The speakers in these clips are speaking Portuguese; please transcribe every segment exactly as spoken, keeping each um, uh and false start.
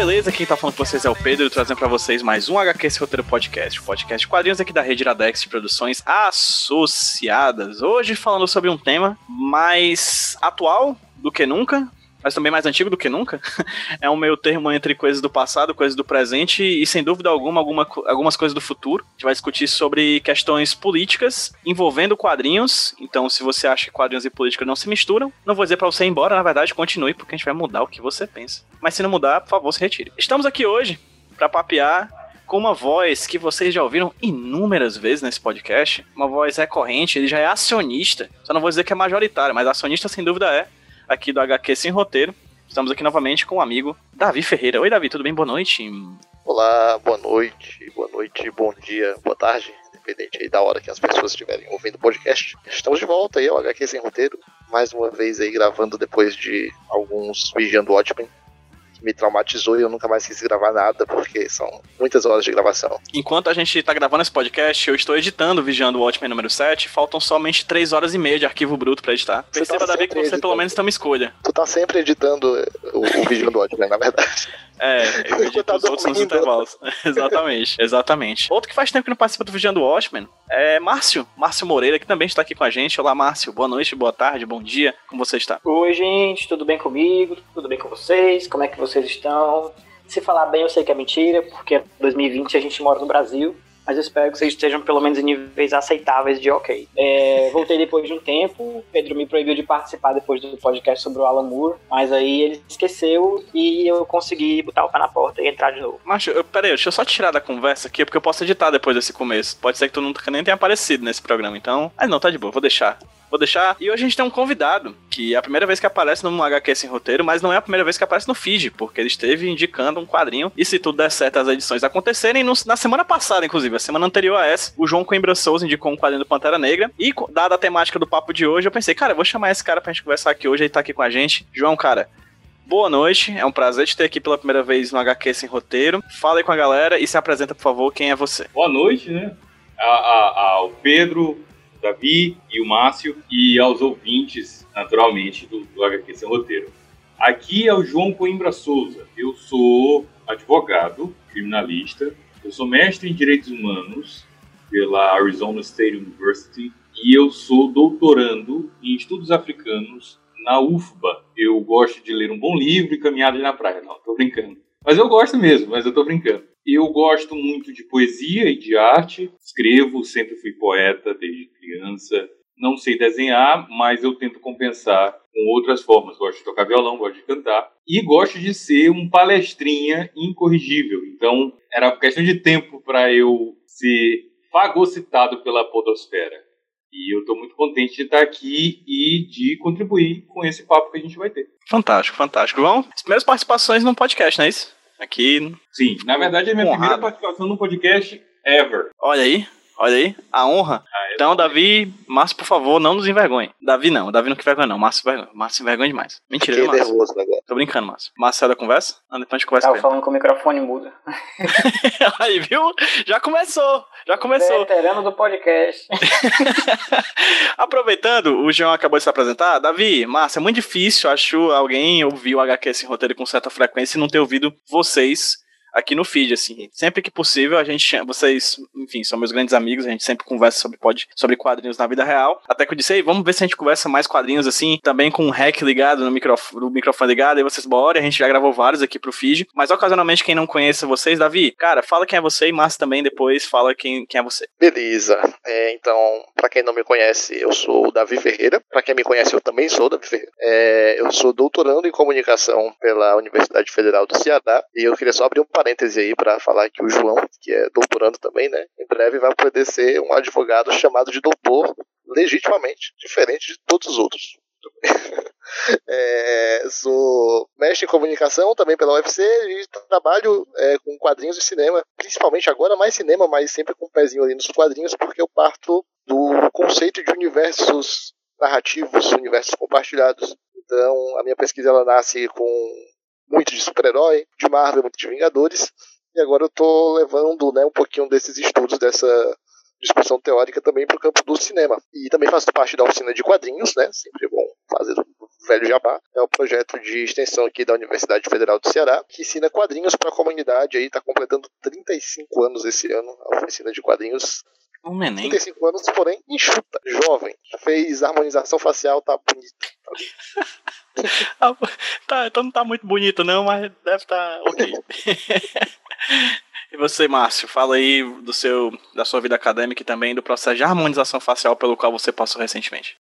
beleza? Quem tá falando com vocês é o Pedro, trazendo pra vocês mais um H Q Sem Roteiro Podcast, o podcast de quadrinhos aqui da rede Iradex de Produções Associadas. Hoje falando sobre um tema mais atual do que nunca, mas também mais antigo do que nunca. É um meio termo entre coisas do passado, coisas do presente e, sem dúvida alguma, alguma, algumas coisas do futuro. A gente vai discutir sobre questões políticas envolvendo quadrinhos. Então, se você acha que quadrinhos e política não se misturam, não vou dizer pra você ir embora, na verdade, continue, porque a gente vai mudar o que você pensa. Mas se não mudar, por favor, se retire. Estamos aqui hoje pra papear com uma voz que vocês já ouviram inúmeras vezes nesse podcast. Uma voz recorrente, ele já é acionista. Só não vou dizer que é majoritário, mas acionista sem dúvida é. Aqui do H Q Sem Roteiro. Estamos aqui novamente com o amigo Davi Ferreira. Oi, Davi, tudo bem? Boa noite. Olá, boa noite, boa noite, bom dia, boa tarde, independente aí da hora que as pessoas estiverem ouvindo o podcast. Estamos de volta aí ao H Q Sem Roteiro, mais uma vez aí gravando depois de alguns Vigiando Watchmen, que me traumatizou e eu nunca mais quis gravar nada, porque são muitas horas de gravação. Enquanto a gente está gravando esse podcast, eu estou editando o Vigiando Watchmen número sete, faltam somente três horas e meia de arquivo bruto para editar. Você Perceba, tá Davi, que você editando. Pelo menos tem uma escolha. Tu tá sempre editando o, o Vigiando Watchmen, na verdade. É, eu edito tá os outros nos intervalos. Exatamente, exatamente. Outro que faz tempo que não participa do Vigiando Watchmen é Márcio, Márcio Moreira, que também está aqui com a gente. Olá, Márcio, boa noite, boa tarde, bom dia, como você está? Oi, gente, tudo bem comigo? Tudo bem com vocês? Como é que vocês estão? Se falar bem, eu sei que é mentira, porque em dois mil e vinte a gente mora no Brasil, mas eu espero que vocês estejam pelo menos em níveis aceitáveis de ok. É, voltei depois de um tempo, o Pedro me proibiu de participar depois do podcast sobre o Alan Moore, mas aí ele esqueceu e eu consegui botar o pé na porta e entrar de novo. Macho, eu, peraí, deixa eu só tirar da conversa aqui, porque eu posso editar depois desse começo. Pode ser que tu nunca nem tenha aparecido nesse programa, então... Ah, não, tá de boa, vou deixar. Vou deixar. E hoje a gente tem um convidado, que é a primeira vez que aparece no H Q Sem Roteiro, mas não é a primeira vez que aparece no feed, porque ele esteve indicando um quadrinho, e se tudo der certo as edições acontecerem, no, na semana passada, inclusive, a semana anterior a essa, o João Coimbra Souza indicou um quadrinho do Pantera Negra, e dada a temática do papo de hoje, eu pensei, cara, eu vou chamar esse cara pra gente conversar aqui hoje, ele tá aqui com a gente. João, cara, boa noite, é um prazer te ter aqui pela primeira vez no H Q Sem Roteiro. Fala aí com a galera e se apresenta, por favor, quem é você. Boa noite, né, a, a, ao Pedro, Davi e o Márcio, e aos ouvintes, naturalmente, do, do H Q Sem Roteiro. Aqui é o João Coimbra Souza. Eu sou advogado, criminalista, eu sou mestre em Direitos Humanos pela Arizona State University e eu sou doutorando em Estudos Africanos na U F B A. Eu gosto de ler um bom livro e caminhada na praia. Não, tô brincando. Mas eu gosto mesmo, mas eu tô brincando. Eu gosto muito de poesia e de arte, escrevo, sempre fui poeta desde criança. Não sei desenhar, mas eu tento compensar com outras formas. Gosto de tocar violão, gosto de cantar. E gosto de ser um palestrinha incorrigível. Então, era questão de tempo para eu ser fagocitado pela podosfera. E eu estou muito contente de estar aqui e de contribuir com esse papo que a gente vai ter. Fantástico, fantástico. João, as primeiras participações num podcast, não é isso? Aqui. Sim, na verdade é a minha honrado. primeira participação no podcast ever. Olha aí, olha aí, a honra. Ah, é então, Davi, Márcio, por favor, não nos envergonhe. Davi não, Davi não que vergonha não, Márcio vergonha. Márcio envergonha demais. Mentira, Fiquei Márcio. nervoso agora. Tô brincando, Márcio. Márcio, sai da conversa? Ah, depois a gente conversa. Tava falando com o microfone mudo. Aí, viu? Já começou, já começou. Veterano do podcast. Aproveitando, o João acabou de se apresentar. Davi, Márcio, é muito difícil, acho, alguém ouvir o H Q Sem Roteiro com certa frequência e não ter ouvido vocês aqui no feed, assim. Sempre que possível, a gente chama, vocês, enfim, são meus grandes amigos, a gente sempre conversa sobre, pode, sobre quadrinhos na vida real. Até que eu disse, ei, vamos ver se a gente conversa mais quadrinhos, assim, também com o rec ligado, no microfone, no microfone ligado, aí vocês, bora, a gente já gravou vários aqui pro feed. Mas, ocasionalmente, quem não conhece vocês, Davi, cara, fala quem é você e Márcio também, depois fala quem, quem é você. Beleza. É, então, pra quem não me conhece, eu sou o Davi Ferreira. Pra quem me conhece, eu também sou o Davi Ferreira. É, eu sou doutorando em comunicação pela Universidade Federal do Ceará. E eu queria só abrir um parêntese aí pra falar que o João, que é doutorando também, né, em breve vai poder ser um advogado chamado de doutor legitimamente, diferente de todos os outros. É, sou mestre em comunicação também pela U F C e trabalho é, com quadrinhos e cinema, principalmente agora mais cinema, mas sempre com um pezinho ali nos quadrinhos, porque eu parto do conceito de universos narrativos, universos compartilhados. Então a minha pesquisa ela nasce com muito de super-herói, de Marvel, muito de Vingadores, e agora eu tô levando, né, um pouquinho desses estudos, dessa discussão teórica também para o campo do cinema. E também faço parte da oficina de quadrinhos, né, sempre é bom fazer Velho Jabá. É um projeto de extensão aqui da Universidade Federal do Ceará, que ensina quadrinhos para a comunidade. Aí está completando trinta e cinco anos esse ano, a oficina de quadrinhos. Um neném. trinta e cinco anos, porém, enxuta, jovem. Fez harmonização facial, tá bonito. Ah, tá, então não tá muito bonito não, mas deve estar tá ok. E você, Márcio, fala aí do seu, da sua vida acadêmica e também do processo de harmonização facial pelo qual você passou recentemente.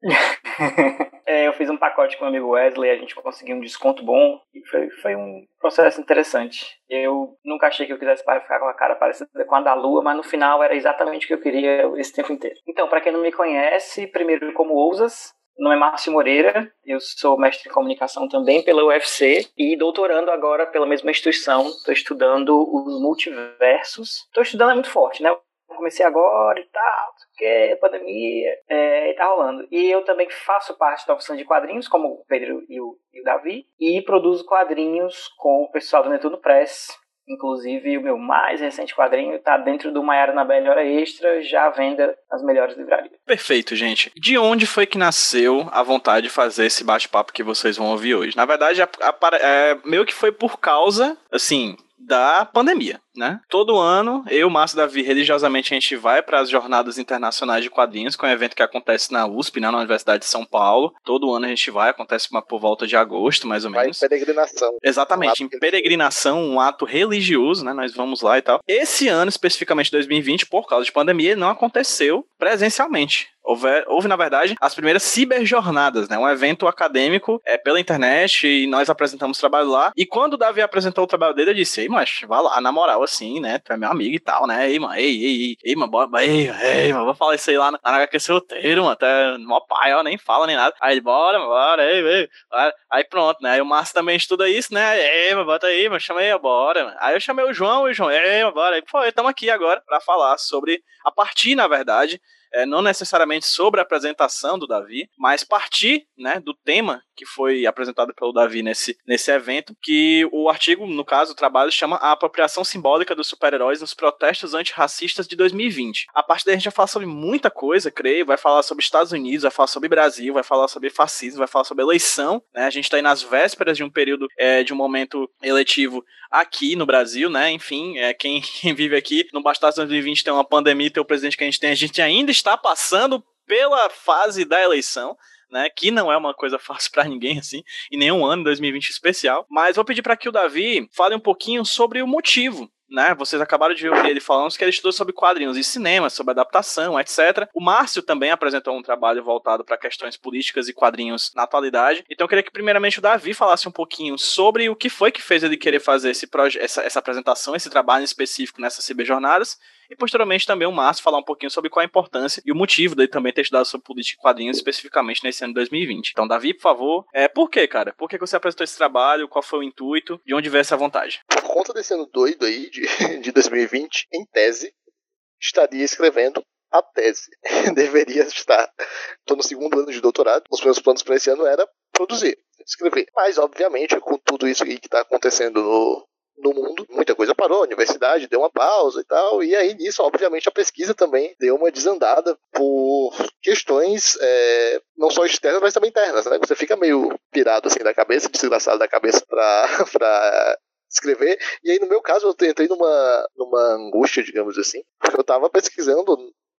É, eu fiz um pacote com o amigo Wesley, a gente conseguiu um desconto bom e foi, foi um processo interessante. Eu nunca achei que eu quisesse ficar com a cara parecida com a da Lua, mas no final era exatamente o que eu queria esse tempo inteiro. Então, para quem não me conhece, primeiro como Ousas, meu nome é Márcio Moreira, eu sou mestre em comunicação também pela U F C e doutorando agora pela mesma instituição. Estou estudando os multiversos. Estou estudando é muito forte, né? Eu comecei agora e tal, porque pandemia é, e tá rolando. E eu também faço parte da oficina de quadrinhos, como o Pedro e o, e o Davi, e produzo quadrinhos com o pessoal do Netuno Press. Inclusive, o meu mais recente quadrinho está dentro do Maiara na Bela Hora Extra, já à venda nas melhores livrarias. Perfeito, gente. De onde foi que nasceu a vontade de fazer esse bate-papo que vocês vão ouvir hoje? Na verdade, a, a, é, meio que foi por causa, assim, da pandemia, né? Todo ano, eu, Márcio e Davi, religiosamente a gente vai para as Jornadas Internacionais de Quadrinhos, que é um evento que acontece na U S P, né, na Universidade de São Paulo. Todo ano a gente vai, acontece uma, por volta de agosto, mais ou menos. Vai em peregrinação. Exatamente, um em peregrinação, um ato religioso, né? Nós vamos lá e tal. Esse ano, especificamente dois mil e vinte, por causa de pandemia, não aconteceu presencialmente. Houve, houve, na verdade, as primeiras ciberjornadas, né? Um evento acadêmico é, pela internet e nós apresentamos o trabalho lá. E quando o Davi apresentou o trabalho dele, eu disse, ei, mas vai lá, na moral, assim, né? Tu é meu amigo e tal, né? Ei, mano, ei, ei, ei, ei, mano, bora, ei, ei, mano, vou falar isso aí lá na H Q C roteiro, mano, até mó pai, ó, nem fala nem nada. Aí ele, bora, bora, ei, ei. Aí pronto, né? Aí o Márcio também estuda isso, né? Ei, mano, bota aí, mano, chama aí, bora, mano. Aí eu chamei o João e o João, ei, mano, bora. Aí, pô, estamos aqui agora pra falar sobre, a partir, na verdade, É, não necessariamente sobre a apresentação do Davi, mas partir, né, do tema que foi apresentado pelo Davi nesse, nesse evento, que o artigo, no caso, o trabalho chama A Apropriação Simbólica dos Super-Heróis nos Protestos Antirracistas de dois mil e vinte. A partir daí a gente vai falar sobre muita coisa, creio, vai falar sobre Estados Unidos, vai falar sobre Brasil, vai falar sobre fascismo, vai falar sobre eleição, né, a gente está aí nas vésperas de um período, é, de um momento eletivo aqui no Brasil, né, enfim, é, quem, quem vive aqui, não bastasse dois mil e vinte ter uma pandemia e ter o presidente que a gente tem, a gente ainda está passando pela fase da eleição, né, que não é uma coisa fácil para ninguém, assim, em nenhum ano, dois mil e vinte especial, mas vou pedir para que o Davi fale um pouquinho sobre o motivo, né, vocês acabaram de ouvir ele falando que ele estudou sobre quadrinhos e cinema, sobre adaptação, etcétera. O Márcio também apresentou um trabalho voltado para questões políticas e quadrinhos na atualidade, então eu queria que primeiramente o Davi falasse um pouquinho sobre o que foi que fez ele querer fazer esse proje- essa, essa apresentação, esse trabalho específico nessas ciberjornadas, e posteriormente também o Márcio falar um pouquinho sobre qual a importância e o motivo dele também ter estudado sobre política e quadrinhos especificamente nesse ano de dois mil e vinte. Então, Davi, por favor, é, por que, cara? Por que você apresentou esse trabalho? Qual foi o intuito? De onde veio essa vontade? Por conta desse ano doido aí, de, de dois mil e vinte, em tese, estaria escrevendo a tese. Deveria estar. Estou no segundo ano de doutorado. Os meus planos para esse ano era produzir, escrever. Mas, obviamente, com tudo isso aí que está acontecendo no... no mundo, muita coisa parou, a universidade deu uma pausa e tal, e aí nisso, obviamente, a pesquisa também deu uma desandada por questões é, não só externas, mas também internas, né? Você fica meio pirado assim da cabeça, desgraçado da cabeça pra, pra escrever, e aí no meu caso eu entrei numa, numa angústia, digamos assim, porque eu tava pesquisando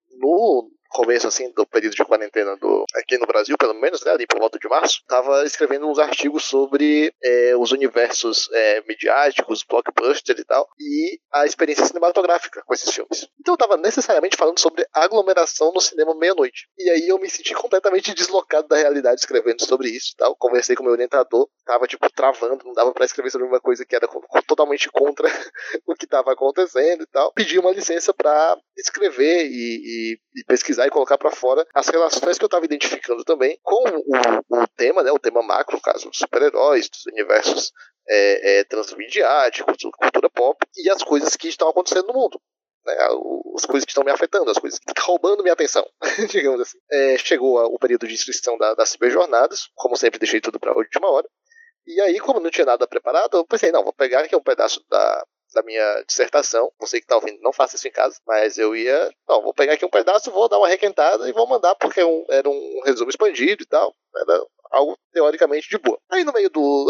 no começo assim do período de quarentena do, aqui no Brasil, pelo menos, né, ali por volta de março, estava escrevendo uns artigos sobre é, os universos é, midiáticos, blockbuster e tal, e a experiência cinematográfica com esses filmes. Então eu estava necessariamente falando sobre aglomeração no cinema meia-noite. E aí eu me senti completamente deslocado da realidade escrevendo sobre isso e tal. Conversei com o meu orientador, tava tipo travando, não dava para escrever sobre uma coisa que era totalmente contra o que estava acontecendo e tal. Pedi uma licença para escrever e, e, e pesquisar e colocar para fora as relações que eu estava identificando também com o, o tema, né, o tema macro, no caso, dos super-heróis, dos universos é, é, transmediáticos, cultura pop, e as coisas que estão acontecendo no mundo. Né, as coisas que estão me afetando, as coisas que estão roubando minha atenção, digamos assim. É, chegou o período de inscrição da, das ciberjornadas, como sempre deixei tudo para a última hora, e aí, como não tinha nada preparado, eu pensei, não, vou pegar aqui um pedaço da da minha dissertação. Você que tá ouvindo, não faça isso em casa, mas eu ia, não, vou pegar aqui um pedaço, vou dar uma requentada e vou mandar, porque é um, era um resumo expandido e tal, era algo teoricamente de boa. Aí no meio do,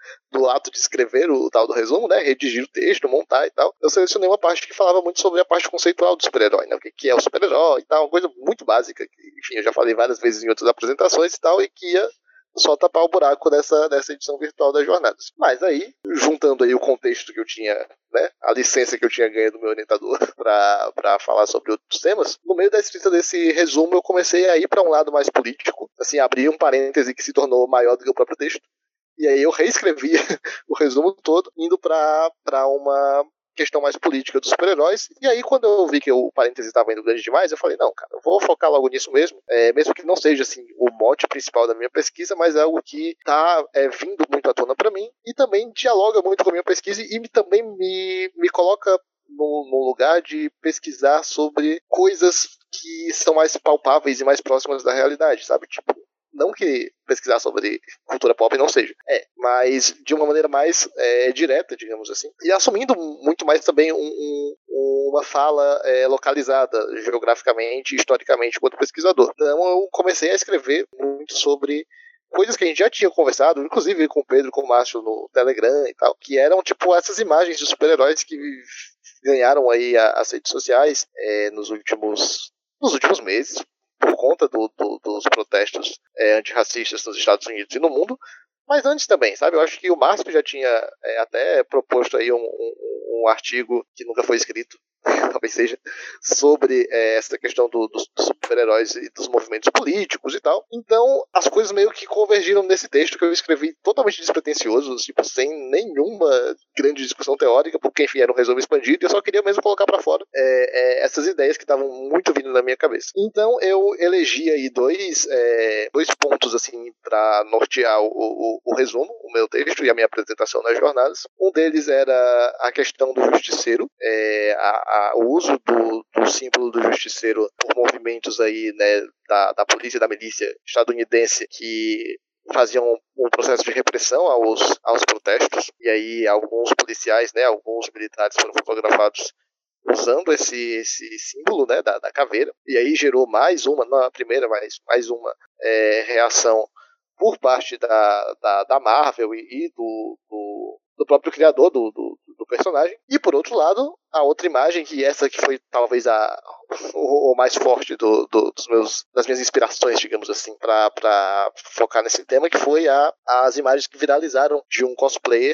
do ato de escrever o tal do resumo, né, redigir o texto, montar e tal, eu selecionei uma parte que falava muito sobre a parte conceitual do super-herói, né, o que é o super-herói e tal, uma coisa muito básica, que, enfim, eu já falei várias vezes em outras apresentações e tal, e que ia só tapar o buraco dessa, dessa edição virtual das jornadas. Mas aí, juntando aí o contexto que eu tinha, né, a licença que eu tinha ganho do meu orientador para falar sobre outros temas, no meio da escrita desse resumo eu comecei a ir para um lado mais político, assim, abri um parêntese que se tornou maior do que o próprio texto, e aí eu reescrevi o resumo todo, indo para uma questão mais política dos super-heróis, e aí quando eu vi que o parêntese estava indo grande demais, eu falei, não, cara, eu vou focar logo nisso mesmo, é, mesmo que não seja assim o mote principal da minha pesquisa, mas é algo que está é, vindo muito à tona para mim, e também dialoga muito com a minha pesquisa, e me, também me, me coloca no, no lugar de pesquisar sobre coisas que são mais palpáveis e mais próximas da realidade, sabe? Tipo, não que pesquisar sobre cultura pop não seja, é, mas de uma maneira mais é, direta, digamos assim, e assumindo muito mais também um, um, uma fala é, localizada geograficamente e historicamente quanto pesquisador. Então eu comecei a escrever muito sobre coisas que a gente já tinha conversado, inclusive com o Pedro, com o Márcio no Telegram e tal, que eram tipo essas imagens de super-heróis que ganharam aí as redes sociais é, nos últimos nos últimos meses, por conta do, do, dos protestos é, antirracistas nos Estados Unidos e no mundo, mas antes também, sabe? Eu acho que o Márcio já tinha é, até proposto aí um, um, um artigo que nunca foi escrito, talvez seja, sobre é, essa questão do, dos, dos super-heróis e dos movimentos políticos e tal. Então, as coisas meio que convergiram nesse texto que eu escrevi totalmente despretensioso, tipo, sem nenhuma grande discussão teórica, porque, enfim, era um resumo expandido, e eu só queria mesmo colocar pra fora é, é, essas ideias que estavam muito vindo na minha cabeça. Então, eu elegi aí dois, é, dois pontos, assim, pra nortear o, o, o resumo, o meu texto e a minha apresentação nas jornadas. Um deles era a questão do justiceiro, é, a A, o uso do, do símbolo do justiceiro por movimentos aí, né, da, da polícia e da milícia estadunidense que faziam um, um processo de repressão aos, aos protestos, e aí alguns policiais, né, alguns militares foram fotografados usando esse, esse símbolo, né, da, da caveira, e aí gerou mais uma, não a primeira, mas mais uma é, reação por parte da, da, da Marvel e, e do, do, do próprio criador do, do, do personagem. E por outro lado, a outra imagem, que essa que foi talvez a, o, o mais forte do, do, dos meus, das minhas inspirações, digamos assim, para focar nesse tema, que foi a, as imagens que viralizaram de um cosplayer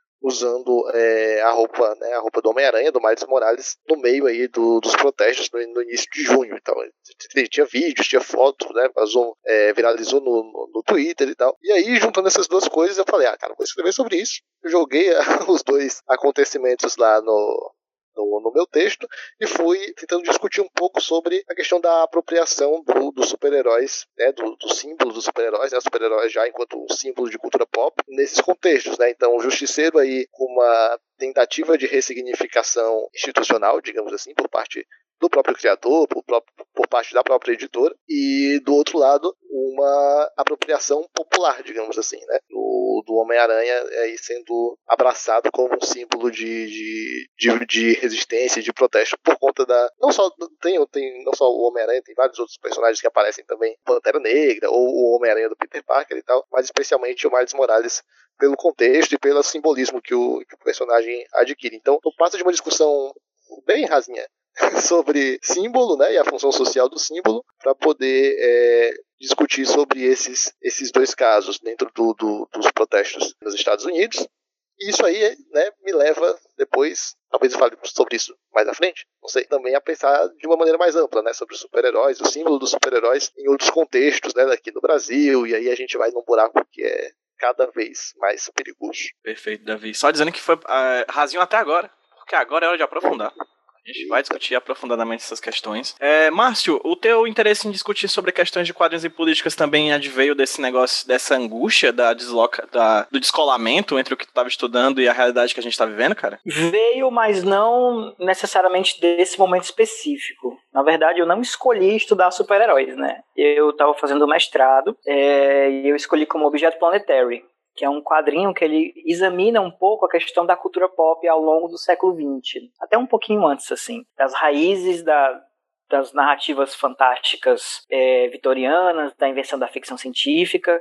usando é, a roupa, né, a roupa do Homem-Aranha, do Miles Morales, no meio aí do, dos protestos no, no início de junho. Então, tinha vídeos, tinha fotos, né, vazou, é, viralizou no, no, no Twitter e tal. E aí, juntando essas duas coisas, eu falei, ah, cara, vou escrever sobre isso. Eu joguei os dois acontecimentos lá no, no, no meu texto e fui tentando discutir um pouco sobre a questão da apropriação do, dos super-heróis, né, do, do símbolo dos super-heróis, né, super-heróis já enquanto um símbolo de cultura pop, nesses contextos, né, então o Justiceiro aí com uma tentativa de ressignificação institucional, digamos assim, por parte do próprio criador, por, próprio, por parte da própria editora, e do outro lado, uma apropriação popular, digamos assim, né, do, do Homem-Aranha aí sendo abraçado como um símbolo de, de, de, de resistência, de protesto, por conta da... Não só, tem, tem, não só o Homem-Aranha, tem vários outros personagens que aparecem também, Pantera Negra, ou o Homem-Aranha do Peter Parker e tal, mas especialmente o Miles Morales, pelo contexto e pelo simbolismo que o, que o personagem adquire. Então, eu passo de uma discussão bem rasinha sobre símbolo, né, e a função social do símbolo, para poder é, discutir sobre esses, esses dois casos dentro do, do, dos protestos nos Estados Unidos. E isso aí, né, me leva depois, talvez eu fale sobre isso mais à frente, não sei, também a pensar de uma maneira mais ampla, né, sobre os super-heróis, o símbolo dos super-heróis em outros contextos, né, aqui no Brasil, e aí a gente vai num buraco que é cada vez mais perigoso. Perfeito, Davi. Só dizendo que foi uh, rasinho até agora, porque agora é hora de aprofundar. A gente vai discutir aprofundadamente essas questões. É, Márcio, o teu interesse em discutir sobre questões de quadrinhos e políticas também adveio desse negócio, dessa angústia da desloca, da, do descolamento entre o que tu estava estudando e a realidade que a gente está vivendo, cara? Veio, mas não necessariamente desse momento específico. Na verdade, eu não escolhi estudar super-heróis, né? Eu estava fazendo mestrado é, e eu escolhi como objeto planetary, que é um quadrinho que ele examina um pouco a questão da cultura pop ao longo do século vinte, até um pouquinho antes, assim, das raízes da, das narrativas fantásticas é, vitorianas, da invenção da ficção científica,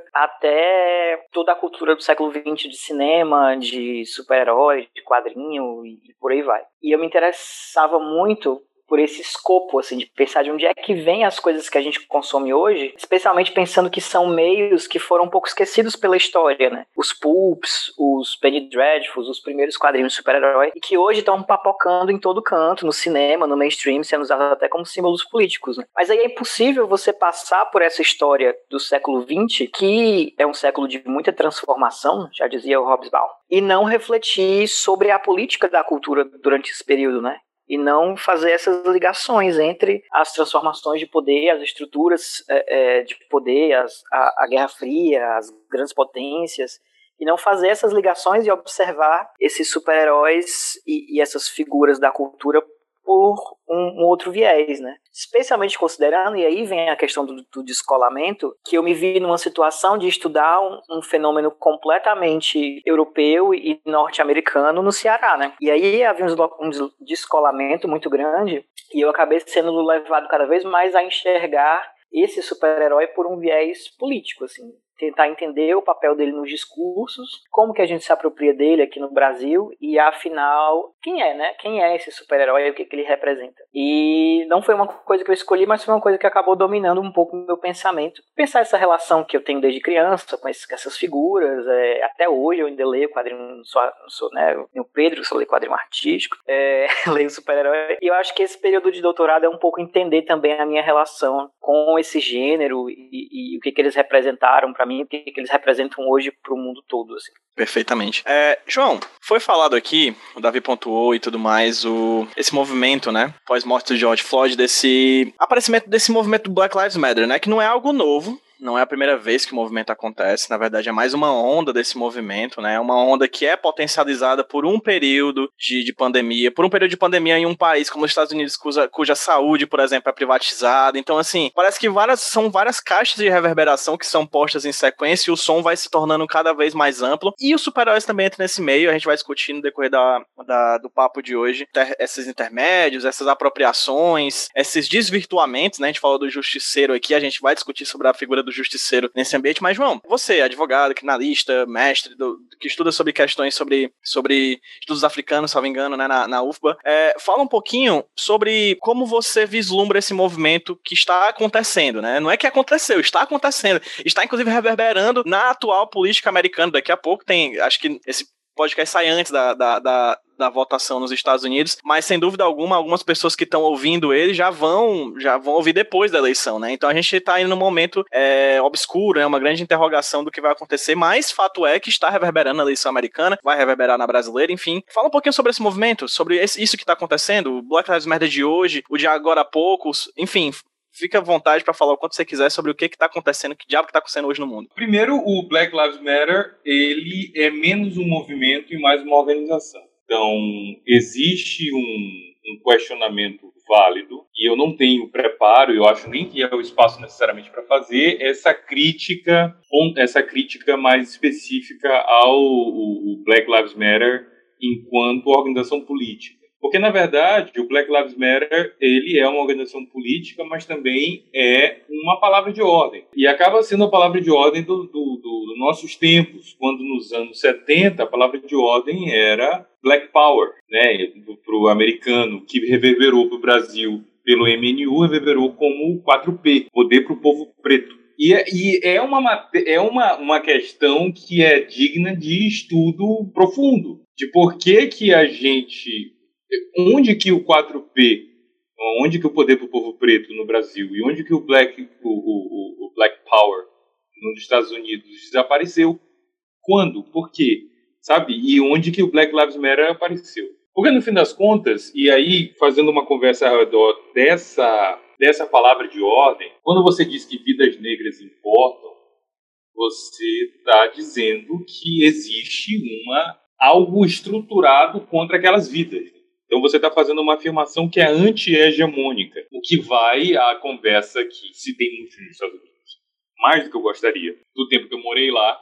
até toda a cultura do século vinte de cinema, de super-herói, de quadrinho e, e por aí vai. E eu me interessava muito por esse escopo, assim, de pensar de onde é que vem as coisas que a gente consome hoje, especialmente pensando que são meios que foram um pouco esquecidos pela história, né? Os pulps, os Penny Dreadfuls, os primeiros quadrinhos de super-herói, e que hoje estão papocando em todo canto, no cinema, no mainstream, sendo usados até como símbolos políticos, né? Mas aí é impossível você passar por essa história do século vinte, que é um século de muita transformação, já dizia o Hobsbawm, e não refletir sobre a política da cultura durante esse período, né? E não fazer essas ligações entre as transformações de poder, as estruturas é, é, de poder, as, a, a Guerra Fria, as grandes potências, e não fazer essas ligações e observar esses super-heróis e, e essas figuras da cultura por um, um outro viés, né? Especialmente considerando, e aí vem a questão do, do descolamento, que eu me vi numa situação de estudar um, um fenômeno completamente europeu e norte-americano no Ceará, né? E aí havia um, um descolamento muito grande, e eu acabei sendo levado cada vez mais a enxergar esse super-herói por um viés político, assim, tentar entender o papel dele nos discursos, como que a gente se apropria dele aqui no Brasil e, afinal, quem é, né? Quem é esse super-herói e o que, que ele representa? E não foi uma coisa que eu escolhi, mas foi uma coisa que acabou dominando um pouco o meu pensamento. Pensar essa relação que eu tenho desde criança com essas figuras, é, até hoje eu ainda leio quadrinho, não sou, não sou né? O Pedro só lê quadrinho artístico, é, leio super-herói. E eu acho que esse período de doutorado é um pouco entender também a minha relação com esse gênero e, e o que, que eles representaram para mim, o que, que eles representam hoje para o mundo todo, assim. Perfeitamente. É, João, foi falado aqui, o Davi pontuou e tudo mais, o, esse movimento, né, pós-morte do George Floyd, desse aparecimento desse movimento do Black Lives Matter, né, que não é algo novo. Não é a primeira vez que o movimento acontece, na verdade é mais uma onda desse movimento, né? Uma onda que é potencializada por um período de, de pandemia, por um período de pandemia em um país como os Estados Unidos, cuja, cuja saúde, por exemplo, é privatizada. Então, assim, parece que várias, são várias caixas de reverberação que são postas em sequência e o som vai se tornando cada vez mais amplo. E os super-heróis também entram nesse meio, a gente vai discutir no decorrer da, da, do papo de hoje, ter, esses intermédios, essas apropriações, esses desvirtuamentos, né? A gente falou do justiceiro aqui, a gente vai discutir sobre a figura do justiceiro nesse ambiente, mas João, você, advogado, criminalista, mestre, do, que estuda sobre questões sobre, sobre estudos africanos, se não me engano, né, na, na U F B A, é, fala um pouquinho sobre como você vislumbra esse movimento que está acontecendo, né? Não é que aconteceu, está acontecendo, está inclusive reverberando na atual política americana. Daqui a pouco tem, acho que esse podcast sai antes da, da, da, da votação nos Estados Unidos, mas sem dúvida alguma, algumas pessoas que estão ouvindo ele já vão, já vão ouvir depois da eleição, né? Então a gente está indo num momento é, obscuro, né? Uma grande interrogação do que vai acontecer, mas fato é que está reverberando na eleição americana, vai reverberar na brasileira, enfim. Fala um pouquinho sobre esse movimento, sobre esse, isso que está acontecendo, o Black Lives Matter de hoje, o de agora há pouco, enfim. Fica à vontade para falar o quanto você quiser sobre o que está acontecendo, que diabo que está acontecendo hoje no mundo. Primeiro, o Black Lives Matter, ele é menos um movimento e mais uma organização. Então, existe um, um questionamento válido, e eu não tenho preparo, eu acho nem que é o espaço necessariamente para fazer essa crítica, essa crítica mais específica ao o Black Lives Matter enquanto organização política. Porque, na verdade, o Black Lives Matter, ele é uma organização política, mas também é uma palavra de ordem. E acaba sendo a palavra de ordem dos do, do, do nossos tempos, quando nos anos setenta a palavra de ordem era Black Power, né, para o americano, que reverberou para o Brasil pelo M N U, reverberou como quatro P, Poder para o Povo Preto. E, e é, uma, é uma, uma questão que é digna de estudo profundo, de por que que a gente... Onde que o quatro P, onde que o poder para o povo preto no Brasil e onde que o Black, o, o, o Black Power nos Estados Unidos desapareceu? Quando? Por quê? Sabe? E onde que o Black Lives Matter apareceu? Porque no fim das contas, e aí fazendo uma conversa ao redor dessa, dessa palavra de ordem, quando você diz que vidas negras importam, você está dizendo que existe uma, algo estruturado contra aquelas vidas. Então você está fazendo uma afirmação que é anti-hegemônica, o que vai à conversa que se tem muito nos Estados Unidos. Mais do que eu gostaria. Do tempo que eu morei lá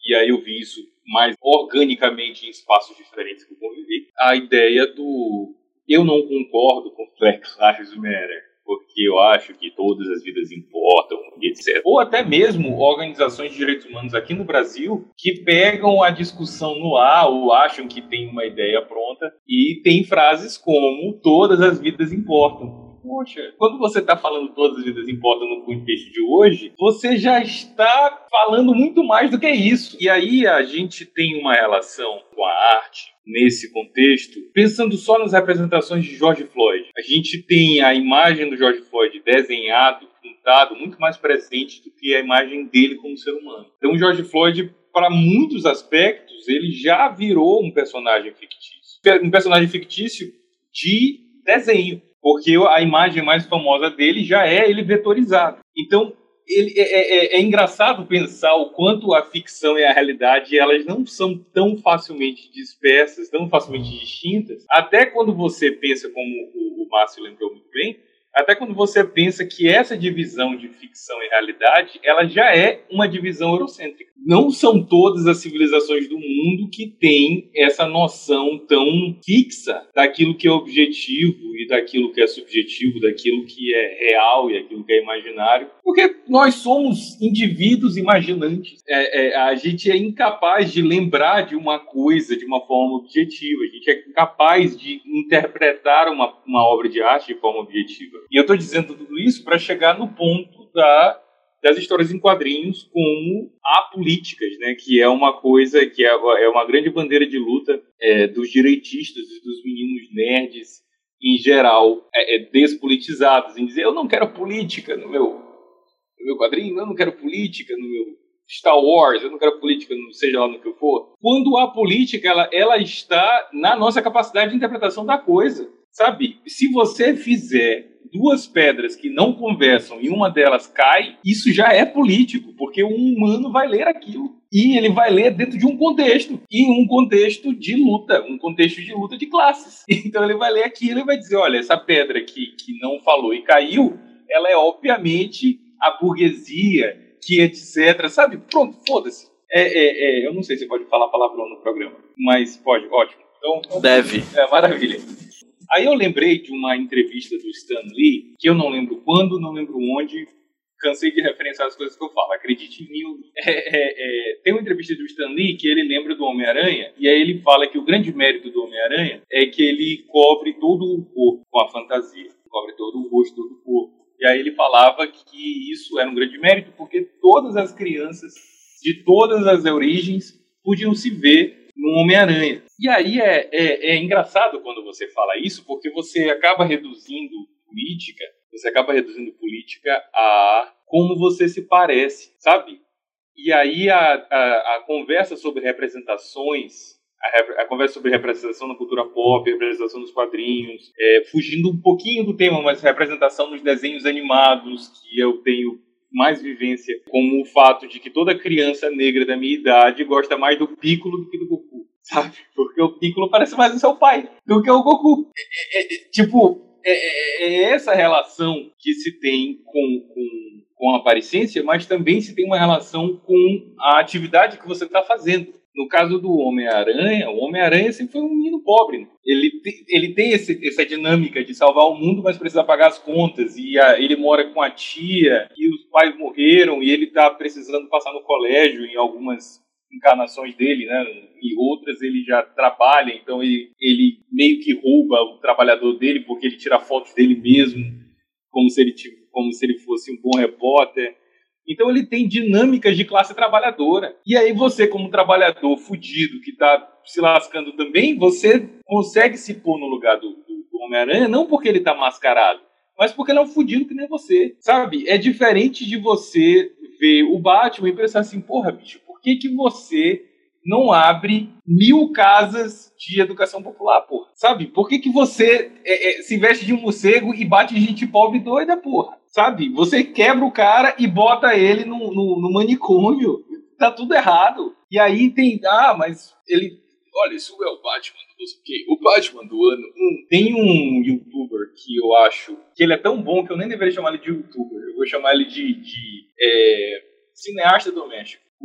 e aí eu vi isso mais organicamente em espaços diferentes que eu convivi, a ideia do eu não concordo com Black Lives Matter, porque eu acho que todas as vidas importam, etcétera. Ou até mesmo organizações de direitos humanos aqui no Brasil que pegam a discussão no ar ou acham que tem uma ideia pronta e tem frases como todas as vidas importam. Poxa, quando você está falando todas as vidas importam no contexto de hoje, você já está falando muito mais do que isso. E aí a gente tem uma relação com a arte nesse contexto, pensando só nas representações de George Floyd. A gente tem a imagem do George Floyd desenhado, pintado, muito mais presente do que a imagem dele como ser humano. Então o George Floyd, para muitos aspectos, ele já virou um personagem fictício. Um personagem fictício de desenho. Porque a imagem mais famosa dele já é ele vetorizado. Então, ele, é, é, é engraçado pensar o quanto a ficção e a realidade elas não são tão facilmente dispersas, tão facilmente distintas. Até quando você pensa, como o, o Márcio lembrou muito bem, até quando você pensa que essa divisão de ficção e realidade, ela já é uma divisão eurocêntrica. Não são todas as civilizações do mundo que têm essa noção tão fixa daquilo que é objetivo e daquilo que é subjetivo, daquilo que é real e daquilo que é imaginário. Porque nós somos indivíduos imaginantes. É, é, a gente é incapaz de lembrar de uma coisa de uma forma objetiva. A gente é incapaz de interpretar uma, uma obra de arte de forma objetiva. E eu estou dizendo tudo isso para chegar no ponto da, das histórias em quadrinhos como apolíticas, né? Que é uma coisa, que é, é uma grande bandeira de luta é, dos direitistas e dos meninos nerds em geral, é, é, despolitizados, em dizer eu não quero política no meu, no meu quadrinho, eu não quero política no meu Star Wars, eu não quero política, no, seja lá no que for. Quando a política ela, ela está na nossa capacidade de interpretação da coisa, sabe? Se você fizer duas pedras que não conversam e uma delas cai, isso já é político, porque um humano vai ler aquilo. E ele vai ler dentro de um contexto, e um contexto de luta, um contexto de luta de classes. Então ele vai ler aquilo e vai dizer, olha, essa pedra que, que não falou e caiu, ela é obviamente a burguesia, que etcétera. Sabe? Pronto, foda-se. É, é, é, eu não sei se pode falar palavrão no programa, mas pode, ótimo. Então, então deve. É, maravilha. Aí eu lembrei de uma entrevista do Stan Lee, que eu não lembro quando, não lembro onde, cansei de referenciar as coisas que eu falo, acredite em mim. É, é, é, tem uma entrevista do Stan Lee que ele lembra do Homem-Aranha, e aí ele fala que o grande mérito do Homem-Aranha é que ele cobre todo o corpo com a fantasia, cobre todo o rosto, todo o corpo. E aí ele falava que isso era um grande mérito, porque todas as crianças de todas as origens podiam se ver no Homem-Aranha. E aí é, é, é engraçado quando você fala isso, porque você acaba reduzindo política, você acaba reduzindo política a como você se parece, sabe? E aí a, a, a conversa sobre representações, a, a conversa sobre representação na cultura pop, representação nos quadrinhos, é, fugindo um pouquinho do tema, mas representação nos desenhos animados, que eu tenho mais vivência, como o fato de que toda criança negra da minha idade gosta mais do Piccolo do que do Goku, sabe? Porque o Piccolo parece mais o seu pai do que o Goku. É, é, é, tipo, é, é essa relação que se tem com, com, com a parecência, mas também se tem uma relação com a atividade que você está fazendo. No caso do Homem-Aranha, o Homem-Aranha sempre foi um menino pobre, né? Ele tem, ele tem esse, essa dinâmica de salvar o mundo, mas precisa pagar as contas. E a, ele mora com a tia, e os pais morreram, e ele está precisando passar no colégio em algumas encarnações dele, né? E outras ele já trabalha, então ele, ele meio que rouba o trabalhador dele, porque ele tira fotos dele mesmo, como se ele, como se ele fosse um bom repórter. Então ele tem dinâmicas de classe trabalhadora. E aí você, como trabalhador fudido, que está se lascando também, você consegue se pôr no lugar do, do, do Homem-Aranha, não porque ele está mascarado, mas porque ele é um fudido que nem você, sabe? É diferente de você ver o Batman e pensar assim, porra, bicho, por que que você não abre mil casas de educação popular, porra? Sabe? Por que que você é, é, se veste de um morcego e bate gente pobre e doida, porra? Sabe? Você quebra o cara e bota ele no, no, no manicômio. Tá tudo errado. E aí tem... Ah, mas ele... Olha, isso é o Batman do não sei o quê. O Batman do ano... Hum, tem um youtuber que eu acho que ele é tão bom que eu nem deveria chamar ele de youtuber. Eu vou chamar ele de, de é, cineasta doméstico. O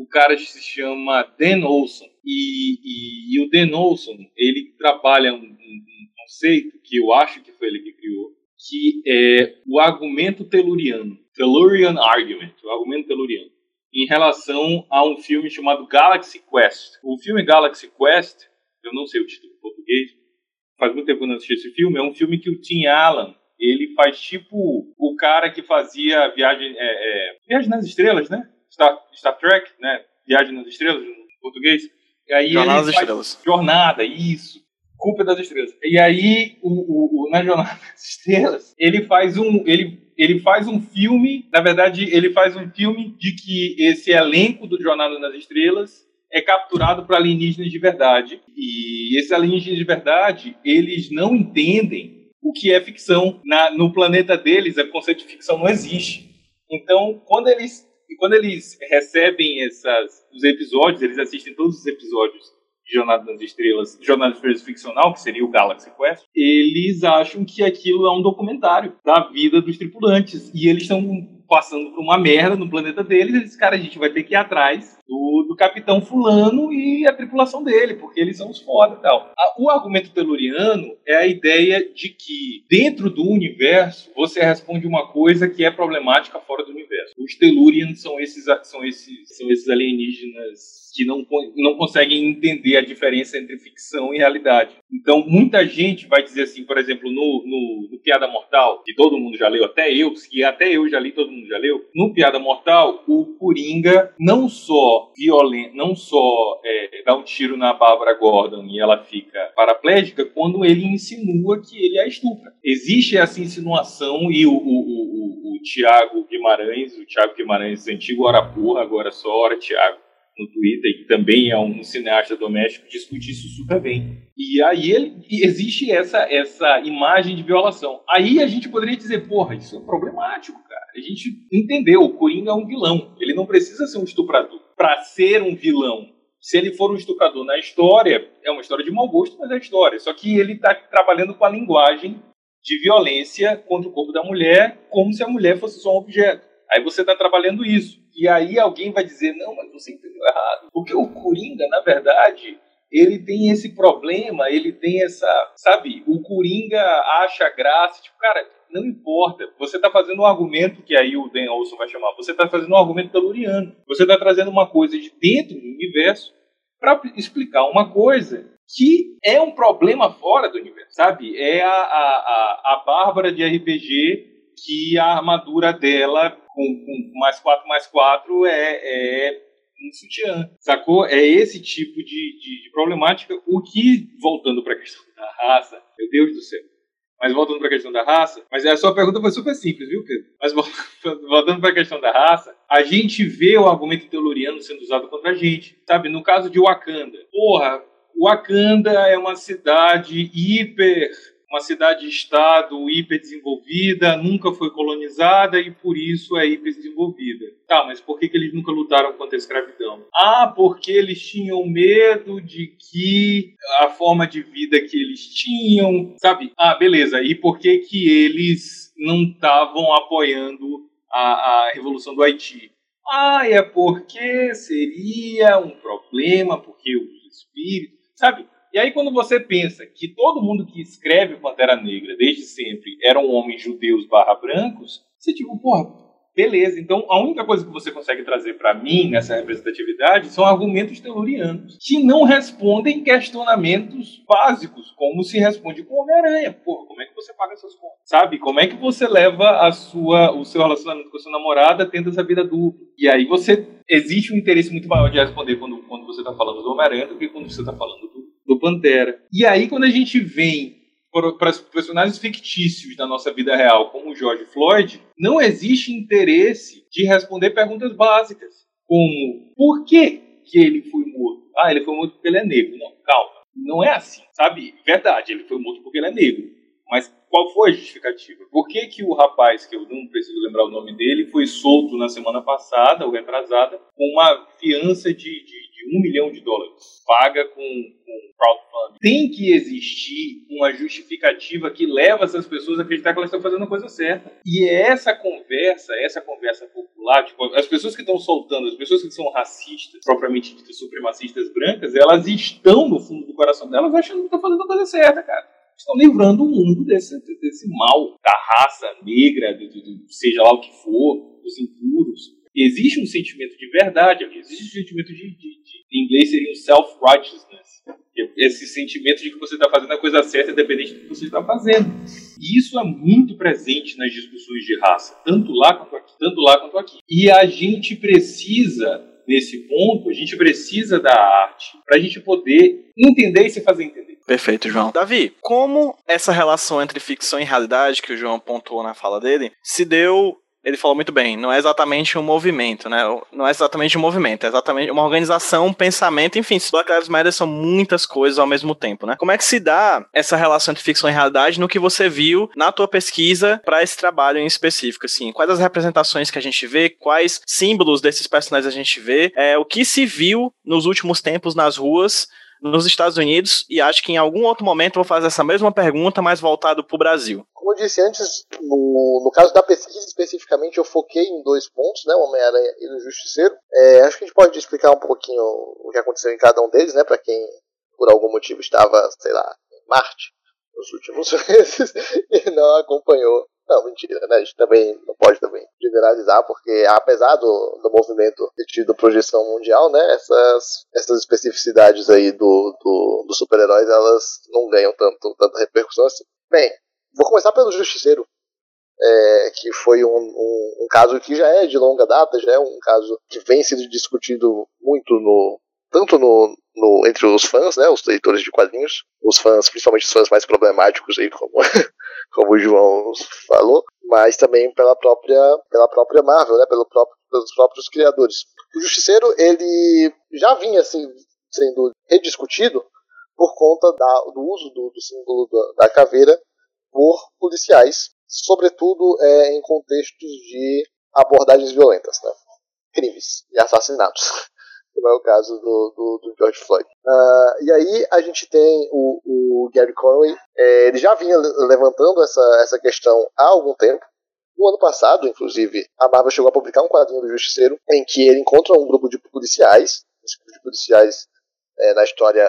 o cara se chama Dan Olson. E, e, e o Dan Olson, ele trabalha um, um, um conceito que eu acho que foi ele que criou, que é o argumento teluriano. Tellurian Argument, o argumento teluriano. Em relação a um filme chamado Galaxy Quest. O filme Galaxy Quest, eu não sei o título em português, faz muito tempo que eu não assisti esse filme, é um filme que o Tim Allen, ele faz tipo o cara que fazia Viagem, é, é, Viagem nas Estrelas, né? Star, Star Trek, né? Viagem nas Estrelas, em português. E aí Jornada das Estrelas. Jornada, isso. Culpa das Estrelas. E aí, o, o, o, na Jornada das Estrelas, ele faz um... Ele, ele faz um filme, na verdade, ele faz um filme de que esse elenco do Jornada nas Estrelas é capturado por alienígenas de verdade. E esses alienígenas de verdade, eles não entendem o que é ficção. Na, no planeta deles, o conceito de ficção não existe. Então, quando eles, quando eles recebem essas, os episódios, eles assistem todos os episódios de Jornada nas Estrelas, Jornada nas Estrelas ficcional, que seria o Galaxy Quest, eles acham que aquilo é um documentário da vida dos tripulantes. E eles estão passando por uma merda no planeta deles, eles dizem, cara, a gente vai ter que ir atrás do, do capitão fulano e a tripulação dele, porque eles são os foda e tal. A, o argumento teluriano é a ideia de que dentro do universo você responde uma coisa que é problemática fora do universo. Os Tellurians são esses, são esses, são esses alienígenas que não, não conseguem entender a diferença entre ficção e realidade. Então, muita gente vai dizer assim, por exemplo, no, no, no Piada Mortal, que todo mundo já leu, até eu, que até eu já li, todo mundo já leu, no Piada Mortal, o Coringa não só violento, não só é, dá um tiro na Bárbara Gordon e ela fica paraplégica, quando ele insinua que ele a estupra. Existe essa insinuação e o, o, o, o, o Thiago Guimarães, o Thiago Guimarães, antigo Araporra, agora só Hora Thiago, no Twitter, que também é um cineasta doméstico, discute isso super bem. E aí ele, existe essa, essa imagem de violação. Aí a gente poderia dizer, porra, isso é problemático, cara. A gente entendeu, o Coringa é um vilão. Ele não precisa ser um estuprador para ser um vilão. Se ele for um estuprador na história, é uma história de mau gosto, mas é história. Só que ele está trabalhando com a linguagem de violência contra o corpo da mulher, como se a mulher fosse só um objeto. Aí você está trabalhando isso. E aí alguém vai dizer, não, mas você entendeu errado. Porque o Coringa, na verdade, ele tem esse problema, ele tem essa... Sabe, o Coringa acha graça, tipo, cara, não importa. Você está fazendo um argumento, que aí o Dan Olson vai chamar, você está fazendo um argumento teluriano. Você está trazendo uma coisa de dentro do universo para explicar uma coisa que é um problema fora do universo, sabe? É a, a, a, a Bárbara de R P G, que a armadura dela, com, com mais quatro mais quatro, é, é um sutiã, sacou? É esse tipo de, de, de problemática. O que, voltando para a questão da raça, meu Deus do céu, mas voltando para a questão da raça, mas a sua pergunta foi super simples, viu, Pedro? Mas voltando para a questão da raça, a gente vê o argumento teluriano sendo usado contra a gente, sabe? No caso de Wakanda, porra, Wakanda é uma cidade hiper... uma cidade-estado hiperdesenvolvida, nunca foi colonizada e por isso é hiperdesenvolvida. Tá, mas por que, que eles nunca lutaram contra a escravidão? Ah, porque eles tinham medo de que a forma de vida que eles tinham, sabe? Ah, beleza. E por que que eles não estavam apoiando a, a Revolução do Haiti? Ah, é porque seria um problema, porque os espíritos, sabe? E aí quando você pensa que todo mundo que escreve Pantera Negra desde sempre eram homens judeus barra brancos, você tipo, porra, beleza. Então a única coisa que você consegue trazer para mim nessa representatividade são argumentos telurianos, que não respondem questionamentos básicos, como se responde com Homem-Aranha. Porra, como é que você paga suas contas? Sabe? Como é que você leva a sua, o seu relacionamento com a sua namorada tendo essa vida dupla? E aí você... Existe um interesse muito maior de responder quando, quando você está falando do Homem-Aranha do que quando você está falando do do Pantera. E aí, quando a gente vem para os personagens fictícios da nossa vida real, como o George Floyd, não existe interesse de responder perguntas básicas, como, por que que ele foi morto? Ah, ele foi morto porque ele é negro. Não, calma. Não é assim, sabe? Verdade, ele foi morto porque ele é negro. Mas qual foi a justificativa? Por que que o rapaz, que eu não preciso lembrar o nome dele, foi solto na semana passada, ou retrasada, com uma fiança de, de, de um milhão de dólares, paga com, com crowdfunding? Tem que existir uma justificativa que leva essas pessoas a acreditar que elas estão fazendo a coisa certa. E é essa conversa, essa conversa popular, lá, tipo, as pessoas que estão soltando, as pessoas que são racistas, propriamente ditas supremacistas brancas, elas estão no fundo do coração delas achando que estão fazendo a coisa certa, cara. Estão livrando o mundo desse, desse mal, da raça negra, do, do, do, seja lá o que for, dos impuros. Existe um sentimento de verdade aqui, existe um sentimento de, de, de em inglês seria um self-righteousness. Esse sentimento de que você está fazendo a coisa certa independente do que você está fazendo. E isso é muito presente nas discussões de raça, tanto lá quanto aqui, tanto lá quanto aqui. E a gente precisa, nesse ponto, a gente precisa da arte para a gente poder entender e se fazer entender. Perfeito, João. Davi, como essa relação entre ficção e realidade, que o João pontuou na fala dele, se deu... Ele falou muito bem, não é exatamente um movimento, né? Não é exatamente um movimento, é exatamente uma organização, um pensamento, enfim, Black Lives Matter são muitas coisas ao mesmo tempo, né? Como é que se dá essa relação entre ficção e realidade no que você viu na tua pesquisa para esse trabalho em específico, assim? Quais as representações que a gente vê, quais símbolos desses personagens a gente vê, é, o que se viu nos últimos tempos nas ruas nos Estados Unidos, e acho que em algum outro momento eu vou fazer essa mesma pergunta, mas voltado para o Brasil. Como eu disse antes, no, no caso da pesquisa especificamente, eu foquei em dois pontos, né, o Homem-Aranha e o Justiceiro. É, acho que a gente pode explicar um pouquinho o que aconteceu em cada um deles, né, para quem por algum motivo estava, sei lá, em Marte nos últimos meses e não acompanhou. Não, mentira, né? A gente também não pode também generalizar, porque apesar do, do movimento ter tido projeção mundial, né, essas, essas especificidades aí do, do, dos super-heróis, elas não ganham tanto, tanta repercussão assim. Bem, vou começar pelo Justiceiro, é, que foi um, um, um caso que já é de longa data, já é um caso que vem sendo discutido muito no... tanto no, no, entre os fãs, né, os leitores de quadrinhos, os fãs, principalmente os fãs mais problemáticos, aí, como, como o João falou, mas também pela própria, pela própria Marvel, né, pelo próprio, pelos próprios criadores. O Justiceiro, ele já vinha assim, sendo rediscutido por conta da, do uso do, do símbolo da, da caveira por policiais, sobretudo é, em contextos de abordagens violentas, né, crimes e assassinatos. Como é o caso do, do, do George Floyd. Uh, e aí a gente tem o, o Gary Conway, é, ele já vinha levantando essa, essa questão há algum tempo. No ano passado, inclusive, a Marvel chegou a publicar um quadrinho do Justiceiro em que ele encontra um grupo de policiais. Esse grupo de policiais, é, na história,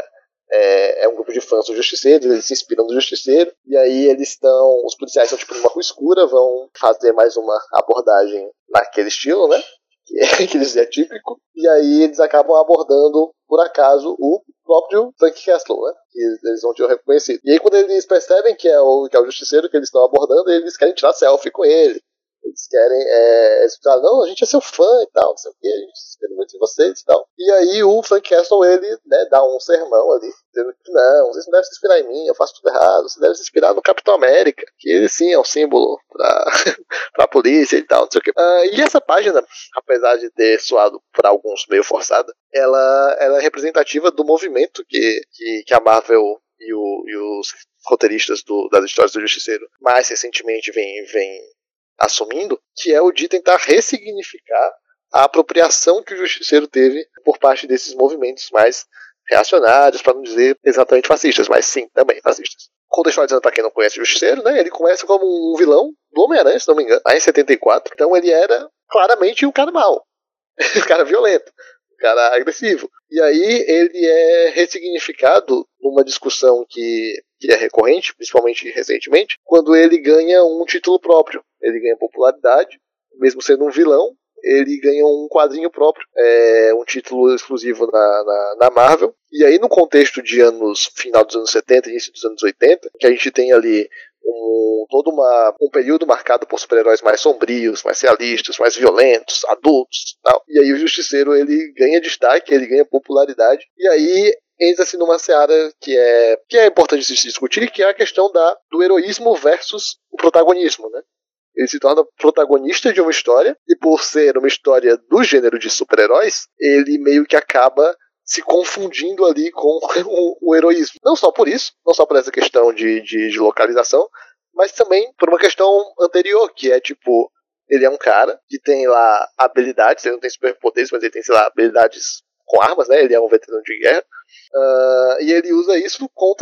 é, é um grupo de fãs do Justiceiro, eles se inspiram no Justiceiro, e aí eles estão, os policiais estão tipo numa rua escura, vão fazer mais uma abordagem naquele estilo, né? Que eles é típico, e aí eles acabam abordando, por acaso, o próprio Frank Castle, né? Que eles não tinham reconhecido. E aí quando eles percebem que é o, que é o Justiceiro que eles estão abordando, eles querem tirar selfie com ele. Eles querem, é, eles falam, não, a gente é seu fã e tal, não sei o que, a gente espera muito em vocês e tal. E aí o Frank Castle, ele, né, dá um sermão ali, dizendo que não, vocês não devem se inspirar em mim, eu faço tudo errado, vocês devem se inspirar no Capitão América, que ele sim é um símbolo pra, pra polícia e tal, não sei o que. Uh, e essa página, apesar de ter soado para alguns meio forçada, ela, ela é representativa do movimento que, que, que a Marvel e, o, e os roteiristas do, das histórias do Justiceiro mais recentemente vem, vem assumindo, que é o de tentar ressignificar a apropriação que o Justiceiro teve por parte desses movimentos mais reacionários, para não dizer exatamente fascistas, mas sim, também fascistas. Contextualizando para quem não conhece o Justiceiro, né, ele começa como um vilão do Homem-Aranha, se não me engano, lá em setenta e quatro, então ele era claramente um cara mau, um cara violento, um cara agressivo. E aí ele é ressignificado numa discussão que, que é recorrente, principalmente recentemente, quando ele ganha um título próprio. Ele ganha popularidade, mesmo sendo um vilão, ele ganha um quadrinho próprio, é, um título exclusivo na, na, na Marvel. E aí no contexto de anos, final dos anos setenta, início dos anos oitenta, que a gente tem ali um, todo uma, um período marcado por super-heróis mais sombrios, mais realistas, mais violentos, adultos, tal. E aí o Justiceiro, ele ganha destaque, ele ganha popularidade, e aí entra-se numa seara que é, que é importante se discutir, que é a questão da, do heroísmo versus o protagonismo, né? Ele se torna protagonista de uma história, e por ser uma história do gênero de super-heróis, ele meio que acaba se confundindo ali com o, o heroísmo. Não só por isso, não só por essa questão de, de, de localização, mas também por uma questão anterior, que é tipo, ele é um cara que tem lá habilidades, ele não tem superpoderes, mas ele tem, sei lá, habilidades com armas, né? Ele é um veterano de guerra, uh, e ele usa isso contra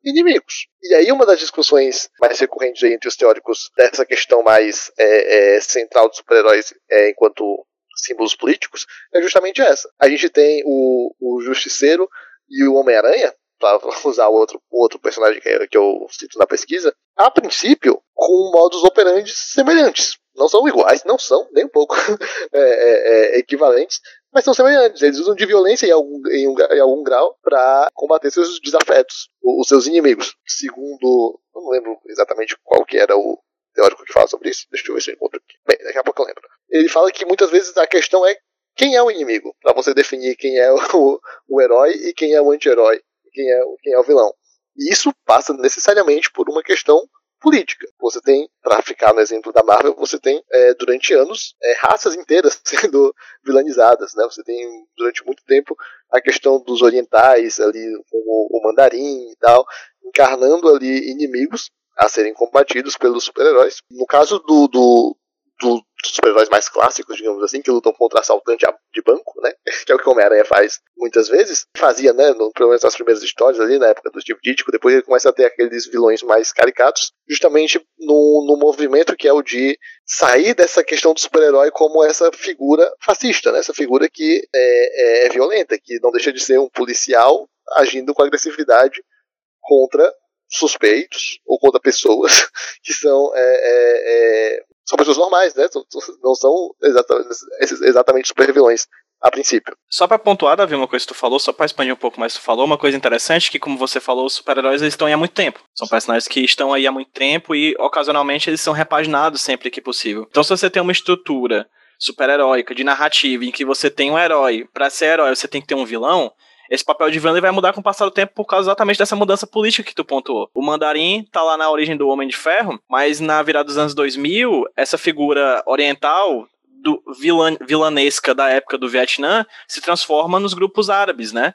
inimigos. E aí uma das discussões mais recorrentes aí entre os teóricos dessa questão mais é, é, central dos super-heróis é, enquanto símbolos políticos é justamente essa. A gente tem o, o Justiceiro e o Homem-Aranha, para usar o outro, o outro personagem que, que eu cito na pesquisa, a princípio com modus operandi semelhantes. Não são iguais, não são, nem um pouco é, é, é, equivalentes, mas são semelhantes. Eles usam de violência em algum, em um, em algum grau para combater seus desafetos, os seus inimigos. Segundo, não lembro exatamente qual que era o teórico que fala sobre isso, deixa eu ver se eu encontro aqui. Bem, daqui a pouco eu lembro. Ele fala que muitas vezes a questão é quem é o inimigo, para você definir quem é o, o herói e quem é o anti-herói, quem é, quem é o vilão. E isso passa necessariamente por uma questão política. Você tem, para ficar no exemplo da Marvel, você tem é, durante anos é, raças inteiras sendo vilanizadas, né? Você tem durante muito tempo a questão dos orientais ali, como o mandarim e tal, encarnando ali inimigos a serem combatidos pelos super-heróis. No caso do, do, do dos super-heróis mais clássicos, digamos assim, que lutam contra assaltante de banco, né? Que é o que o Homem-Aranha faz muitas vezes. Fazia, né? No, pelo menos nas primeiras histórias ali, na época do Steve Ditko. Depois ele começa a ter aqueles vilões mais caricatos, justamente no, no movimento que é o de sair dessa questão do super-herói como essa figura fascista, né? Essa figura que é, é, é violenta, que não deixa de ser um policial agindo com agressividade contra suspeitos ou contra pessoas que são é, é, é, são pessoas normais, né? Não são exatamente, exatamente super vilões a princípio. Só pra pontuar, Davi, uma coisa que tu falou, só pra expandir um pouco mais que tu falou, uma coisa interessante que, como você falou, os super-heróis eles estão aí há muito tempo. São personagens que estão aí há muito tempo e, ocasionalmente, eles são repaginados sempre que possível. Então, se você tem uma estrutura super-heróica, de narrativa, em que você tem um herói, pra ser herói você tem que ter um vilão, esse papel de vilão ele vai mudar com o passar do tempo por causa exatamente dessa mudança política que tu pontuou. O Mandarim tá lá na origem do Homem de Ferro, mas na virada dos anos dois mil, essa figura oriental do vilan, vilanesca da época do Vietnã se transforma nos grupos árabes, né?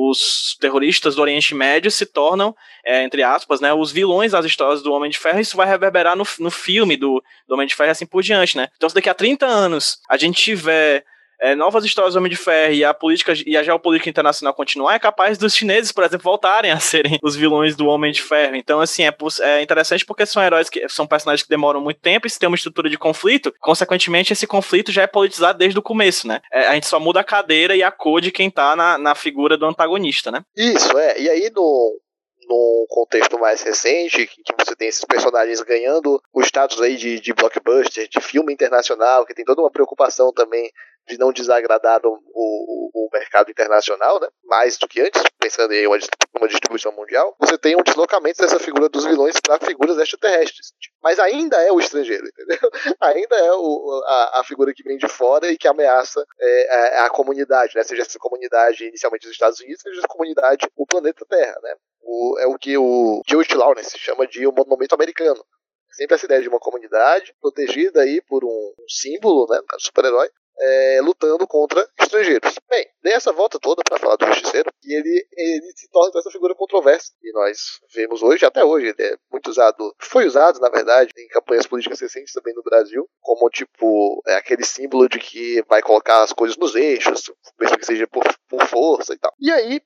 Os terroristas do Oriente Médio se tornam, é, entre aspas, né, os vilões das histórias do Homem de Ferro, e isso vai reverberar no, no filme do, do Homem de Ferro e assim por diante, né? Então se daqui a trinta anos a gente tiver É, novas histórias do Homem de Ferro e a política e a geopolítica internacional continuar, é capaz dos chineses, por exemplo, voltarem a serem os vilões do Homem de Ferro. Então, assim, é, é interessante porque são heróis que são personagens que demoram muito tempo e se tem uma estrutura de conflito, consequentemente, esse conflito já é politizado desde o começo, né? É, a gente só muda a cadeira e a cor de quem tá na, na figura do antagonista, né? Isso, é. E aí, no... num contexto mais recente, que você tem esses personagens ganhando o status aí de, de blockbuster, de filme internacional, que tem toda uma preocupação também de não desagradar o, o, o mercado internacional, né? Mais do que antes, pensando em uma, uma distribuição mundial, você tem um deslocamento dessa figura dos vilões para figuras extraterrestres. Mas ainda é o estrangeiro, entendeu? Ainda é o, a, a figura que vem de fora e que ameaça é, a, a comunidade, né? Seja essa comunidade inicialmente dos Estados Unidos, seja essa comunidade, o planeta Terra, né? O, é o que o George Lawrence chama de o monumento americano. Sempre essa ideia de uma comunidade protegida aí por um, um símbolo, né, super-herói, é, lutando contra estrangeiros. Bem, dei essa volta toda para falar do Justiceiro e ele, ele se torna essa figura controversa. E nós vemos hoje, até hoje, ele é muito usado, foi usado, na verdade, em campanhas políticas recentes também no Brasil, como tipo, é aquele símbolo de que vai colocar as coisas nos eixos, mesmo que seja por, por força e tal. E aí,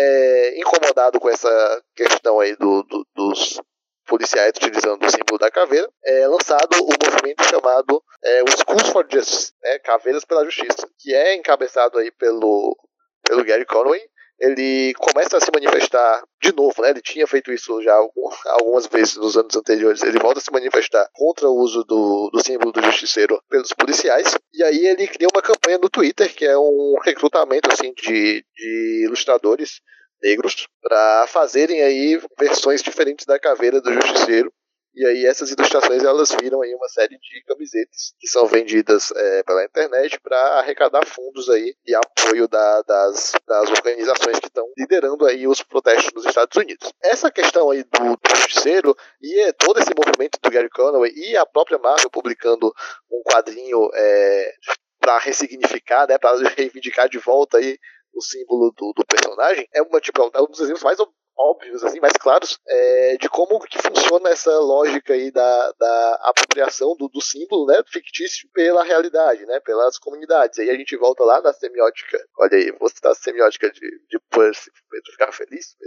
É, incomodado com essa questão aí do, do, dos policiais utilizando o símbolo da caveira, é lançado o movimento chamado é, o Schools for Justice, né, Caveiras pela Justiça, que é encabeçado aí pelo, pelo Gary Conway. Ele começa a se manifestar de novo, né? Ele tinha feito isso já algumas vezes nos anos anteriores. Ele volta a se manifestar contra o uso do, do símbolo do Justiceiro pelos policiais. E aí ele cria uma campanha no Twitter, que é um recrutamento assim, de, de ilustradores negros para fazerem aí versões diferentes da caveira do Justiceiro. E aí essas ilustrações elas viram aí uma série de camisetas que são vendidas é, pela internet para arrecadar fundos aí e apoio da, das, das organizações que estão liderando aí os protestos nos Estados Unidos. Essa questão aí do, do Justiceiro e todo esse movimento do Gary Conway e a própria Marvel publicando um quadrinho é, para ressignificar, né, para reivindicar de volta aí o símbolo do, do personagem, é, uma, tipo, é um dos exemplos mais óbvios, assim, mais claros, é, de como que funciona essa lógica aí da, da apropriação do, do símbolo, né, fictício pela realidade, né, pelas comunidades. Aí a gente volta lá na semiótica, olha aí, vou citar a semiótica de, de Percy, para ficar feliz mesmo.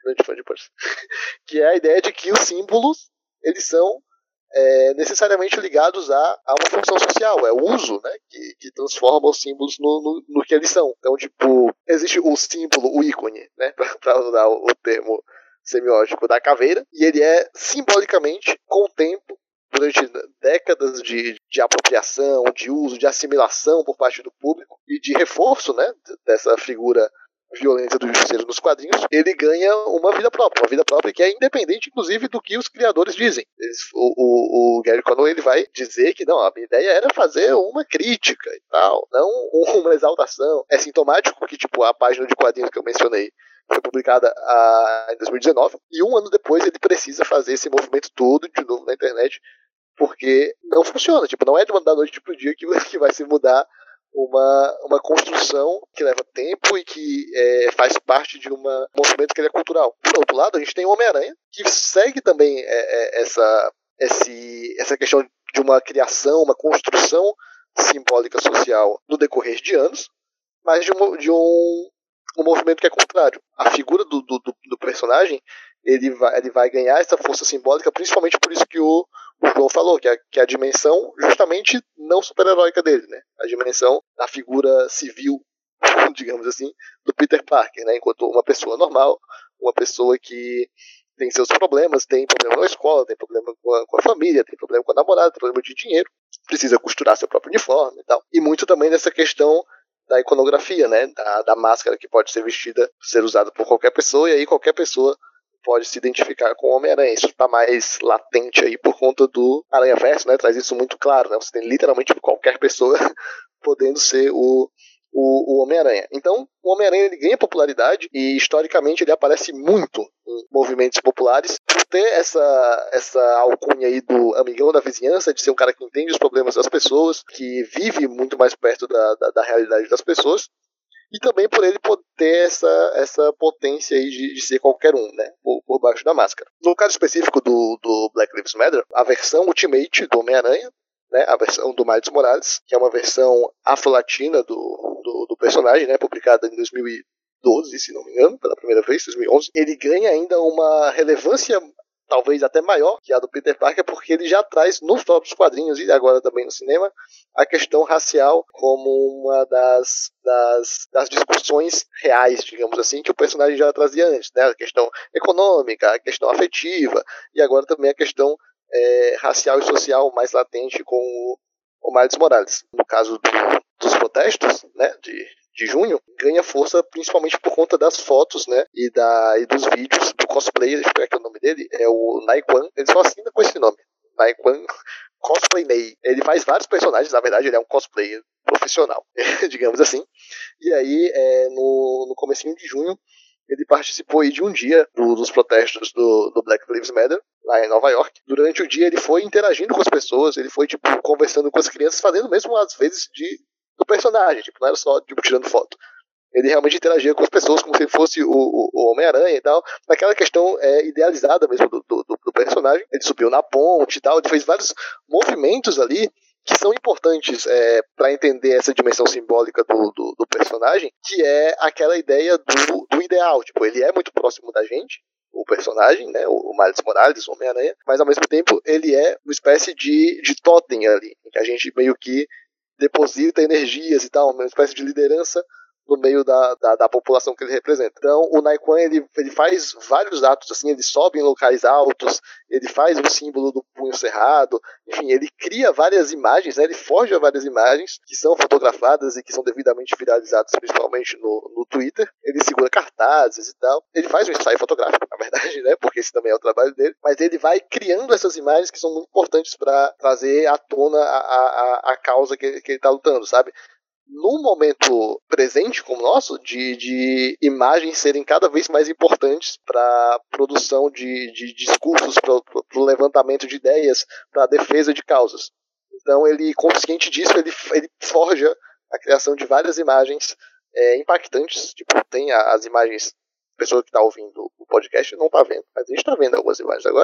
grande fã de Percy. Que é a ideia de que os símbolos, eles são é, necessariamente ligados a, a uma função social, é o uso, né, que, que transforma os símbolos no, no, no que eles são. Então, tipo, existe o símbolo, o ícone, né, para usar o, o termo semiótico da caveira, e ele é simbolicamente, com o tempo, durante décadas de, de apropriação, de uso, de assimilação por parte do público e de reforço, né, dessa figura violência do justiceiro nos quadrinhos, ele ganha uma vida própria, uma vida própria que é independente, inclusive, do que os criadores dizem. Eles, o, o, o Gary Conway, ele vai dizer que não, a minha ideia era fazer uma crítica e tal, não uma exaltação. É sintomático que, tipo, a página de quadrinhos que eu mencionei foi publicada a, em dois mil e dezenove, e um ano depois ele precisa fazer esse movimento todo de novo na internet, porque não funciona, tipo, não é de uma da noite pro dia que, que vai se mudar uma, uma construção que leva tempo e que é, faz parte de uma, um movimento que ele é cultural. Por outro lado, a gente tem o Homem-Aranha, que segue também é, é, essa, esse, essa questão de uma criação, uma construção simbólica social no decorrer de anos, mas de, uma, de um, um movimento que é contrário. A figura do, do, do personagem, ele vai, ele vai ganhar essa força simbólica, principalmente por isso que o, o João falou, que é, que é a dimensão justamente não super-heróica dele, né? A dimensão da figura civil, digamos assim, do Peter Parker, né? Enquanto uma pessoa normal, uma pessoa que tem seus problemas, tem problema na escola, tem problema com a, com a família, tem problema com a namorada, tem problema de dinheiro, precisa costurar seu próprio uniforme e tal. E muito também nessa questão da iconografia, né? Da, da máscara que pode ser vestida, ser usada por qualquer pessoa, e aí qualquer pessoa pode se identificar com o Homem-Aranha. Isso está mais latente aí por conta do Aranha-Verso, né? Traz isso muito claro, né? Você tem literalmente qualquer pessoa podendo ser o, o, o Homem-Aranha. Então, o Homem-Aranha ele ganha popularidade e, historicamente, ele aparece muito em movimentos populares por ter essa, essa alcunha aí do amigão da vizinhança, de ser um cara que entende os problemas das pessoas, que vive muito mais perto da, da, da realidade das pessoas. E também por ele poder ter essa, essa potência aí de, de ser qualquer um, né? Por, por baixo da máscara. No caso específico do, do Black Lives Matter, a versão Ultimate do Homem-Aranha, né? A versão do Miles Morales, que é uma versão afro-latina do, do, do personagem, né? Publicada em dois mil e doze, se não me engano, pela primeira vez, dois mil e onze. Ele ganha ainda uma relevância talvez até maior que a do Peter Parker, porque ele já traz nos próprios quadrinhos e agora também no cinema a questão racial como uma das, das, das discussões reais, digamos assim, que o personagem já trazia antes, né? A questão econômica, a questão afetiva e agora também a questão é, racial e social mais latente com o, o Miles Morales. No caso do, dos protestos, né, de de junho, ganha força principalmente por conta das fotos, né, e, da, e dos vídeos do cosplayer, deixa eu ver aqui o nome dele, é o Naekwon, ele só assina com esse nome, Naekwon Cosplay Ney. Ele faz vários personagens, na verdade ele é um cosplayer profissional, digamos assim, e aí é, no, no comecinho de junho, ele participou aí de um dia do, dos protestos do, do Black Lives Matter, lá em Nova York. Durante o dia ele foi interagindo com as pessoas, ele foi tipo conversando com as crianças, fazendo mesmo às vezes de do personagem, tipo, não era só tipo, tirando foto. Ele realmente interagia com as pessoas como se fosse o, o, o Homem-Aranha e tal, naquela questão é, idealizada mesmo do, do, do personagem. Ele subiu na ponte e tal, ele fez vários movimentos ali que são importantes é, para entender essa dimensão simbólica do, do, do personagem, que é aquela ideia do, do ideal. Tipo, ele é muito próximo da gente, o personagem, né, o Miles Morales, o Homem-Aranha, mas ao mesmo tempo ele é uma espécie de, de totem ali, em que a gente meio que deposita energias e tal, uma espécie de liderança no meio da, da, da população que ele representa. Então, o Naekwon, ele, ele faz vários atos, assim, ele sobe em locais altos, ele faz o símbolo do punho cerrado, enfim, ele cria várias imagens, né, ele forja várias imagens que são fotografadas e que são devidamente viralizadas, principalmente no, no Twitter. Ele segura cartazes e tal. Ele faz um ensaio fotográfico, na verdade, né, porque esse também é o trabalho dele, mas ele vai criando essas imagens que são muito importantes para trazer à tona a, a, a causa que, que ele está lutando, sabe? No momento presente como o nosso, de, de imagens serem cada vez mais importantes para a produção de, de discursos, para o levantamento de ideias, para a defesa de causas. Então, ele, consciente disso, ele, ele forja a criação de várias imagens é, impactantes. Tipo, tem as imagens, a pessoa que está ouvindo o podcast não está vendo, mas a gente está vendo algumas imagens agora.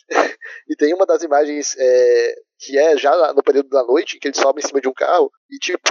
E tem uma das imagens é, que é já no período da noite, que ele sobe em cima de um carro e, tipo,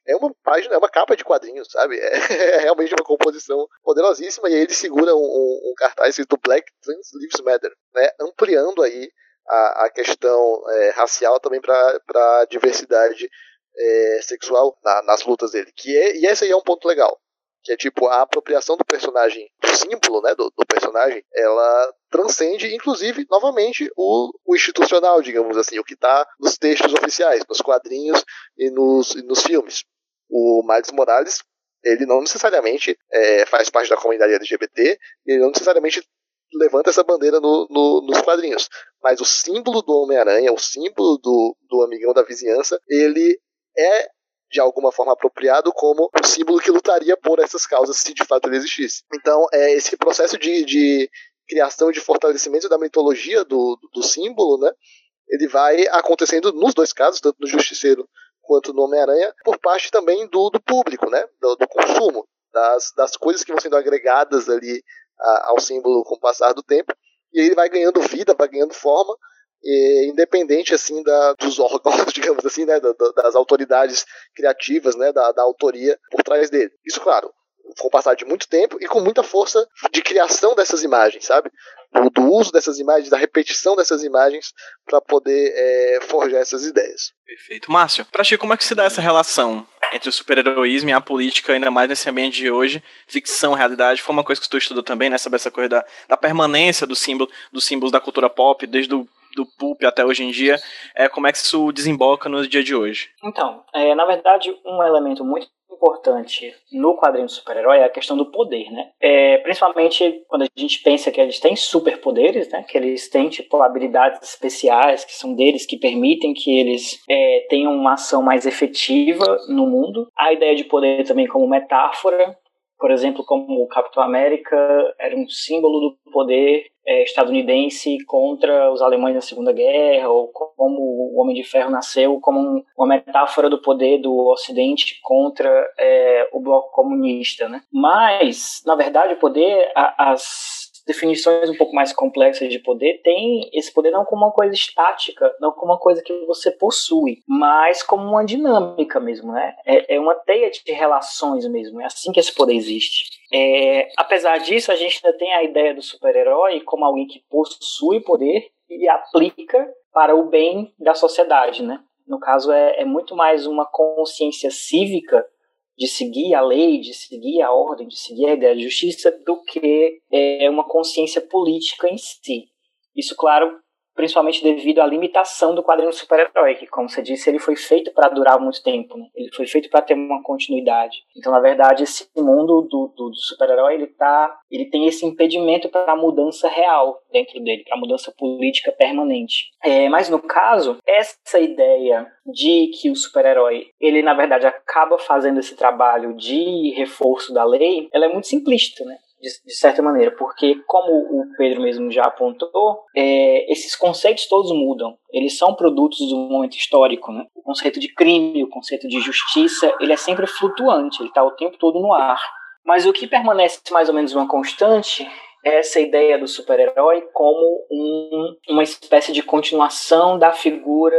é uma página, é uma capa de quadrinhos, sabe? É, é realmente uma composição poderosíssima, e aí ele segura um, um, um cartaz escrito Black Trans Lives Matter, né? Ampliando aí a, a questão é, racial também para a diversidade é, sexual na, nas lutas dele. Que é, e esse aí é um ponto legal, que é tipo a apropriação do personagem, do símbolo, né, do, do personagem, ela transcende, inclusive, novamente, o, o institucional, digamos assim, o que está nos textos oficiais, nos quadrinhos e nos, e nos filmes. O Miles Morales, ele não necessariamente é, faz parte da comunidade L G B T, ele não necessariamente levanta essa bandeira no, no, nos quadrinhos, mas o símbolo do Homem-Aranha, o símbolo do, do amigão da vizinhança, ele é de alguma forma apropriado como o símbolo que lutaria por essas causas se de fato ele existisse. Então, é, esse processo de, de criação e de fortalecimento da mitologia do, do símbolo, né, ele vai acontecendo nos dois casos, tanto no Justiceiro quanto no Homem-Aranha, por parte também do, do público, né, do, do consumo, das, das coisas que vão sendo agregadas ali a, ao símbolo com o passar do tempo, e ele vai ganhando vida, vai ganhando forma, e, independente assim da, dos órgãos, digamos assim, né, da, das autoridades criativas, né, da, da autoria por trás dele. Isso, claro, com o passar de muito tempo e com muita força de criação dessas imagens, sabe? Do, do uso dessas imagens, da repetição dessas imagens para poder é, forjar essas ideias. Perfeito. Márcio, pra ti, como é que se dá essa relação entre o super-heroísmo e a política, ainda mais nesse ambiente de hoje, ficção, realidade? Foi uma coisa que tu estudou também, né? Saber essa coisa da, da permanência do símbolo, dos símbolos da cultura pop, desde o do pulp até hoje em dia. É, como é que isso desemboca no dia de hoje? Então, é, na verdade, um elemento muito importante no quadrinho do super-herói é a questão do poder, né? É, principalmente quando a gente pensa que eles têm superpoderes, né? Que eles têm, tipo, habilidades especiais que são deles, que permitem que eles é, tenham uma ação mais efetiva no mundo. A ideia de poder também como metáfora, por exemplo, como o Capitão América era um símbolo do poder é, estadunidense contra os alemães na Segunda Guerra, ou como o Homem de Ferro nasceu como um, uma metáfora do poder do Ocidente contra é, o bloco comunista, né? Mas, na verdade, o poder, a, as definições um pouco mais complexas de poder tem esse poder não como uma coisa estática, não como uma coisa que você possui, mas como uma dinâmica mesmo, né? É, é uma teia de relações mesmo, é assim que esse poder existe. É, apesar disso, a gente ainda tem a ideia do super-herói como alguém que possui poder e aplica para o bem da sociedade, né? No caso, é, é muito mais uma consciência cívica de seguir a lei, de seguir a ordem, de seguir a ideia de justiça, do que é, uma consciência política em si. Isso, claro, principalmente devido à limitação do quadrinho super-herói, que, como você disse, ele foi feito para durar muito tempo, né? Ele foi feito para ter uma continuidade. Então, na verdade, esse mundo do, do, do super-herói, ele, tá, ele tem esse impedimento para a mudança real dentro dele, para a mudança política permanente. É, mas, no caso, essa ideia de que o super-herói, ele, na verdade, acaba fazendo esse trabalho de reforço da lei, ela é muito simplista, né? De, de certa maneira, porque, como o Pedro mesmo já apontou, é, esses conceitos todos mudam. Eles são produtos do momento histórico, né? O conceito de crime, o conceito de justiça, ele é sempre flutuante, ele está o tempo todo no ar. Mas o que permanece mais ou menos uma constante é essa ideia do super-herói como um, uma espécie de continuação da figura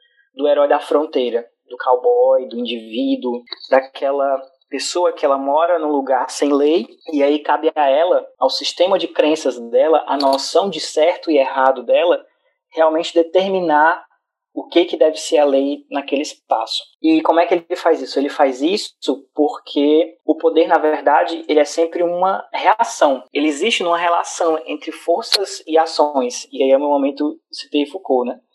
do herói da fronteira, do cowboy, do indivíduo, daquela pessoa que ela mora num lugar sem lei, e aí cabe a ela, ao sistema de crenças dela, a noção de certo e errado dela, realmente determinar o que, que deve ser a lei naquele espaço. E como é que ele faz isso? Ele faz isso porque o poder, na verdade, ele é sempre uma reação. Ele existe numa relação entre forças e ações. E aí, no meu momento, citei Foucault, né?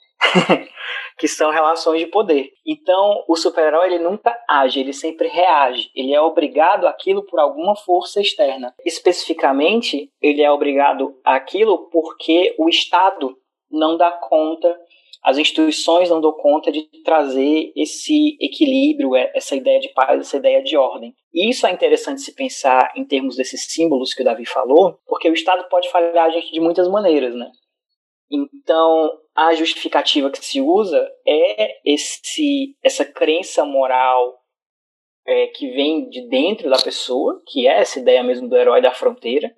Que são relações de poder. Então, o super-herói, ele nunca age, ele sempre reage. Ele é obrigado àquilo por alguma força externa. Especificamente, ele é obrigado àquilo porque o Estado não dá conta, as instituições não dão conta de trazer esse equilíbrio, essa ideia de paz, essa ideia de ordem. E isso é interessante se pensar em termos desses símbolos que o Davi falou, porque o Estado pode falhar a gente de muitas maneiras, né? Então, a justificativa que se usa é esse, essa crença moral é, que vem de dentro da pessoa, que é essa ideia mesmo do herói da fronteira,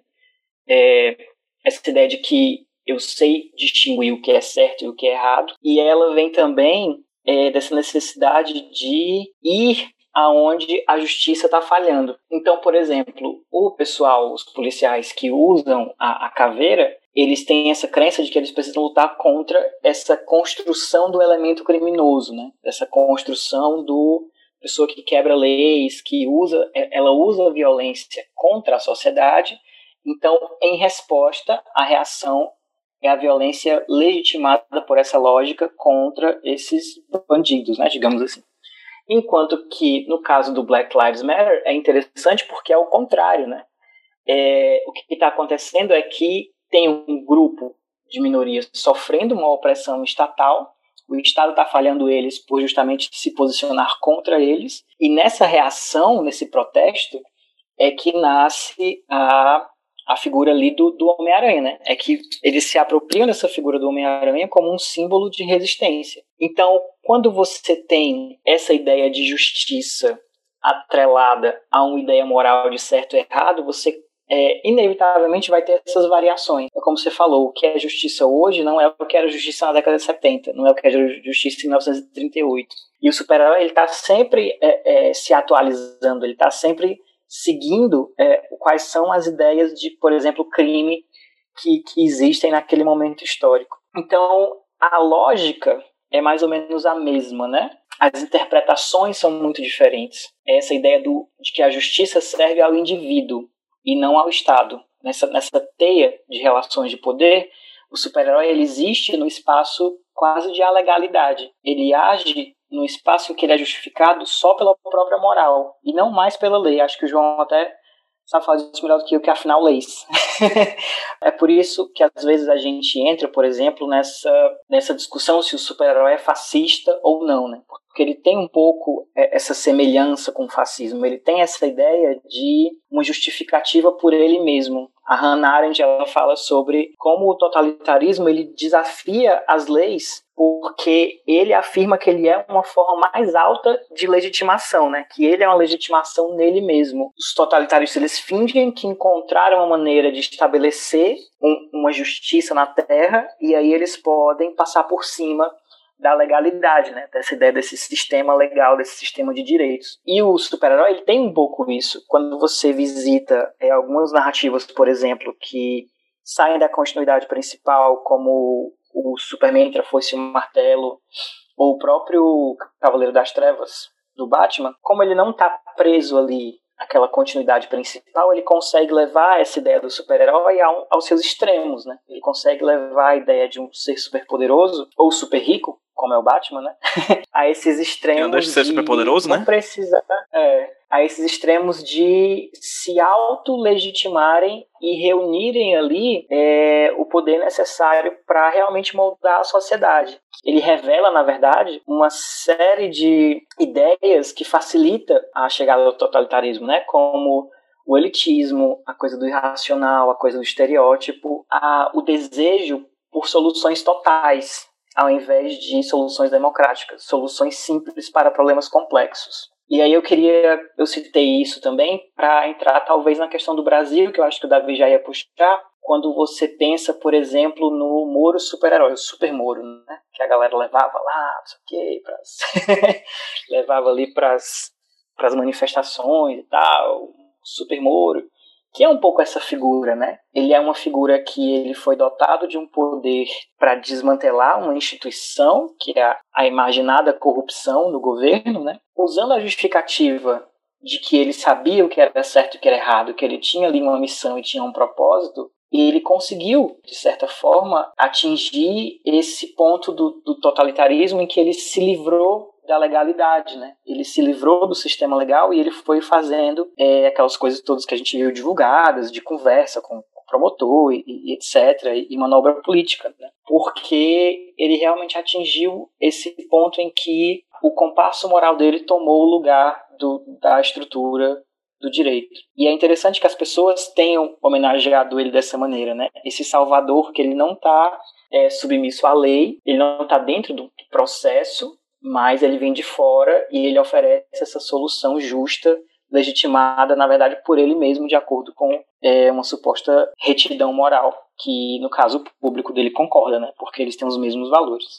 é, essa ideia de que eu sei distinguir o que é certo e o que é errado, e ela vem também é, dessa necessidade de ir aonde a justiça está falhando. Então, por exemplo, o pessoal, os policiais que usam a, a caveira, eles têm essa crença de que eles precisam lutar contra essa construção do elemento criminoso, né? Essa construção do pessoa que quebra leis, que usa, ela usa a violência contra a sociedade. Então, em resposta, a reação é a violência legitimada por essa lógica contra esses bandidos, né, digamos assim. Enquanto que, no caso do Black Lives Matter, é interessante porque é o contrário, né? É, o que está acontecendo é que tem um grupo de minorias sofrendo uma opressão estatal, o Estado está falhando eles por justamente se posicionar contra eles, e nessa reação, nesse protesto, é que nasce a, a figura ali do, do Homem-Aranha, né? É que eles se apropriam dessa figura do Homem-Aranha como um símbolo de resistência. Então, quando você tem essa ideia de justiça atrelada a uma ideia moral de certo e errado, você é, inevitavelmente vai ter essas variações. É como você falou, o que é justiça hoje não é o que era justiça na década de setenta, não é o que era justiça em mil novecentos e trinta e oito. E o super-herói está sempre é, é, se atualizando, ele está sempre seguindo é, quais são as ideias de, por exemplo, crime que, que existem naquele momento histórico. Então, a lógica é mais ou menos a mesma, né? As interpretações são muito diferentes. Essa ideia do, de que a justiça serve ao indivíduo e não ao Estado. Nessa, nessa teia de relações de poder, o super-herói ele existe no espaço quase de alegalidade. Ele age no espaço em que ele é justificado só pela própria moral e não mais pela lei. Acho que o João até sabe falar disso melhor do que eu, que afinal leis. É por isso que às vezes a gente entra, por exemplo, nessa, nessa discussão se o super-herói é fascista ou não, né? Porque ele tem um pouco essa semelhança com o fascismo, ele tem essa ideia de uma justificativa por ele mesmo. A Hannah Arendt ela fala sobre como o totalitarismo ele desafia as leis porque ele afirma que ele é uma forma mais alta de legitimação, né? Que ele é uma legitimação nele mesmo. Os totalitaristas eles fingem que encontraram uma maneira de estabelecer um, uma justiça na Terra e aí eles podem passar por cima da legalidade, né? Dessa ideia desse sistema legal, desse sistema de direitos. E o super-herói ele tem um pouco isso. Quando você visita é, algumas narrativas, por exemplo, que saem da continuidade principal, como o Superman entre a foice e o martelo, ou o próprio Cavaleiro das Trevas do Batman, como ele não está preso ali àquela continuidade principal, ele consegue levar essa ideia do super-herói aos seus extremos, né? Ele consegue levar a ideia de um ser super-poderoso ou super rico, como é o Batman, né? A esses extremos não deixa de ser super poderoso, não né? Precisa, é, a esses extremos de se auto-legitimarem e reunirem ali é, o poder necessário para realmente moldar a sociedade. Ele revela, na verdade, uma série de ideias que facilita a chegada do totalitarismo, né? Como o elitismo, a coisa do irracional, a coisa do estereótipo, a, o desejo por soluções totais, ao invés de soluções democráticas, soluções simples para problemas complexos. E aí eu queria, eu citei isso também para entrar talvez na questão do Brasil, que eu acho que o Davi já ia puxar, quando você pensa, por exemplo, no Moro super-herói, o Super Moro, né? Que a galera levava lá, não sei o quê, pras... levava ali para as manifestações e tal, o Super Moro, que é um pouco essa figura, né? Ele é uma figura que ele foi dotado de um poder para desmantelar uma instituição, que é a, a imaginada corrupção do governo, né? Usando a justificativa de que ele sabia o que era certo e o que era errado, que ele tinha ali uma missão e tinha um propósito, e ele conseguiu, de certa forma, atingir esse ponto do, do totalitarismo em que ele se livrou da legalidade, né? Ele se livrou do sistema legal e ele foi fazendo é, aquelas coisas todas que a gente viu divulgadas, de conversa com o promotor e, e etcétera, e manobra política, né? Porque ele realmente atingiu esse ponto em que o compasso moral dele tomou o lugar do, da estrutura do direito. E é interessante que as pessoas tenham homenageado ele dessa maneira, né? Esse salvador que ele não está é, submisso à lei, ele não está dentro do processo, mas ele vem de fora e ele oferece essa solução justa, legitimada, na verdade, por ele mesmo, de acordo com é, uma suposta retidão moral, que, no caso, o público dele concorda, né? Porque eles têm os mesmos valores.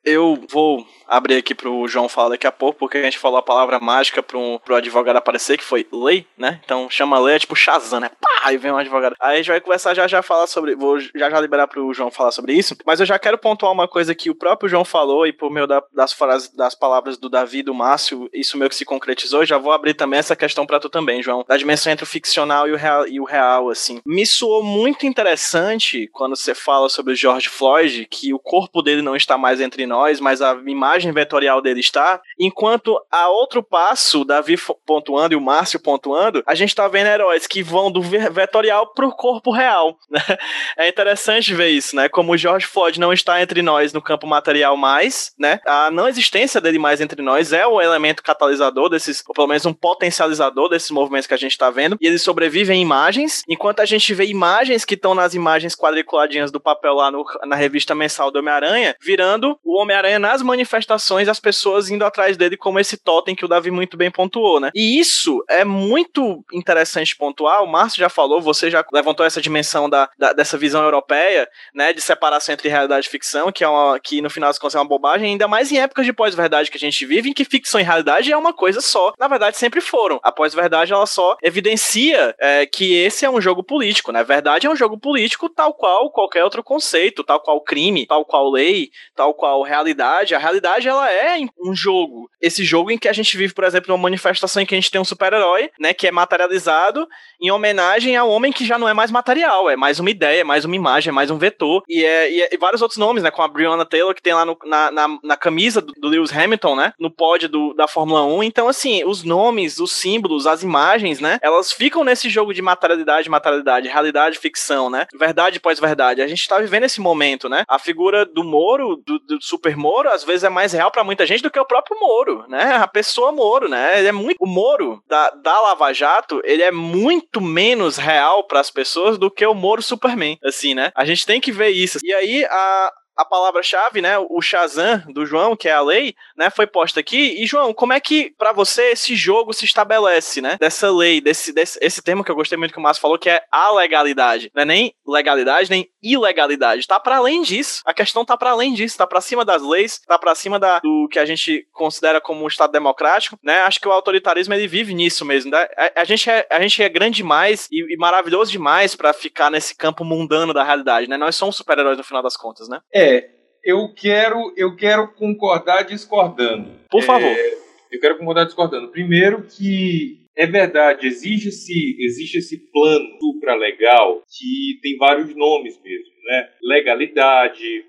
Eu vou abrir aqui pro João falar daqui a pouco, porque a gente falou a palavra mágica pro, pro advogado aparecer, que foi lei, né? Então chama lei, é tipo Shazam, né? Pá, aí vem um advogado. Aí a gente vai conversar já já falar sobre... Vou já já liberar pro João falar sobre isso, mas eu já quero pontuar uma coisa que o próprio João falou, e por meio da, das, frases, das palavras do Davi e do Márcio, isso meio que se concretizou. Já vou abrir também essa questão pra tu também, João, da dimensão entre o ficcional e o real, e o real, assim. Me soou muito interessante quando você fala sobre o George Floyd, que o corpo dele não está mais entre nós, mas a imagem vetorial dele está, enquanto a outro passo, o Davi pontuando e o Márcio pontuando, a gente tá vendo heróis que vão do vetorial pro corpo real, né? É interessante ver isso, né? Como o George Floyd não está entre nós no campo material mais, né? A não existência dele mais entre nós é o elemento catalisador desses, ou pelo menos um potencializador desses movimentos que a gente tá vendo, e eles sobrevivem em imagens, enquanto a gente vê imagens que estão nas imagens quadriculadinhas do papel lá no, na revista mensal do Homem-Aranha, virando o Homem-Aranha nas manifestações, as pessoas indo atrás dele como esse totem que o Davi muito bem pontuou, né? E isso é muito interessante pontuar, o Márcio já falou, você já levantou essa dimensão da, da, dessa visão europeia, né, de separação entre realidade e ficção, que, é uma, que no final das contas é uma bobagem, ainda mais em épocas de pós-verdade que a gente vive, em que ficção e realidade é uma coisa só. Na verdade, sempre foram. A pós-verdade, ela só evidencia é, que esse é um jogo político, né? Verdade é um jogo político tal qual qualquer outro conceito, tal qual crime, tal qual lei, tal qual realidade. A realidade, ela é um jogo. Esse jogo em que a gente vive, por exemplo, numa manifestação em que a gente tem um super-herói, né, que é materializado em homenagem ao homem que já não é mais material, é mais uma ideia, é mais uma imagem, é mais um vetor, e, é, e, é, e vários outros nomes, né, com a Breonna Taylor, que tem lá no, na, na, na camisa do, do Lewis Hamilton, né, no pódio do, da Fórmula um. Então, assim, os nomes, os símbolos, as imagens, né, elas ficam nesse jogo de materialidade, materialidade, realidade, ficção, né, verdade pós-verdade. A gente tá vivendo esse momento, né, a figura do Moro, do, do Super Moro, às vezes é mais real pra muita gente do que o próprio Moro, né, a pessoa Moro, né, ele é muito, o Moro da, da Lava Jato, ele é muito menos real pras pessoas do que o Moro Superman, assim, né, a gente tem que ver isso. E aí, a a palavra-chave, né, o Shazam do João, que é a lei, né, foi posta aqui. E, João, como é que, pra você, esse jogo se estabelece, né, dessa lei, desse, desse esse termo que eu gostei muito que o Márcio falou, que é a legalidade, não é nem legalidade, nem ilegalidade, tá pra além disso, a questão tá pra além disso, tá pra cima das leis, tá pra cima da, do que a gente considera como um Estado democrático, né, acho que o autoritarismo, ele vive nisso mesmo, né, a, a, gente, é, a gente é grande demais e, e maravilhoso demais pra ficar nesse campo mundano da realidade, né, nós somos super-heróis no final das contas, né. É, eu quero, eu quero concordar discordando. Por favor. É, eu quero concordar discordando. Primeiro que é verdade, existe esse, existe esse plano supralegal que tem vários nomes mesmo, né? Legalidade,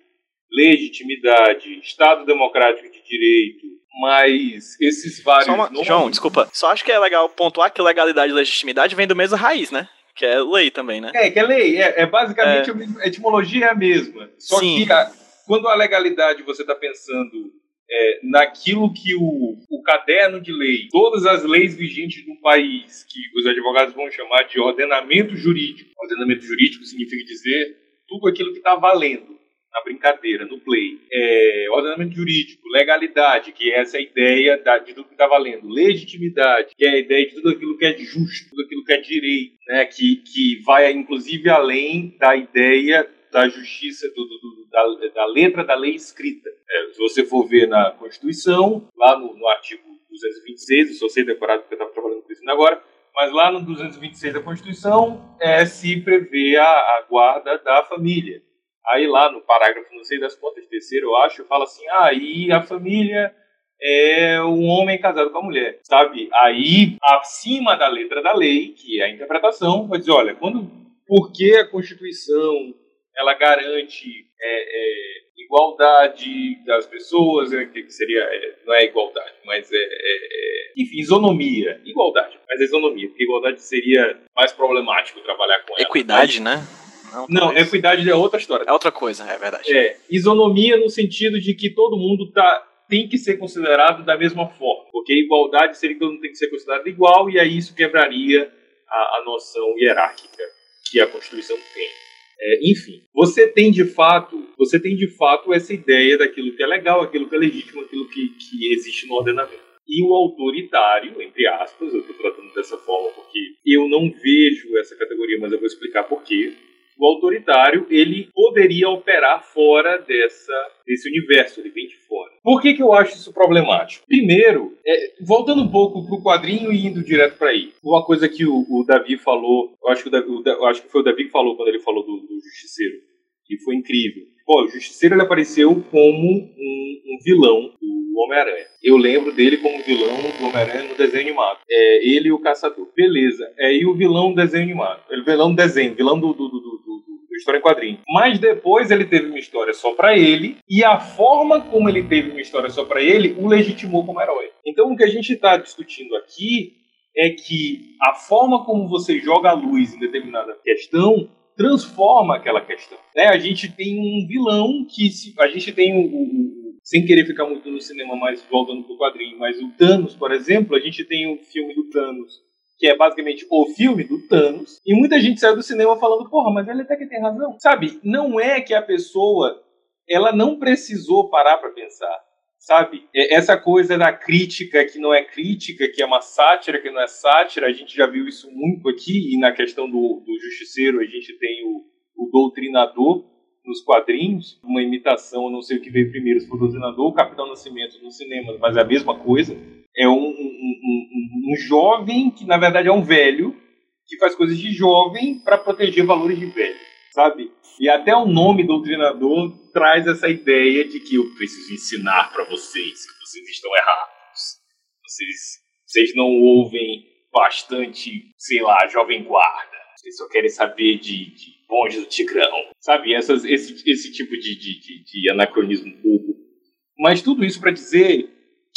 legitimidade, Estado democrático de direito, mas esses vários uma, nomes... João, desculpa, só acho que é legal pontuar que legalidade e legitimidade vem do mesmo raiz, né? Que é lei também, né? É, que é lei, é, é basicamente é. a etimologia é a mesma. Só Sim. que a, quando a legalidade você está pensando é, naquilo que o, o caderno de lei, todas as leis vigentes no país, que os advogados vão chamar de ordenamento jurídico. Ordenamento jurídico significa dizer tudo aquilo que está valendo na brincadeira, no play. É, ordenamento jurídico, legalidade, que é essa ideia da, de tudo que está valendo. Legitimidade, que é a ideia de tudo aquilo que é justo, tudo aquilo que é direito, né? que, que vai, inclusive, além da ideia da justiça, do, do, do, da, da letra da lei escrita. É, se você for ver na Constituição, lá no, no artigo duzentos e vinte e seis, eu só sei decorado porque eu estava trabalhando com isso agora, mas lá no duzentos e vinte e seis da Constituição é, se prevê a, a guarda da família. Aí lá no parágrafo, não sei das contas, terceiro, eu acho, fala assim, ah, e a família é um homem casado com a mulher, sabe? Aí, acima da letra da lei, que é a interpretação, vai dizer, olha, quando, por que a Constituição, ela garante é, é, igualdade das pessoas, é, que seria, é, não é igualdade, mas é, é, é, enfim, isonomia, igualdade, mas é isonomia, porque igualdade seria mais problemático trabalhar com ela. Equidade, né? Não, não equidade é outra história. É outra coisa, é verdade. É, isonomia no sentido de que todo mundo tá, tem que ser considerado da mesma forma. Porque igualdade seria que todo mundo tem que ser considerado igual, e aí isso quebraria a, a noção hierárquica que a Constituição tem. É, enfim, você tem de fato, você tem de fato essa ideia daquilo que é legal, aquilo que é legítimo, aquilo que, que existe no ordenamento. E o autoritário, entre aspas, eu estou tratando dessa forma porque eu não vejo essa categoria, mas eu vou explicar por quê. O autoritário, ele poderia operar fora dessa, desse universo, ele vem de fora. Por que que eu acho isso problemático? Primeiro, é, voltando um pouco pro quadrinho e indo direto para aí. Uma coisa que o, o Davi falou, eu acho que, o Davi, o, eu acho que foi o Davi que falou quando ele falou do, do Justiceiro, que foi incrível. Pô, o Justiceiro ele apareceu como um, um vilão do Homem-Aranha. Eu lembro dele como vilão do Homem-Aranha no desenho animado. É, ele e o Caçador. Beleza. É, e o vilão do desenho animado. Ele vilão do desenho, vilão do, do, do, do, do, do história em quadrinho. Mas depois ele teve uma história só pra ele, e a forma como ele teve uma história só pra ele o legitimou como herói. Então o que a gente tá discutindo aqui é que a forma como você joga a luz em determinada questão transforma aquela questão. Né? A gente tem um vilão que... Se, a gente tem o, o, o... Sem querer ficar muito no cinema, mas voltando pro quadrinho, mas o Thanos, por exemplo, a gente tem o filme do Thanos, que é basicamente o filme do Thanos, e muita gente saiu do cinema falando, porra, mas ele até que tem razão. Sabe? Não é que a pessoa, ela não precisou parar pra pensar. Sabe? Essa coisa da crítica que não é crítica, que é uma sátira, que não é sátira, a gente já viu isso muito aqui, e na questão do, do Justiceiro a gente tem o, o Doutrinador nos quadrinhos, uma imitação, eu não sei o que veio primeiro, se foi o Doutrinador ou o Capitão Nascimento no cinema, mas é a mesma coisa. É um, um, um, um jovem que na verdade é um velho, que faz coisas de jovem para proteger valores de velho, sabe? E até o nome Doutrinador traz essa ideia de que eu preciso ensinar para vocês que vocês estão errados. Vocês, vocês não ouvem bastante, sei lá, Jovem Guarda. Vocês só querem saber de, de Bonde do Tigrão. Sabe, Essas, esse, esse tipo de, de, de, de anacronismo bobo. Mas tudo isso para dizer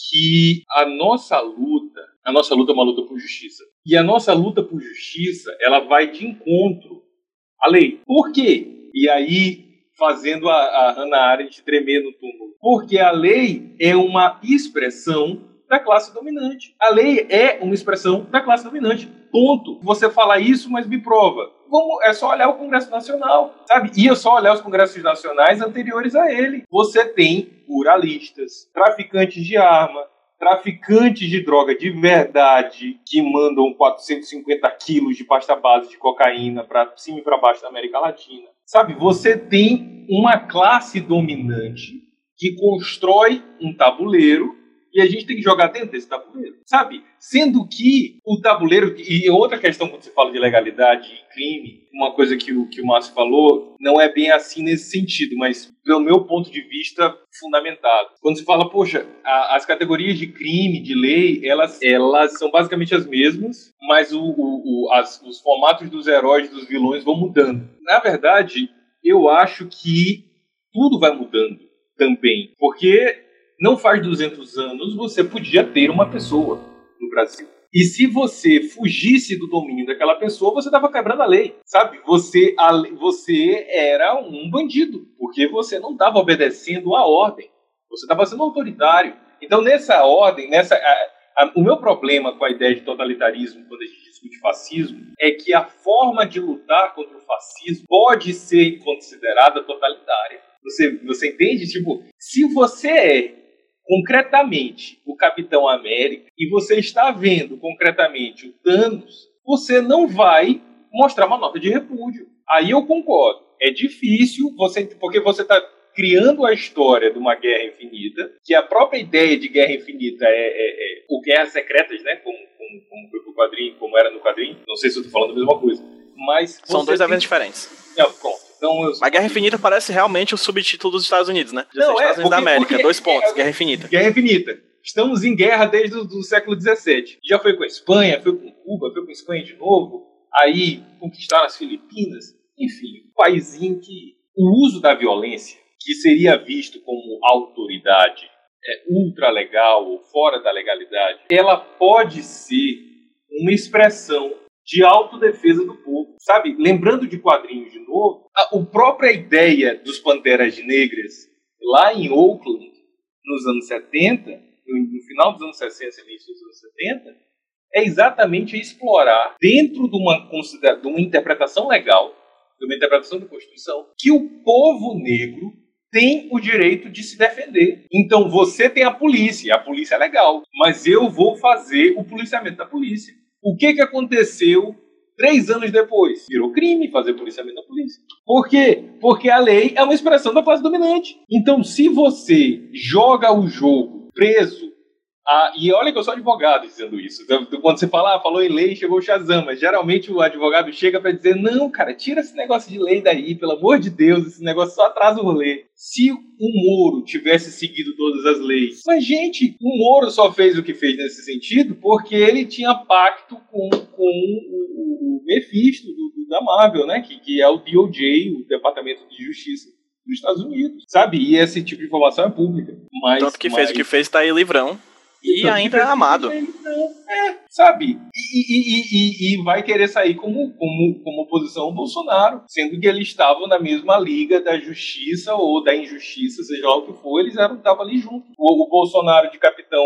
que a nossa luta, a nossa luta é uma luta por justiça. E a nossa luta por justiça, ela vai de encontro à lei. Por quê? E aí, fazendo a, a Hannah Arendt tremer no túmulo. Porque a lei é uma expressão da classe dominante. A lei é uma expressão da classe dominante. Ponto. Você fala isso, mas me prova. Vamos, é só olhar o Congresso Nacional, sabe? E é só olhar os Congressos Nacionais anteriores a ele. Você tem ruralistas, traficantes de arma, traficantes de droga de verdade, que mandam quatrocentos e cinquenta quilos de pasta base de cocaína para cima e para baixo da América Latina. Sabe, você tem uma classe dominante que constrói um tabuleiro e a gente tem que jogar dentro desse tabuleiro, sabe? Sendo que o tabuleiro... E outra questão, quando você fala de legalidade e crime, uma coisa que o, que o Márcio falou, não é bem assim nesse sentido, mas pelo meu ponto de vista, fundamentado. Quando se fala, poxa, a, as categorias de crime, de lei, elas, elas são basicamente as mesmas, mas o, o, o, as, os formatos dos heróis e dos vilões vão mudando. Na verdade, eu acho que tudo vai mudando também, porque... Não faz duzentos anos você podia ter uma pessoa no Brasil. E se você fugisse do domínio daquela pessoa, você estava quebrando a lei, sabe? Você, a, você era um bandido, porque você não estava obedecendo a ordem. Você estava sendo autoritário. Então, nessa ordem, nessa, a, a, o meu problema com a ideia de totalitarismo, quando a gente discute fascismo, é que a forma de lutar contra o fascismo pode ser considerada totalitária. Você, você entende? Tipo, se você é concretamente o Capitão América e você está vendo concretamente o Thanos, você não vai mostrar uma nota de repúdio. Aí eu concordo. É difícil, você, porque você está criando a história de uma guerra infinita, que a própria ideia de guerra infinita é, é, é ou guerras secretas, né? Como, como, como foi pro quadrinho, como era no quadrinho. Não sei se eu estou falando a mesma coisa. Mas são dois tem... eventos diferentes. Não, pronto. Então, eu... A Guerra Infinita parece realmente o subtítulo dos Estados Unidos, né? Não, Estados é, Unidos porque, da América, porque, dois pontos, é, Guerra Infinita. Guerra Infinita. Estamos em guerra desde o do século dezessete. Já foi com a Espanha, foi com Cuba, foi com a Espanha de novo. Aí conquistaram as Filipinas. Enfim, um paísinho que o uso da violência, que seria visto como autoridade, é ultra legal ou fora da legalidade, ela pode ser uma expressão de autodefesa do povo, sabe? Lembrando de quadrinhos de novo, a, a própria ideia dos Panteras Negras lá em Oakland, nos anos setenta, no, no final dos anos sessenta e início dos anos setenta, é exatamente explorar, dentro de uma, de uma interpretação legal, de uma interpretação da Constituição, que o povo negro tem o direito de se defender. Então você tem a polícia, a polícia é legal, mas eu vou fazer o policiamento da polícia. O que, que aconteceu Três anos depois, virou crime fazer policiamento da polícia. Por quê? Porque a lei é uma expressão da classe dominante. Então, se você joga o jogo preso, ah, e olha que eu sou advogado dizendo isso. Então, quando você fala, ah, falou em lei, chegou o Shazam, mas geralmente o advogado chega para dizer, não, cara, tira esse negócio de lei daí, pelo amor de Deus, esse negócio só atrasa o rolê. Se o Moro tivesse seguido todas as leis, mas, gente, o Moro só fez o que fez nesse sentido porque ele tinha pacto com, com o, o Mephisto do, do, da Marvel, né, que, que é o D O J, o Departamento de Justiça dos Estados Unidos, sabe? E esse tipo de informação é pública. Mas, Tanto que mas... fez o que fez, tá aí livrão. E Tanto ainda é amado. É, sabe? E, e, e, e vai querer sair como, como, como oposição ao Bolsonaro, sendo que eles estavam na mesma liga da justiça ou da injustiça, seja lá o que for, eles estavam ali juntos. O, o Bolsonaro de Capitão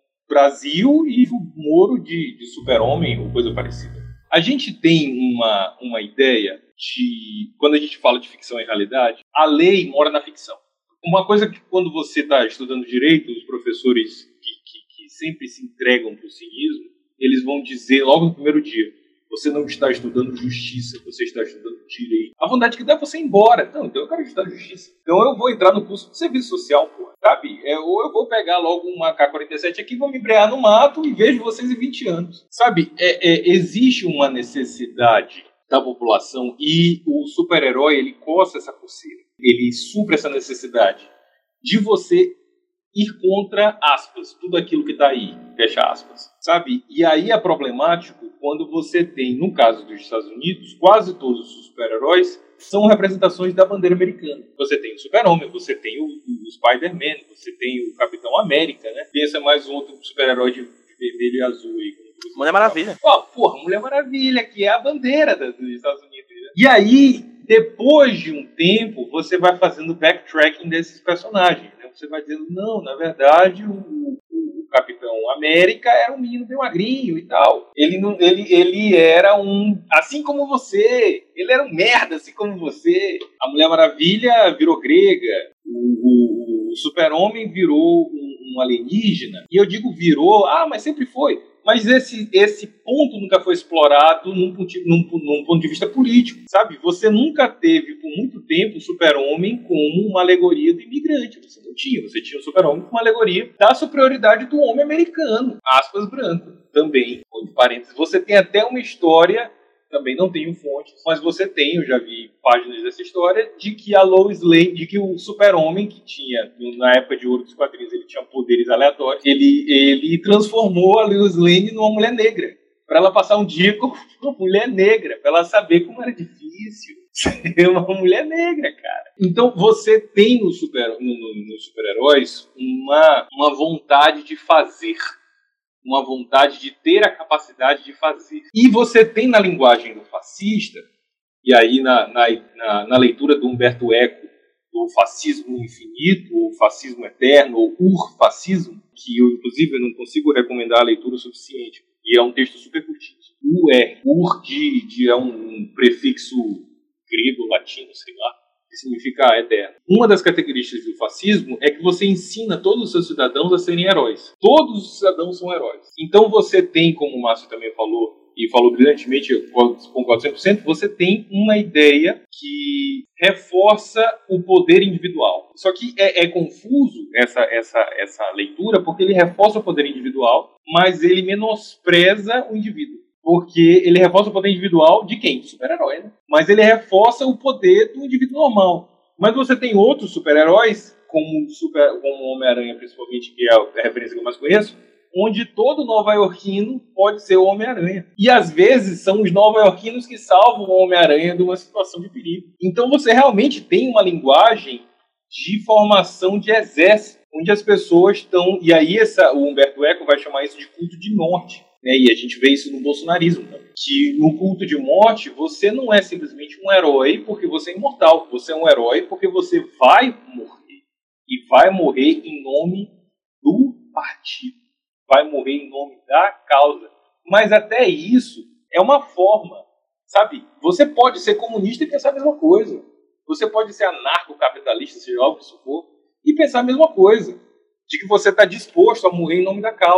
Brasil e o Moro de, de super-homem ou coisa parecida. A gente tem uma, uma ideia de, quando a gente fala de ficção e realidade, a lei mora na ficção. Uma coisa que quando você está estudando direito, os professores que, que, que sempre se entregam para o cinismo, eles vão dizer logo no primeiro dia, você não está estudando justiça, você está estudando direito. A vontade que dá é você ir embora. Não, então eu quero estudar justiça. Então eu vou entrar no curso de serviço social, pô, sabe? É, ou eu vou pegar logo uma A K quarenta e sete aqui, vou me embrear no mato e vejo vocês em vinte anos. Sabe, é, é, existe uma necessidade da população e o super-herói, ele coça essa coceira. Ele supre essa necessidade de você ir contra, aspas, tudo aquilo que está aí, fecha aspas, sabe? E aí é problemático quando você tem, no caso dos Estados Unidos, quase todos os super-heróis são representações da bandeira americana. Você tem o Super-Homem, você tem o, o Spider-Man, você tem o Capitão América, né? Pensa mais um outro super-herói de, de vermelho e azul aí. Mulher Maravilha. Ó, porra, Mulher Maravilha, que é a bandeira da, dos Estados Unidos, né? E aí, depois de um tempo, você vai fazendo backtracking desses personagens, né? Você vai dizendo, não, na verdade, o, o, o Capitão América era um menino bem magrinho e tal. Ele, não, ele, ele era um... Assim como você. Ele era um merda, assim como você. A Mulher Maravilha virou grega. O, o, o Super-Homem virou um, um alienígena. E eu digo virou, ah, mas sempre foi. Mas esse, esse ponto nunca foi explorado num, num, num ponto de vista político, sabe? Você nunca teve, por muito tempo, o super-homem como uma alegoria do imigrante. Você não tinha. Você tinha o super-homem como uma alegoria da superioridade do homem americano. Aspas branco. Também, entre parênteses. Você tem até uma história, também não tenho fontes, mas você tem, eu já vi páginas dessa história, de que a Lois Lane, de que o super-homem que tinha, na época de ouro dos quadrinhos, ele tinha poderes aleatórios, ele, ele transformou a Lois Lane numa mulher negra, para ela passar um dia com uma mulher negra, para ela saber como era difícil ser uma mulher negra, cara. Então você tem no super, no, no, nos super-heróis uma, uma vontade de fazer, uma vontade de ter a capacidade de fazer. E você tem na linguagem do fascista, e aí na, na, na, na leitura do Humberto Eco, do Fascismo Infinito, ou Fascismo Eterno, ou Ur-Fascismo, que eu, inclusive, eu não consigo recomendar a leitura o suficiente, e é um texto super curtinho. U-R, Ur de, de, é um prefixo grego, latino, sei lá, que significa eterno. Uma das características do fascismo é que você ensina todos os seus cidadãos a serem heróis. Todos os cidadãos são heróis. Então você tem, como o Márcio também falou, e falou brilhantemente, eu concordo cem por cento, você tem uma ideia que reforça o poder individual. Só que é, é confuso essa, essa, essa leitura, porque ele reforça o poder individual, mas ele menospreza o indivíduo. Porque ele reforça o poder individual de quem? Do super-herói, né? Mas ele reforça o poder do indivíduo normal. Mas você tem outros super-heróis, como, super, como o Homem-Aranha, principalmente, que é a referência que eu mais conheço, onde todo nova-iorquino pode ser o Homem-Aranha. E às vezes são os nova-iorquinos que salvam o Homem-Aranha de uma situação de perigo. Então você realmente tem uma linguagem de formação de exército, onde as pessoas estão... E aí essa, o Humberto Eco vai chamar isso de culto de morte. Né? E a gente vê isso no bolsonarismo, né? Que no culto de morte você não é simplesmente um herói porque você é imortal. Você é um herói porque você vai morrer. E vai morrer em nome do partido. Vai morrer em nome da causa. Mas até isso é uma forma, sabe? Você pode ser comunista e pensar a mesma coisa. Você pode ser anarcocapitalista, seja lá o que isso for, e pensar a mesma coisa. De que você está disposto a morrer em nome da causa.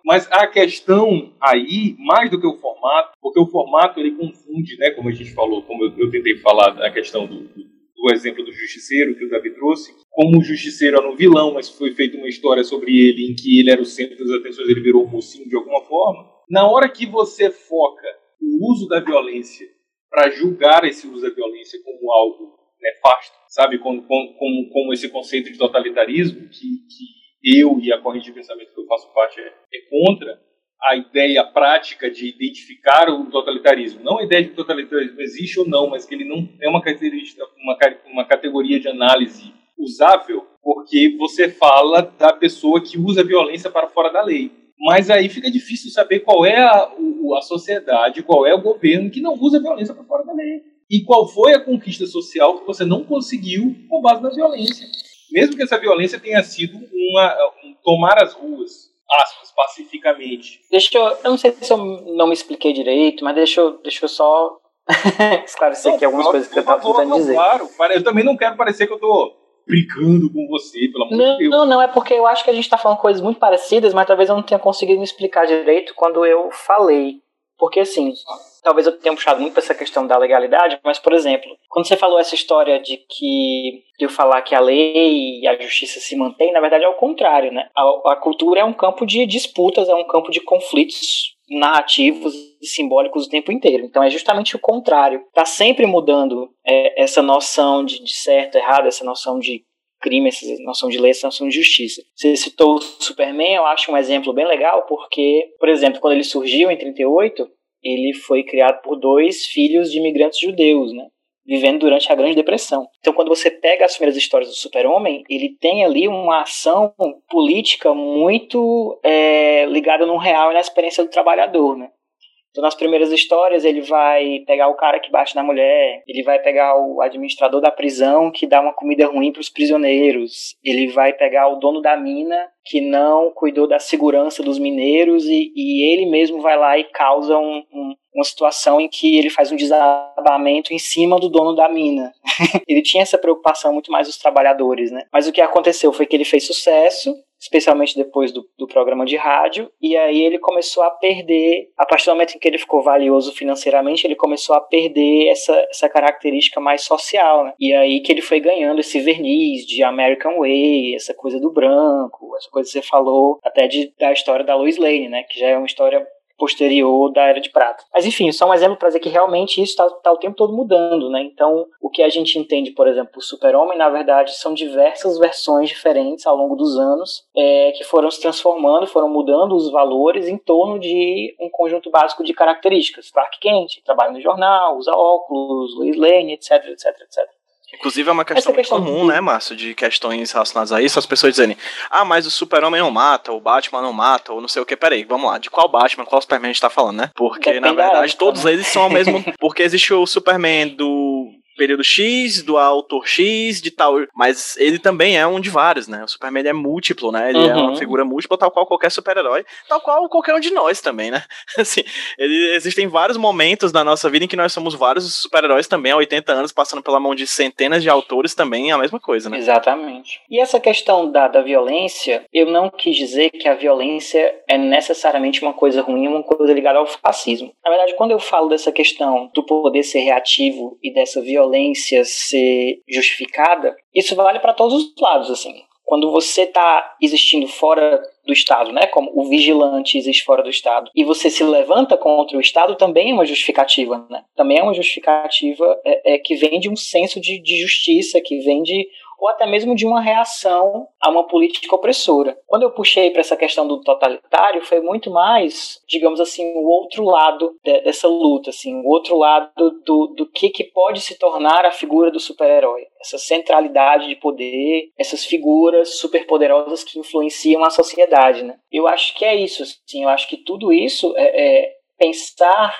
Mas a questão aí, mais do que o formato, porque o formato ele confunde, né, como a gente falou, como eu, eu tentei falar na questão do, do, do exemplo do Justiceiro que o Davi trouxe, como o Justiceiro era um vilão, mas foi feita uma história sobre ele em que ele era o centro das atenções, ele virou um mocinho de alguma forma. Na hora que você foca o uso da violência para julgar esse uso da violência como algo nefasto, sabe, como, como, como esse conceito de totalitarismo que, que eu e a corrente de pensamento que eu faço parte é, é contra, a ideia prática de identificar o totalitarismo, não a ideia de que o totalitarismo existe ou não, mas que ele não é uma característica, uma, uma categoria de análise usável, porque você fala da pessoa que usa a violência para fora da lei. Mas aí fica difícil saber qual é a, a sociedade, qual é o governo que não usa a violência para fora da lei. E qual foi a conquista social que você não conseguiu com base na violência. Mesmo que essa violência tenha sido uma, um tomar as ruas, aspas, pacificamente. Deixa eu, eu não sei se eu não me expliquei direito, mas deixa eu, deixa eu só esclarecer não, aqui algumas coisas que eu estava tentando dizer. Claro, eu também não quero parecer que eu estou brincando com você, pelo amor não, de Deus. Não, não, é porque eu acho que a gente está falando coisas muito parecidas, mas talvez eu não tenha conseguido me explicar direito quando eu falei. Porque, assim, talvez eu tenha puxado muito para essa questão da legalidade, mas, por exemplo, quando você falou essa história de que de eu falar que a lei e a justiça se mantêm, na verdade é o contrário, né? A, a cultura é um campo de disputas, é um campo de conflitos narrativos e simbólicos o tempo inteiro. Então é justamente o contrário. Está sempre mudando é, essa noção de, de certo, errado, essa noção de crime, essa noção de lei, essa noção de justiça. Você citou o Superman, eu acho um exemplo bem legal, porque, por exemplo, quando ele surgiu em trinta e oito, ele foi criado por dois filhos de imigrantes judeus, né, vivendo durante a Grande Depressão. Então, quando você pega as primeiras histórias do Super-Homem, ele tem ali uma ação política muito é, ligada no real e na experiência do trabalhador, né? Então, nas primeiras histórias, ele vai pegar o cara que bate na mulher, ele vai pegar o administrador da prisão que dá uma comida ruim para os prisioneiros, ele vai pegar o dono da mina que não cuidou da segurança dos mineiros e, e ele mesmo vai lá e causa um, um, uma situação em que ele faz um desabamento em cima do dono da mina. Ele tinha essa preocupação muito mais dos trabalhadores, né? Mas o que aconteceu foi que ele fez sucesso, especialmente depois do, do programa de rádio, e aí ele começou a perder, a partir do momento em que ele ficou valioso financeiramente, ele começou a perder essa, essa característica mais social, né? E aí que ele foi ganhando esse verniz de American Way, essa coisa do branco, essa coisa que você falou até de, da história da Lois Lane, né? Que já é uma história posterior da Era de Prata. Mas enfim, só um exemplo para dizer que realmente isso está tá o tempo todo mudando, né? Então, o que a gente entende, por exemplo, o Super-Homem, na verdade, são diversas versões diferentes ao longo dos anos, é, que foram se transformando, foram mudando os valores em torno de um conjunto básico de características. Clark Kent, trabalha no jornal, usa óculos, Lois Lane, etc, etc, etcétera. Inclusive é uma questão, questão muito comum, de... né, Márcio, de questões relacionadas a isso, as pessoas dizerem, ah, mas o Super-Homem não mata, o Batman não mata, ou não sei o que, peraí, vamos lá, de qual Batman, qual Superman a gente tá falando, né? Porque, depende, na verdade, época, todos né? eles são o mesmo, porque existe o Superman do período X, do autor X, de tal, mas ele também é um de vários, né? O Superman ele é múltiplo, né? Ele uhum. é uma figura múltipla, tal qual qualquer super-herói, tal qual qualquer um de nós também, né? Assim, ele, existem vários momentos na nossa vida em que nós somos vários super-heróis também, há oitenta anos, passando pela mão de centenas de autores também, é a mesma coisa, né? Exatamente. E essa questão da, da violência, eu não quis dizer que a violência é necessariamente uma coisa ruim, uma coisa ligada ao fascismo. Na verdade, quando eu falo dessa questão do poder ser reativo e dessa violência violência ser justificada, isso vale para todos os lados, assim. Quando você está existindo fora do Estado, né, como o vigilante existe fora do Estado, e você se levanta contra o Estado, também é uma justificativa, né? Também é uma justificativa é, é, que vem de um senso de, de justiça, que vem de, ou até mesmo de uma reação a uma política opressora. Quando eu puxei para essa questão do totalitário, foi muito mais, digamos assim, o outro lado de, dessa luta, assim, o outro lado do, do que, que pode se tornar a figura do super-herói. Essa centralidade de poder, essas figuras superpoderosas que influenciam a sociedade, né? Eu acho que é isso, assim, eu acho que tudo isso é, é pensar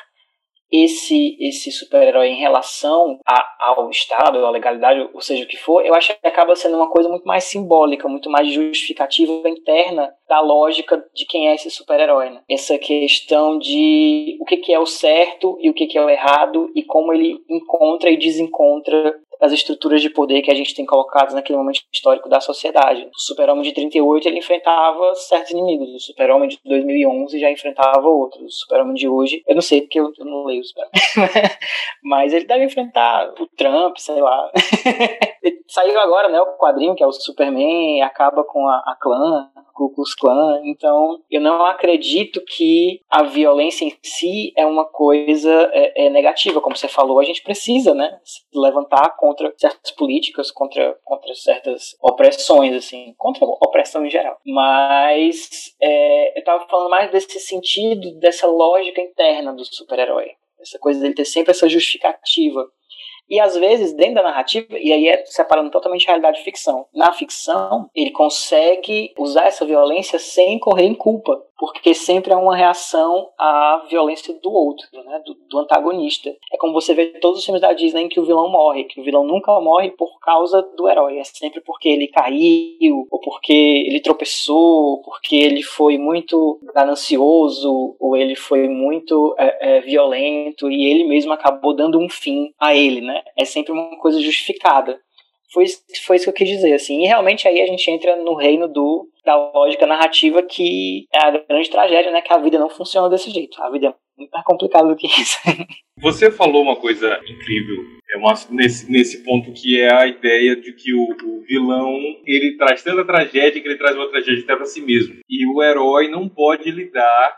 esse, esse super-herói em relação a, ao Estado, à legalidade, ou seja o que for, eu acho que acaba sendo uma coisa muito mais simbólica, muito mais justificativa interna da lógica de quem é esse super-herói, né? Essa questão de o que, que é o certo e o que, que é o errado e como ele encontra e desencontra as estruturas de poder que a gente tem colocadas naquele momento histórico da sociedade. O Super-Homem de trinta e oito, ele enfrentava certos inimigos. O Super-Homem de dois mil e onze já enfrentava outros. O Super-Homem de hoje, eu não sei porque eu, eu não leio o Super-Homem. Mas ele deve enfrentar o Trump, sei lá. Saiu agora, né, o quadrinho, que é o Superman, acaba com a, a clã, Ku Klux Klan. Então, eu não acredito que a violência em si é uma coisa é, é negativa. Como você falou, a gente precisa, né, se levantar contra certas políticas, contra, contra certas opressões, assim, contra a opressão em geral. Mas é, eu estava falando mais desse sentido, dessa lógica interna do super-herói. Essa coisa dele ter sempre essa justificativa. E às vezes, dentro da narrativa, e aí é separando totalmente a realidade e ficção. Na ficção, ele consegue usar essa violência sem correr em culpa, porque sempre é uma reação à violência do outro, né? do, do antagonista. É como você vê todos os filmes da Disney em que o vilão morre, que o vilão nunca morre por causa do herói, é sempre porque ele caiu, ou porque ele tropeçou, porque ele foi muito ganancioso, ou ele foi muito é, é, violento, e ele mesmo acabou dando um fim a ele, né? É sempre uma coisa justificada. Foi, foi isso que eu quis dizer, assim. E realmente aí a gente entra no reino do, da lógica narrativa, que é a grande tragédia, né? Que a vida não funciona desse jeito. A vida é muito mais complicada do que isso. Você falou uma coisa incrível é uma, nesse, nesse ponto, que é a ideia de que o, o vilão, ele traz tanta tragédia que ele traz uma tragédia até para si mesmo. E o herói não pode lidar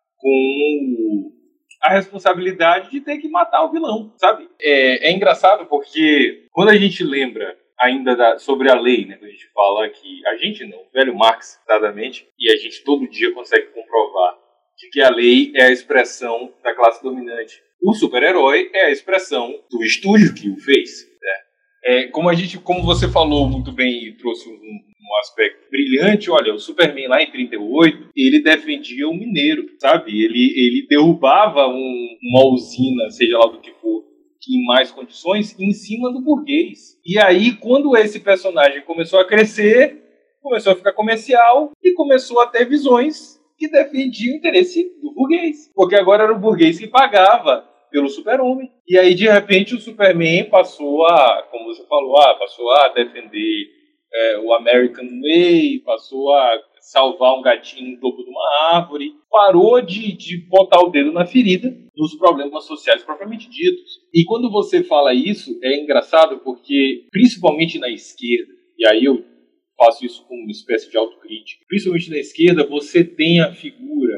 com a responsabilidade de ter que matar o vilão, sabe? É, é engraçado porque quando a gente lembra ainda da, sobre a lei, né? Quando a gente fala que a gente não, o velho Marx, exatamente, e a gente todo dia consegue comprovar de que a lei é a expressão da classe dominante. O super-herói é a expressão do estúdio que o fez, né? É, como a gente, como você falou muito bem e trouxe um, um aspecto brilhante, olha, o Superman lá em trinta e oito, ele defendia o mineiro, sabe? Ele, ele derrubava um, uma usina, seja lá do que for, em mais condições, em cima do burguês. E aí, quando esse personagem começou a crescer, começou a ficar comercial e começou a ter visões que defendiam o interesse do burguês. Porque agora era o burguês que pagava pelo super-homem. E aí, de repente, o Superman passou a, como você falou, ah, passou a defender é, o American Way, passou a salvar um gatinho no topo de uma árvore, parou de, de botar o dedo na ferida dos problemas sociais propriamente ditos. E quando você fala isso, é engraçado porque, principalmente na esquerda, e aí eu faço isso como uma espécie de autocrítica, principalmente na esquerda, você tem a figura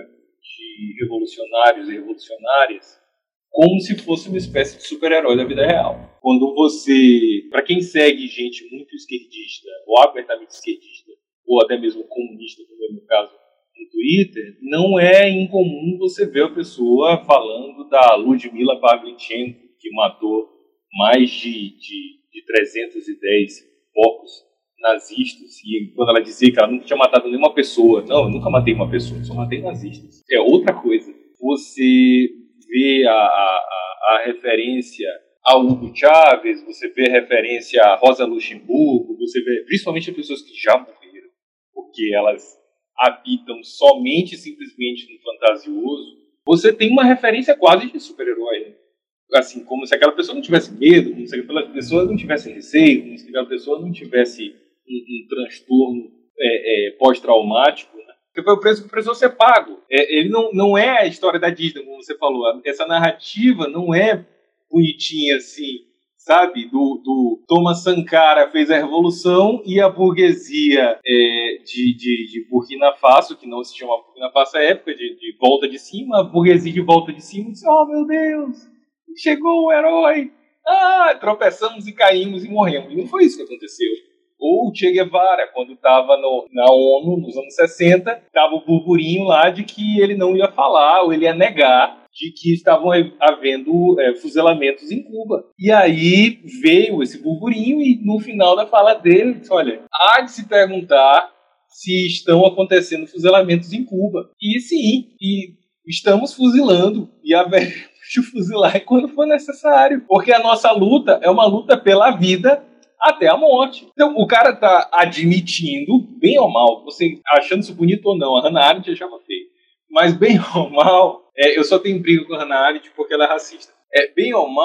de revolucionários e revolucionárias como se fosse uma espécie de super-herói da vida real. Quando você, para quem segue gente muito esquerdista, ou abertamente esquerdista, ou até mesmo comunista, como é no caso no Twitter, não é incomum você ver a pessoa falando da Ludmila Pavlichenko, que matou mais de, de, de trezentos e dez poucos nazistas, e quando ela dizia que ela nunca tinha matado nenhuma pessoa, não, eu nunca matei uma pessoa, só matei nazistas. É outra coisa. Você vê a, a, a referência a Hugo Chávez, você vê referência a Rosa Luxemburgo, você vê principalmente as pessoas que já morreram, porque elas habitam somente simplesmente no fantasioso. Você tem uma referência quase de super-herói, né? Assim, como se aquela pessoa não tivesse medo, como se aquela pessoa não tivesse receio, como se aquela pessoa não tivesse um, um transtorno é, é, pós-traumático, né? Porque foi o preço que precisou ser pago. É, ele não, não é a história da Disney, como você falou. Essa narrativa não é bonitinha assim, sabe? Do, do Thomas Sankara fez a revolução e a burguesia é, de, de, de Burkina Faso, que não se chamava Burkina Faso à época, de, de volta de cima, a burguesia de volta de cima disse, oh meu Deus, chegou o herói, ah, tropeçamos e caímos e morremos. E não foi isso que aconteceu. Ou o Che Guevara, quando estava na ONU nos anos sessenta, estava o burburinho lá de que ele não ia falar, ou ele ia negar de que estavam havendo é, fuzilamentos em Cuba. E aí veio esse burburinho e no final da fala dele, disse, olha, há de se perguntar se estão acontecendo fuzilamentos em Cuba. E sim, e estamos fuzilando e haveremos de fuzilar quando for necessário. Porque a nossa luta é uma luta pela vida até a morte. Então, o cara tá admitindo, bem ou mal, você achando isso bonito ou não, a Hannah Arendt achava feio, mas bem ou mal, é, eu só tenho briga com a Hannah Arendt porque ela é racista. É, bem ou mal,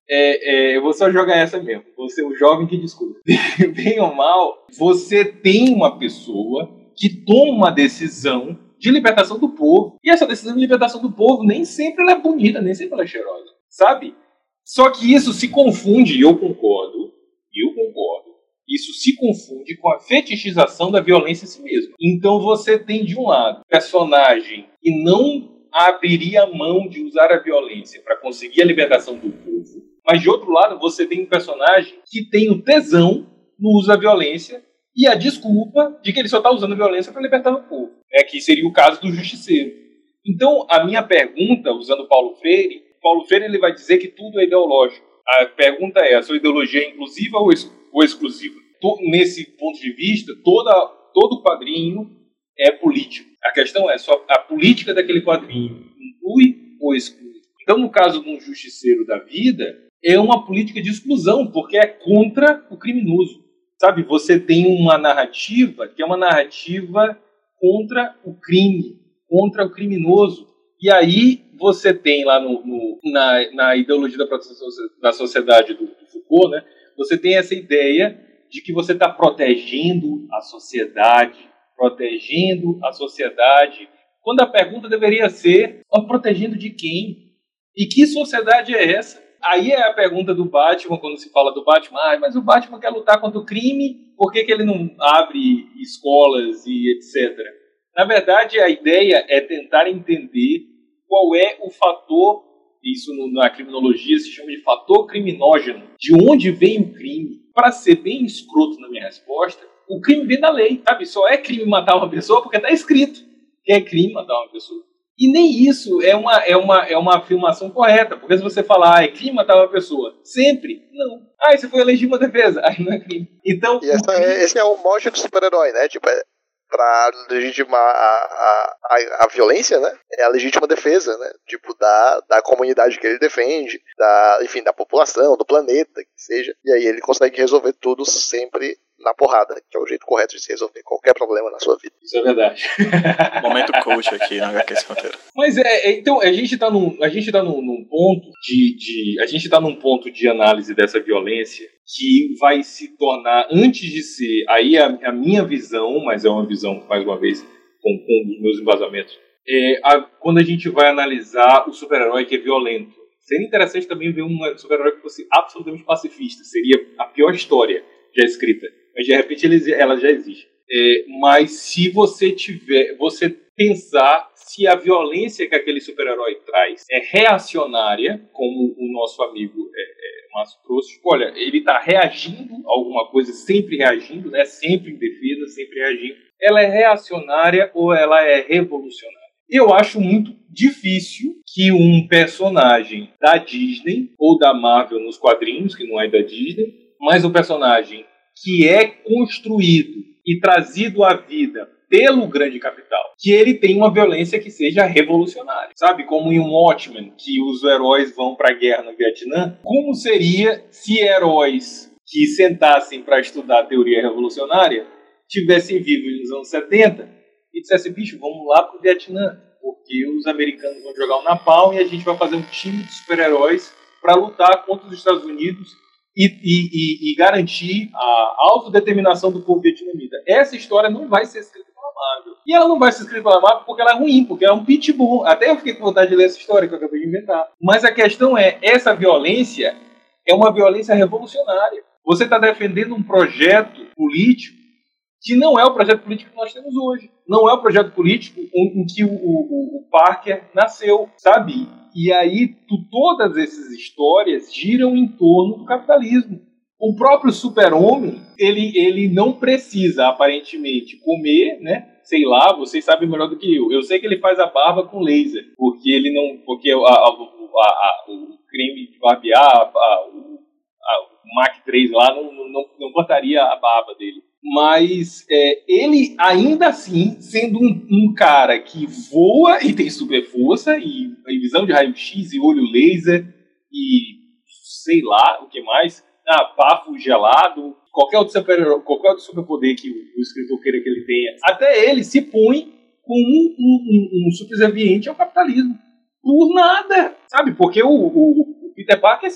É, é, eu vou só jogar essa mesmo. Você é o jovem que discute. Bem ou mal, você tem uma pessoa que toma uma decisão de libertação do povo. E essa decisão de libertação do povo nem sempre ela é bonita, nem sempre ela é cheirosa. Sabe? Só que isso se confunde, e eu concordo, eu concordo, isso se confunde com a fetichização da violência em si mesmo. Então você tem, de um lado, personagem que não abriria mão de usar a violência para conseguir a libertação do povo, mas de outro lado você tem um personagem que tem o tesão no uso da violência e a desculpa de que ele só está usando a violência para libertar o povo, né, que seria o caso do justiceiro. Então a minha pergunta, usando Paulo Freire, Paulo Freire ele vai dizer que tudo é ideológico. A pergunta é, a sua ideologia é inclusiva ou, ex- ou exclusiva? Tô, nesse ponto de vista, toda, todo quadrinho é político. A questão é, só a política daquele quadrinho inclui ou exclui? Então, no caso de um justiceiro da vida, é uma política de exclusão, porque é contra o criminoso. Sabe, você tem uma narrativa que é uma narrativa contra o crime, contra o criminoso. E aí você tem lá no, no, na, na ideologia da proteção da sociedade do, do Foucault, né, você tem essa ideia de que você está protegendo a sociedade, protegendo a sociedade, quando a pergunta deveria ser, ó, protegendo de quem? E que sociedade é essa? Aí é a pergunta do Batman, quando se fala do Batman, ah, mas o Batman quer lutar contra o crime, por que, que ele não abre escolas e etcétera? Na verdade, a ideia é tentar entender qual é o fator, isso na criminologia se chama de fator criminógeno, de onde vem o crime. Para ser bem escroto na minha resposta, o crime vem da lei, sabe? Só é crime matar uma pessoa porque está escrito que é crime matar uma pessoa. E nem isso é uma, é uma, é uma afirmação correta, porque se você falar, ah, é crime matar uma pessoa, sempre, não. Ah, isso foi a legítima defesa, aí não é crime. Então, e essa crime... é, esse é o mote do super-herói, né? Tipo, é, pra legitimar a, a, a, a violência, né? É a legítima defesa, né? Tipo, da, da comunidade que ele defende, da, enfim, da população, do planeta, que seja. E aí ele consegue resolver tudo sempre na porrada, que é o jeito correto de se resolver qualquer problema na sua vida. Isso é verdade. Momento coach aqui na H Q esse roteiro. Mas é, é, então, a gente tá num, a gente tá num, num ponto de, de. A gente tá num ponto de análise dessa violência que vai se tornar, antes de ser, aí a, a minha visão, mas é uma visão, mais uma vez, com, com os meus embasamentos, é a, quando a gente vai analisar o super-herói que é violento. Seria interessante também ver um super-herói que fosse absolutamente pacifista. Seria a pior história já escrita. Mas de repente ela já existe. É, mas se você tiver, você pensar se a violência que aquele super-herói traz é reacionária, como o nosso amigo é, é, Márcio trouxe, olha, ele está reagindo a alguma coisa, sempre reagindo, né? Sempre em defesa, sempre reagindo. Ela é reacionária ou ela é revolucionária? Eu acho muito difícil que um personagem da Disney ou da Marvel nos quadrinhos, que não é da Disney, mas um personagem que é construído e trazido à vida pelo grande capital, que ele tem uma violência que seja revolucionária. Sabe, como em um Watchmen, que os heróis vão para a guerra no Vietnã, como seria se heróis que sentassem para estudar a teoria revolucionária tivessem vivo nos anos setenta e dissessem, bicho, vamos lá para o Vietnã, porque os americanos vão jogar o napalm e a gente vai fazer um time de super-heróis para lutar contra os Estados Unidos E, e, e garantir a autodeterminação do povo vietnamita. Essa história não vai ser escrita pela Marvel. E ela não vai ser escrita pela Marvel porque ela é ruim, porque ela é um pitbull. Até eu fiquei com vontade de ler essa história que eu acabei de inventar. Mas a questão é, essa violência é uma violência revolucionária. Você está defendendo um projeto político que não é o projeto político que nós temos hoje. Não é o projeto político em, em que o, o, o Parker nasceu, sabe? E aí, tu, todas essas histórias giram em torno do capitalismo. O próprio super-homem, ele, ele não precisa, aparentemente, comer, né? Sei lá, vocês sabem melhor do que eu. Eu sei que ele faz a barba com laser, porque ele não, porque a, a, a, a, o creme de barbear, a, a, a, o Mach três lá, não, não, não cortaria a barba dele. Mas é, ele, ainda assim, sendo um, um cara que voa e tem super força, e, e visão de raio-x, e olho laser, e sei lá o que mais, ah, bafo gelado, qualquer outro, super, qualquer outro superpoder que o, o escritor queira que ele tenha, até ele se põe como um, um, um subserviente ao capitalismo. Por nada, sabe? Porque o, o, o Peter Parker, assim,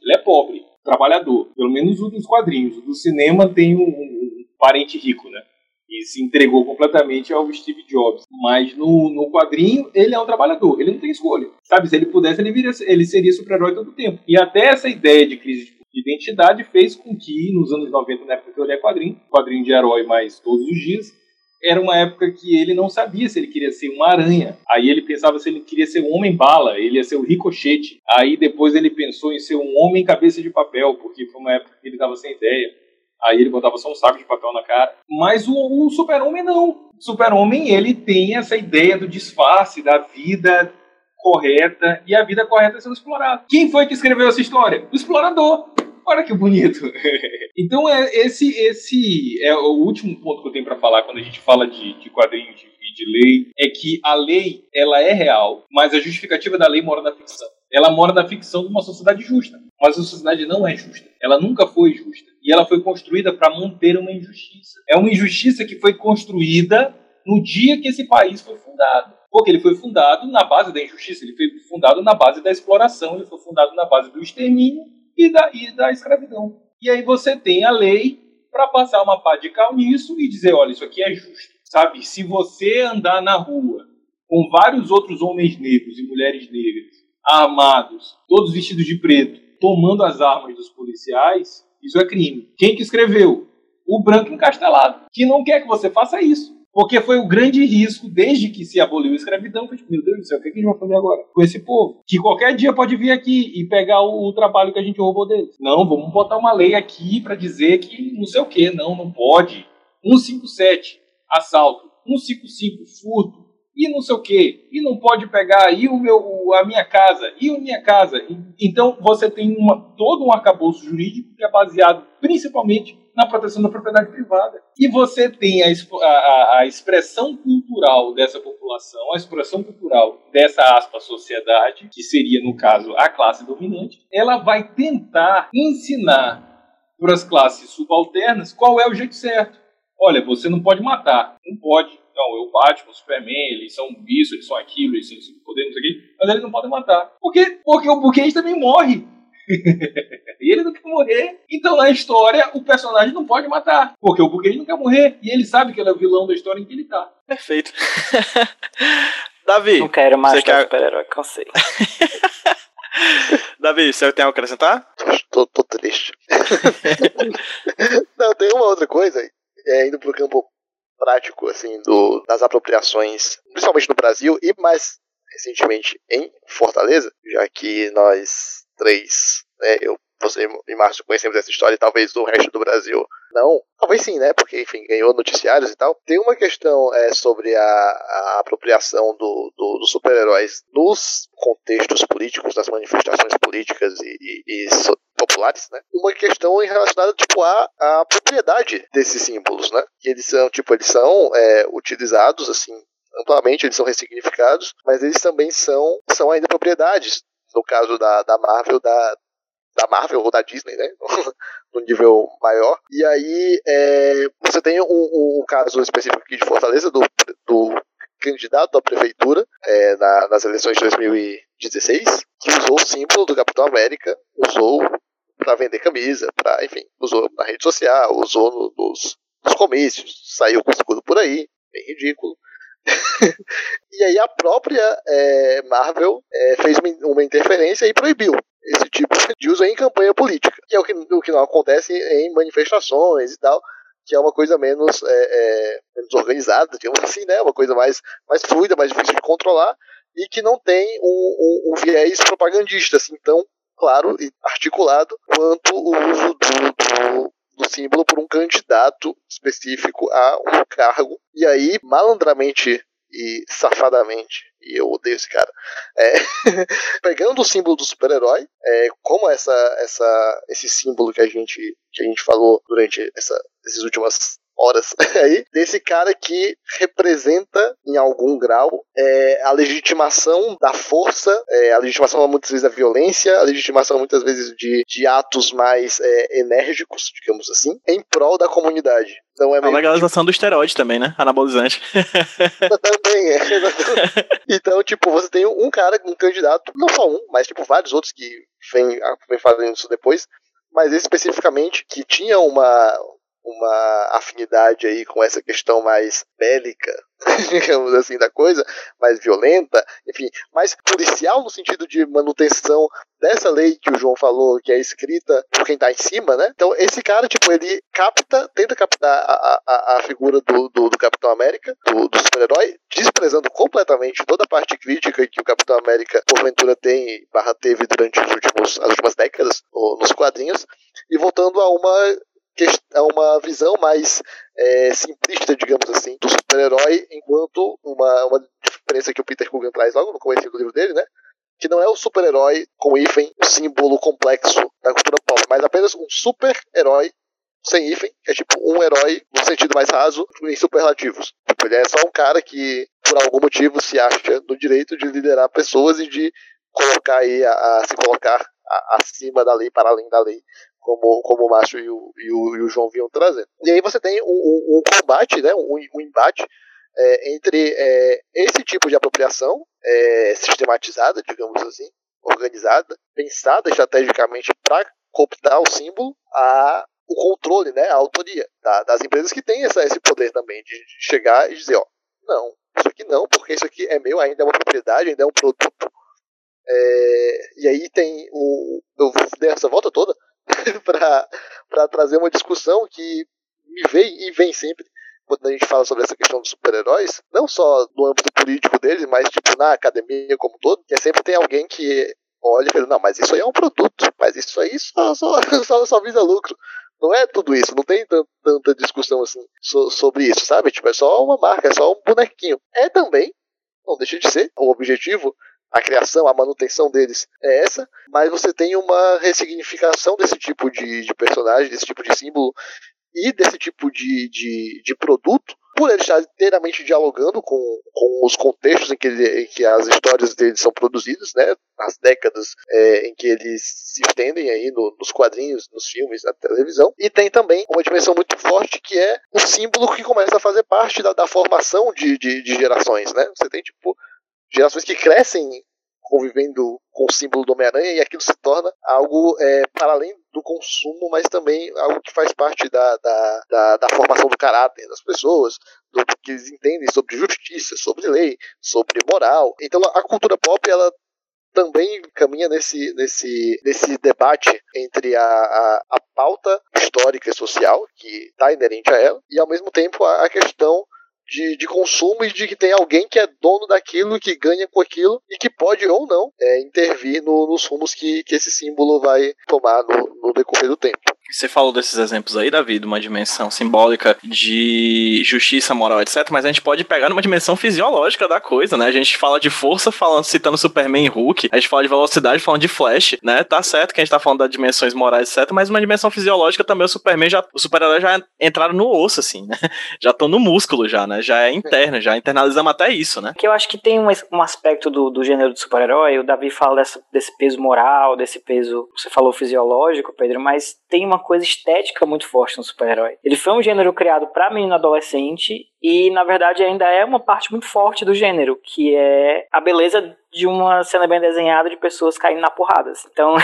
Ele é pobre, trabalhador. Pelo menos o dos quadrinhos. O do cinema tem um, um parente rico, né? E se entregou completamente ao Steve Jobs. Mas no, no quadrinho, ele é um trabalhador. Ele não tem escolha. Sabe, se ele pudesse, ele, viria, ele seria super-herói todo o tempo. E até essa ideia de crise de identidade fez com que, nos anos noventa, na época que eu li quadrinho, quadrinho de herói mais todos os dias, era uma época que ele não sabia se ele queria ser uma aranha. Aí ele pensava se ele queria ser um homem-bala, ele ia ser o ricochete. Aí depois ele pensou em ser um homem cabeça de papel, porque foi uma época que ele estava sem ideia. Aí ele botava só um saco de papel na cara. Mas o, o super-homem não. O super-homem, ele tem essa ideia do disfarce, da vida correta, e a vida correta é sendo explorada. Quem foi que escreveu essa história? O explorador. Olha que bonito. Então, é, esse, esse é o último ponto que eu tenho para falar quando a gente fala de, de quadrinhos e de, de lei, é que a lei, ela é real, mas a justificativa da lei mora na ficção. Ela mora na ficção de uma sociedade justa, mas a sociedade não é justa. Ela nunca foi justa. E ela foi construída para manter uma injustiça. É uma injustiça que foi construída no dia que esse país foi fundado. Porque ele foi fundado na base da injustiça, ele foi fundado na base da exploração, ele foi fundado na base do extermínio e da, e da escravidão. E aí você tem a lei para passar uma pá de cal nisso e dizer, olha, isso aqui é justo. Sabe, se você andar na rua com vários outros homens negros e mulheres negras, armados, todos vestidos de preto, tomando as armas dos policiais, isso é crime. Quem que escreveu? O branco encastelado, que não quer que você faça isso. Porque foi o grande risco, desde que se aboliu a escravidão, foi tipo, meu Deus do céu, o que a gente vai fazer agora com esse povo? Que qualquer dia pode vir aqui e pegar o, o trabalho que a gente roubou deles. Não, vamos botar uma lei aqui para dizer que não sei o que, não, não pode. cento e cinquenta e sete, assalto. cento e cinquenta e cinco, furto. E não sei o que. E não pode pegar e o meu, a minha casa. E a minha casa. Então você tem uma, todo um arcabouço jurídico que é baseado principalmente na proteção da propriedade privada. E você tem a, a, a expressão cultural dessa população, a expressão cultural dessa, aspas, sociedade, que seria, no caso, a classe dominante, ela vai tentar ensinar para as classes subalternas qual é o jeito certo. Olha, você não pode matar. Não pode. Não, eu Batman, o Superman, eles são isso, eles são aquilo, eles são poder, não sei o quê, mas eles não podem matar. Por quê? Porque o burguês também morre. E ele não quer morrer. Então, na história, o personagem não pode matar, porque o burguês não quer morrer. E ele sabe que ele é o vilão da história em que ele tá. Perfeito. Davi, não quero mais você quer... super-herói, cansei. Davi, você tem algo a acrescentar? Tô, tô triste. Não, tem uma outra coisa, é, indo pro campo prático, assim, do, das apropriações, principalmente no Brasil e mais recentemente em Fortaleza, já que nós três, né, eu, você e Márcio conhecemos essa história e talvez do resto do Brasil não, talvez sim, né, porque enfim, ganhou noticiários e tal. Tem uma questão é, sobre a, a apropriação do, do, dos super-heróis nos contextos políticos, nas manifestações políticas e, e, e so, populares, né? Uma questão relacionada tipo à, à propriedade desses símbolos, né? Que eles são tipo eles são é, utilizados assim amplamente, eles são ressignificados, mas eles também são são ainda propriedades, no caso da, da Marvel, da da Marvel ou da Disney, né? No nível maior. E aí é, você tem um, um caso específico aqui de Fortaleza do, do candidato à prefeitura é, na, nas eleições de dois mil e dezesseis, que usou o símbolo do Capitão América, usou para vender camisa, pra, enfim, usou na rede social, usou no, nos, nos comícios, saiu com escudo por aí, bem ridículo. E aí a própria é, Marvel é, fez uma, uma interferência e proibiu esse tipo de uso em campanha política, que é o que, o que não acontece em manifestações e tal, que é uma coisa menos, é, é, menos organizada, digamos assim, né? Uma coisa mais, mais fluida, mais difícil de controlar e que não tem um, um, um viés propagandista assim tão claro e articulado quanto o uso do, do, do símbolo por um candidato específico a um cargo. E aí, malandramente e safadamente, e eu odeio esse cara, é, pegando o símbolo do super-herói, é, como essa, essa, esse símbolo que a gente, que a gente falou durante essa, essas últimas horas aí, desse cara que representa em algum grau é, a legitimação da força, é, a legitimação muitas vezes da violência, a legitimação muitas vezes de, de atos mais é, enérgicos, digamos assim, em prol da comunidade. Então é a legalização tipo... do esteroide também, né? Anabolizante. Também é. Então, tipo, você tem um cara, um candidato, não só um, mas tipo vários outros que vem, vem fazendo isso depois, mas especificamente que tinha uma, uma afinidade aí com essa questão mais bélica, digamos assim, da coisa, mais violenta, enfim, mais policial no sentido de manutenção dessa lei que o João falou, que é escrita por quem tá em cima, né? Então esse cara, tipo, ele capta, tenta captar a, a, a figura do, do, do Capitão América, do, do super-herói, desprezando completamente toda a parte crítica que o Capitão América porventura tem, barra teve durante os últimos, as últimas décadas, ou, nos quadrinhos, e voltando a uma é uma visão mais é, simplista, digamos assim, do super-herói, enquanto uma, uma diferença que o Peter Coogan traz logo no começo do livro dele, né? Que não é o super-herói com hífen, o símbolo complexo da cultura pop, mas apenas um super-herói sem hífen, que é tipo um herói no sentido mais raso, em superlativos. Tipo, ele é só um cara que, por algum motivo, se acha no direito de liderar pessoas e de colocar aí, a, a se colocar a, acima da lei, para além da lei, como, como o Márcio e o, e, o, e o João vinham trazendo. E aí você tem um, um, um combate, né, um, um embate é, entre é, esse tipo de apropriação é, sistematizada, digamos assim, organizada, pensada estrategicamente para cooptar o símbolo, a o controle, né, a autoria da, das empresas que têm essa, esse poder também de chegar e dizer, ó, não, isso aqui não, porque isso aqui é meu, ainda é uma propriedade, ainda é um produto. É, e aí tem o, eu dei essa volta toda para trazer uma discussão que me vem e vem sempre quando a gente fala sobre essa questão dos super-heróis, não só no âmbito político deles, mas tipo na academia como um todo, que é sempre tem alguém que olha e fala, não, mas isso aí é um produto, mas isso aí só, só, só, só visa lucro. Não é tudo isso, não tem tanta, tanta discussão assim so, sobre isso, sabe? Tipo, é só uma marca, é só um bonequinho. É também, não deixa de ser, o objetivo, a criação, a manutenção deles é essa, mas você tem uma ressignificação desse tipo de, de personagem, desse tipo de símbolo e desse tipo de, de, de produto, por ele estar inteiramente dialogando com, com os contextos em que, ele, em que as histórias deles são produzidas, né, as décadas é, em que eles se estendem aí no, nos quadrinhos, nos filmes, na televisão, e tem também uma dimensão muito forte que é o símbolo que começa a fazer parte da, da formação de, de, de gerações, né, você tem tipo gerações que crescem convivendo com o símbolo do Homem-Aranha e aquilo se torna algo é, para além do consumo, mas também algo que faz parte da, da, da, da formação do caráter das pessoas, do que eles entendem sobre justiça, sobre lei, sobre moral. Então a cultura pop, ela também caminha nesse, nesse, nesse debate entre a, a, a pauta histórica e social, que está inerente a ela, e ao mesmo tempo a, a questão De, de consumo e de que tem alguém que é dono daquilo, que ganha com aquilo e que pode ou não é, intervir no, nos rumos que, que esse símbolo vai tomar no, no decorrer do tempo. Você falou desses exemplos aí, Davi, de uma dimensão simbólica de justiça, moral, etcétera, mas a gente pode pegar numa dimensão fisiológica da coisa, né? A gente fala de força falando, citando Superman e Hulk, a gente fala de velocidade falando de Flash, né? Tá certo que a gente tá falando das dimensões morais, etcétera, mas uma dimensão fisiológica também, o Superman já, os super-heróis já entraram no osso, assim, né? Já estão no músculo já, né? Já é interno, já internalizamos até isso, né? Que eu acho que tem um, um aspecto do, do gênero de super-herói, o Davi fala dessa, desse peso moral, desse peso, você falou fisiológico, Pedro, mas tem uma coisa estética muito forte no super-herói. Ele foi um gênero criado para menino adolescente e, na verdade, ainda é uma parte muito forte do gênero, que é a beleza de uma cena bem desenhada de pessoas caindo na porrada. Então,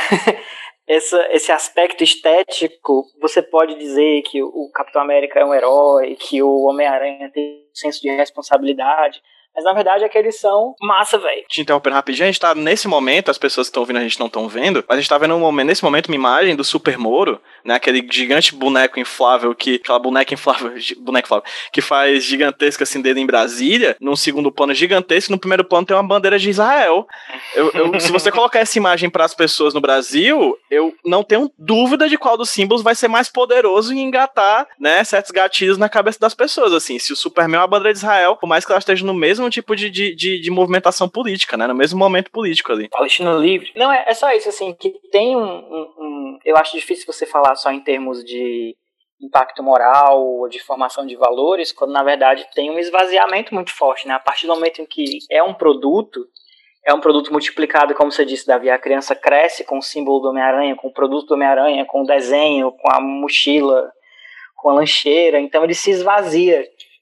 essa, esse aspecto estético, você pode dizer que o Capitão América é um herói, que o Homem-Aranha tem um senso de responsabilidade, mas na verdade é que eles são massa, velho. Te interrompendo rapidinho, a gente tá nesse momento, as pessoas que estão ouvindo a gente não estão vendo, mas a gente tá vendo um momento, nesse momento uma imagem do Super Moro, né, aquele gigante boneco inflável, que, aquela boneca inflável, boneco inflável, que faz gigantesca assim dele em Brasília, num segundo plano gigantesco, no primeiro plano tem uma bandeira de Israel. Eu, eu, se você colocar essa imagem para as pessoas no Brasil, eu não tenho dúvida de qual dos símbolos vai ser mais poderoso em engatar, né, certos gatilhos na cabeça das pessoas, assim, se o Superman é uma bandeira de Israel, por mais que ela esteja no mesmo tipo de, de, de, de movimentação política, né? No mesmo momento político ali. Palestina livre. Não, é, é só isso, assim, que tem um, um, um... Eu acho difícil você falar só em termos de impacto moral ou de formação de valores, quando na verdade tem um esvaziamento muito forte, né? A partir do momento em que é um produto, é um produto multiplicado, como você disse, Davi, a criança cresce com o símbolo do Homem-Aranha, com o produto do Homem-Aranha, com o desenho, com a mochila, com a lancheira, então ele se esvazia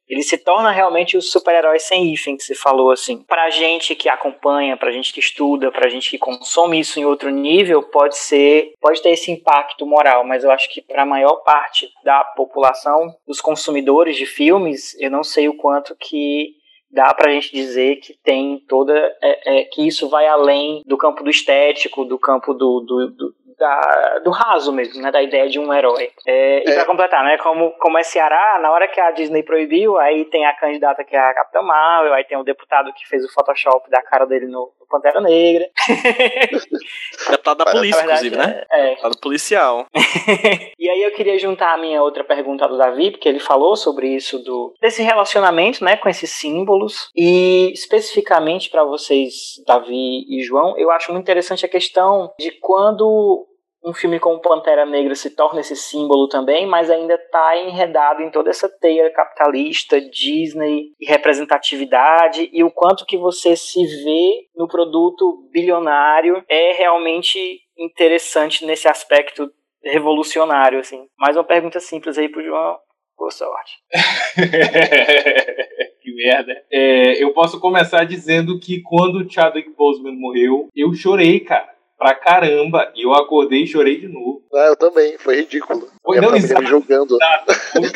Ele se torna realmente o super-herói sem hífen, que você falou, assim. Pra gente que acompanha, pra gente que estuda, pra gente que consome isso em outro nível, pode ser, pode ter esse impacto moral, mas eu acho que pra maior parte da população, dos consumidores de filmes, eu não sei o quanto que dá pra gente dizer que tem toda, é, é, que isso vai além do campo do estético, do campo do, do, do Da, do raso mesmo, né, da ideia de um herói. É, e é. Pra completar, né, como, como é Ceará, na hora que a Disney proibiu, aí tem a candidata que é a Capitã Marvel, aí tem o deputado que fez o Photoshop da cara dele no, no Pantera Negra. Deputado da polícia, verdade, inclusive, né? É. Deputado policial. E aí eu queria juntar a minha outra pergunta do Davi, porque ele falou sobre isso, do, desse relacionamento, né, com esses símbolos, e especificamente para vocês, Davi e João, eu acho muito interessante a questão de quando um filme como Pantera Negra se torna esse símbolo também, mas ainda está enredado em toda essa teia capitalista, Disney e representatividade, e o quanto que você se vê no produto bilionário é realmente interessante nesse aspecto revolucionário, assim. Mais uma pergunta simples aí pro João. Boa sorte. Que merda. É, eu posso começar dizendo que quando o Chadwick Boseman morreu, eu chorei, cara. Pra caramba, e eu acordei e chorei de novo. Ah, eu também, foi ridículo. Foi, não, exato, me julgando. Exato,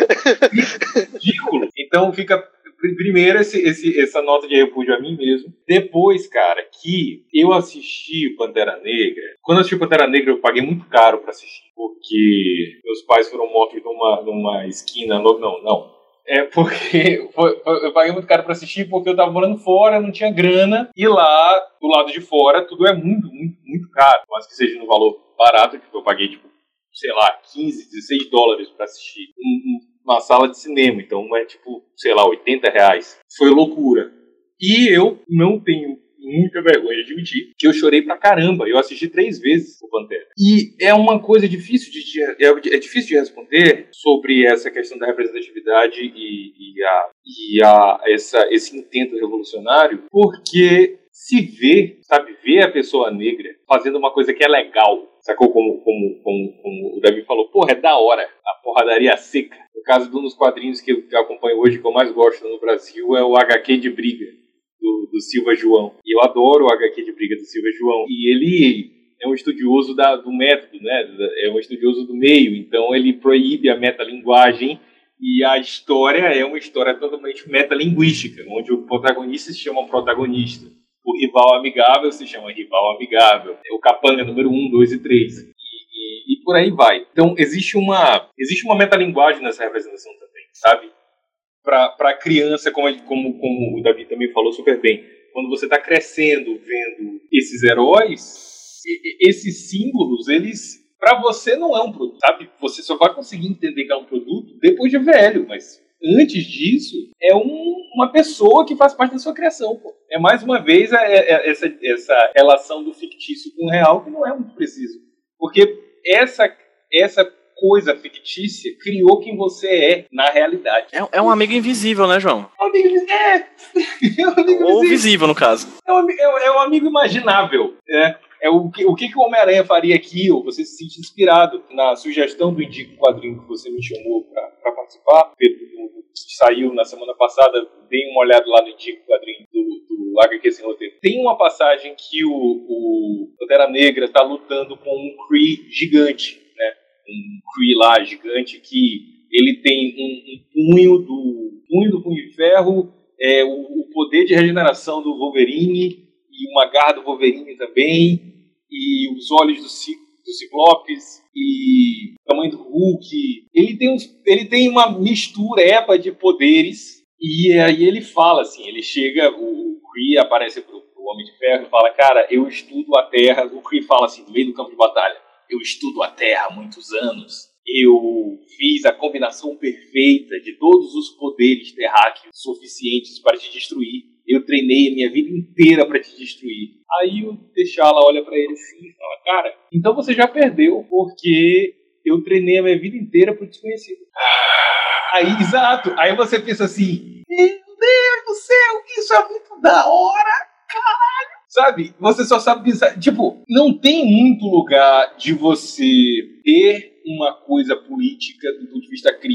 foi ridículo. Então fica, primeiro, esse, esse, essa nota de repúdio a mim mesmo. Depois, cara, que eu assisti Pantera Negra. Quando eu assisti Pantera Negra, eu paguei muito caro pra assistir. Porque meus pais foram mortos numa, numa esquina. No, não, não. É porque foi, foi, eu paguei muito caro pra assistir porque eu tava morando fora, não tinha grana. E lá, do lado de fora, tudo é muito, muito, muito caro. Mas que seja no valor barato, que eu paguei, tipo, sei lá, quinze, dezesseis dólares pra assistir um, uma sala de cinema. Então é tipo, sei lá, oitenta reais. Foi loucura. E eu não tenho muita vergonha de admitir que eu chorei pra caramba. Eu assisti três vezes o Pantera. E é uma coisa difícil de, de, é, é difícil de responder sobre essa questão da representatividade e, e, a, e a, essa, esse intento revolucionário, porque se vê, sabe, ver a pessoa negra fazendo uma coisa que é legal, sacou? Como, como, como, como o Davi falou, porra, é da hora, a porradaria seca. No caso de um dos quadrinhos que eu, que eu acompanho hoje, que eu mais gosto no Brasil, é o H Q de Briga, Do, do Silva João. E eu adoro o H Q de Briga do Silva João. E ele é um estudioso da, do método, né? É um estudioso do meio. Então ele proíbe a metalinguagem e a história é uma história totalmente metalinguística, onde o protagonista se chama protagonista. O rival amigável se chama rival amigável. É o capanga número um, dois e três. E, e, e por aí vai. Então existe uma, existe uma metalinguagem nessa representação também, sabe? Para a criança, como, como, como o Davi também falou super bem, quando você está crescendo vendo esses heróis, esses símbolos, eles, para você não é um produto, sabe? Você só vai conseguir entender que é um produto depois de velho, mas antes disso, é um, uma pessoa que faz parte da sua criação. Pô. É mais uma vez a, a, essa, essa relação do fictício com o real que não é muito preciso. Porque essa... essa coisa fictícia criou quem você é na realidade. É, é um amigo invisível, né, João? É um amigo invisível. É. É um amigo Ou visível, no caso. É um, é, é um amigo imaginável. É, é o, que, o que, que o Homem-Aranha faria aqui, ou você se sente inspirado na sugestão do Indico Quadrinho que você me chamou para participar. Saiu na semana passada, dei uma olhada lá no Indico Quadrinho do, do H Q Sem Roteiro. Tem uma passagem que o, o Pantera Negra está lutando com um Kree gigante, um Kree lá gigante que ele tem um, um punho do punho do punho de ferro, é, o, o poder de regeneração do Wolverine e uma garra do Wolverine também, e os olhos do, do Ciclopes e o tamanho do Hulk. Ele tem, uns, ele tem uma mistureba de poderes e aí ele fala assim, ele chega, o Kree aparece pro, pro Homem de Ferro e fala, cara, eu estudo a Terra. O Kree fala assim, no meio do campo de batalha, eu estudo a Terra há muitos anos. Eu fiz a combinação perfeita de todos os poderes terráqueos suficientes para te destruir. Eu treinei a minha vida inteira para te destruir. Aí o T'Challa olha para ele assim e fala, cara, então você já perdeu porque eu treinei a minha vida inteira para o desconhecido. Aí, exato. Aí você pensa assim, meu Deus do céu, isso é muito da hora, caralho. Sabe? Você só sabe pensar. Tipo, não tem muito lugar de você ter uma coisa política do ponto de vista crítico.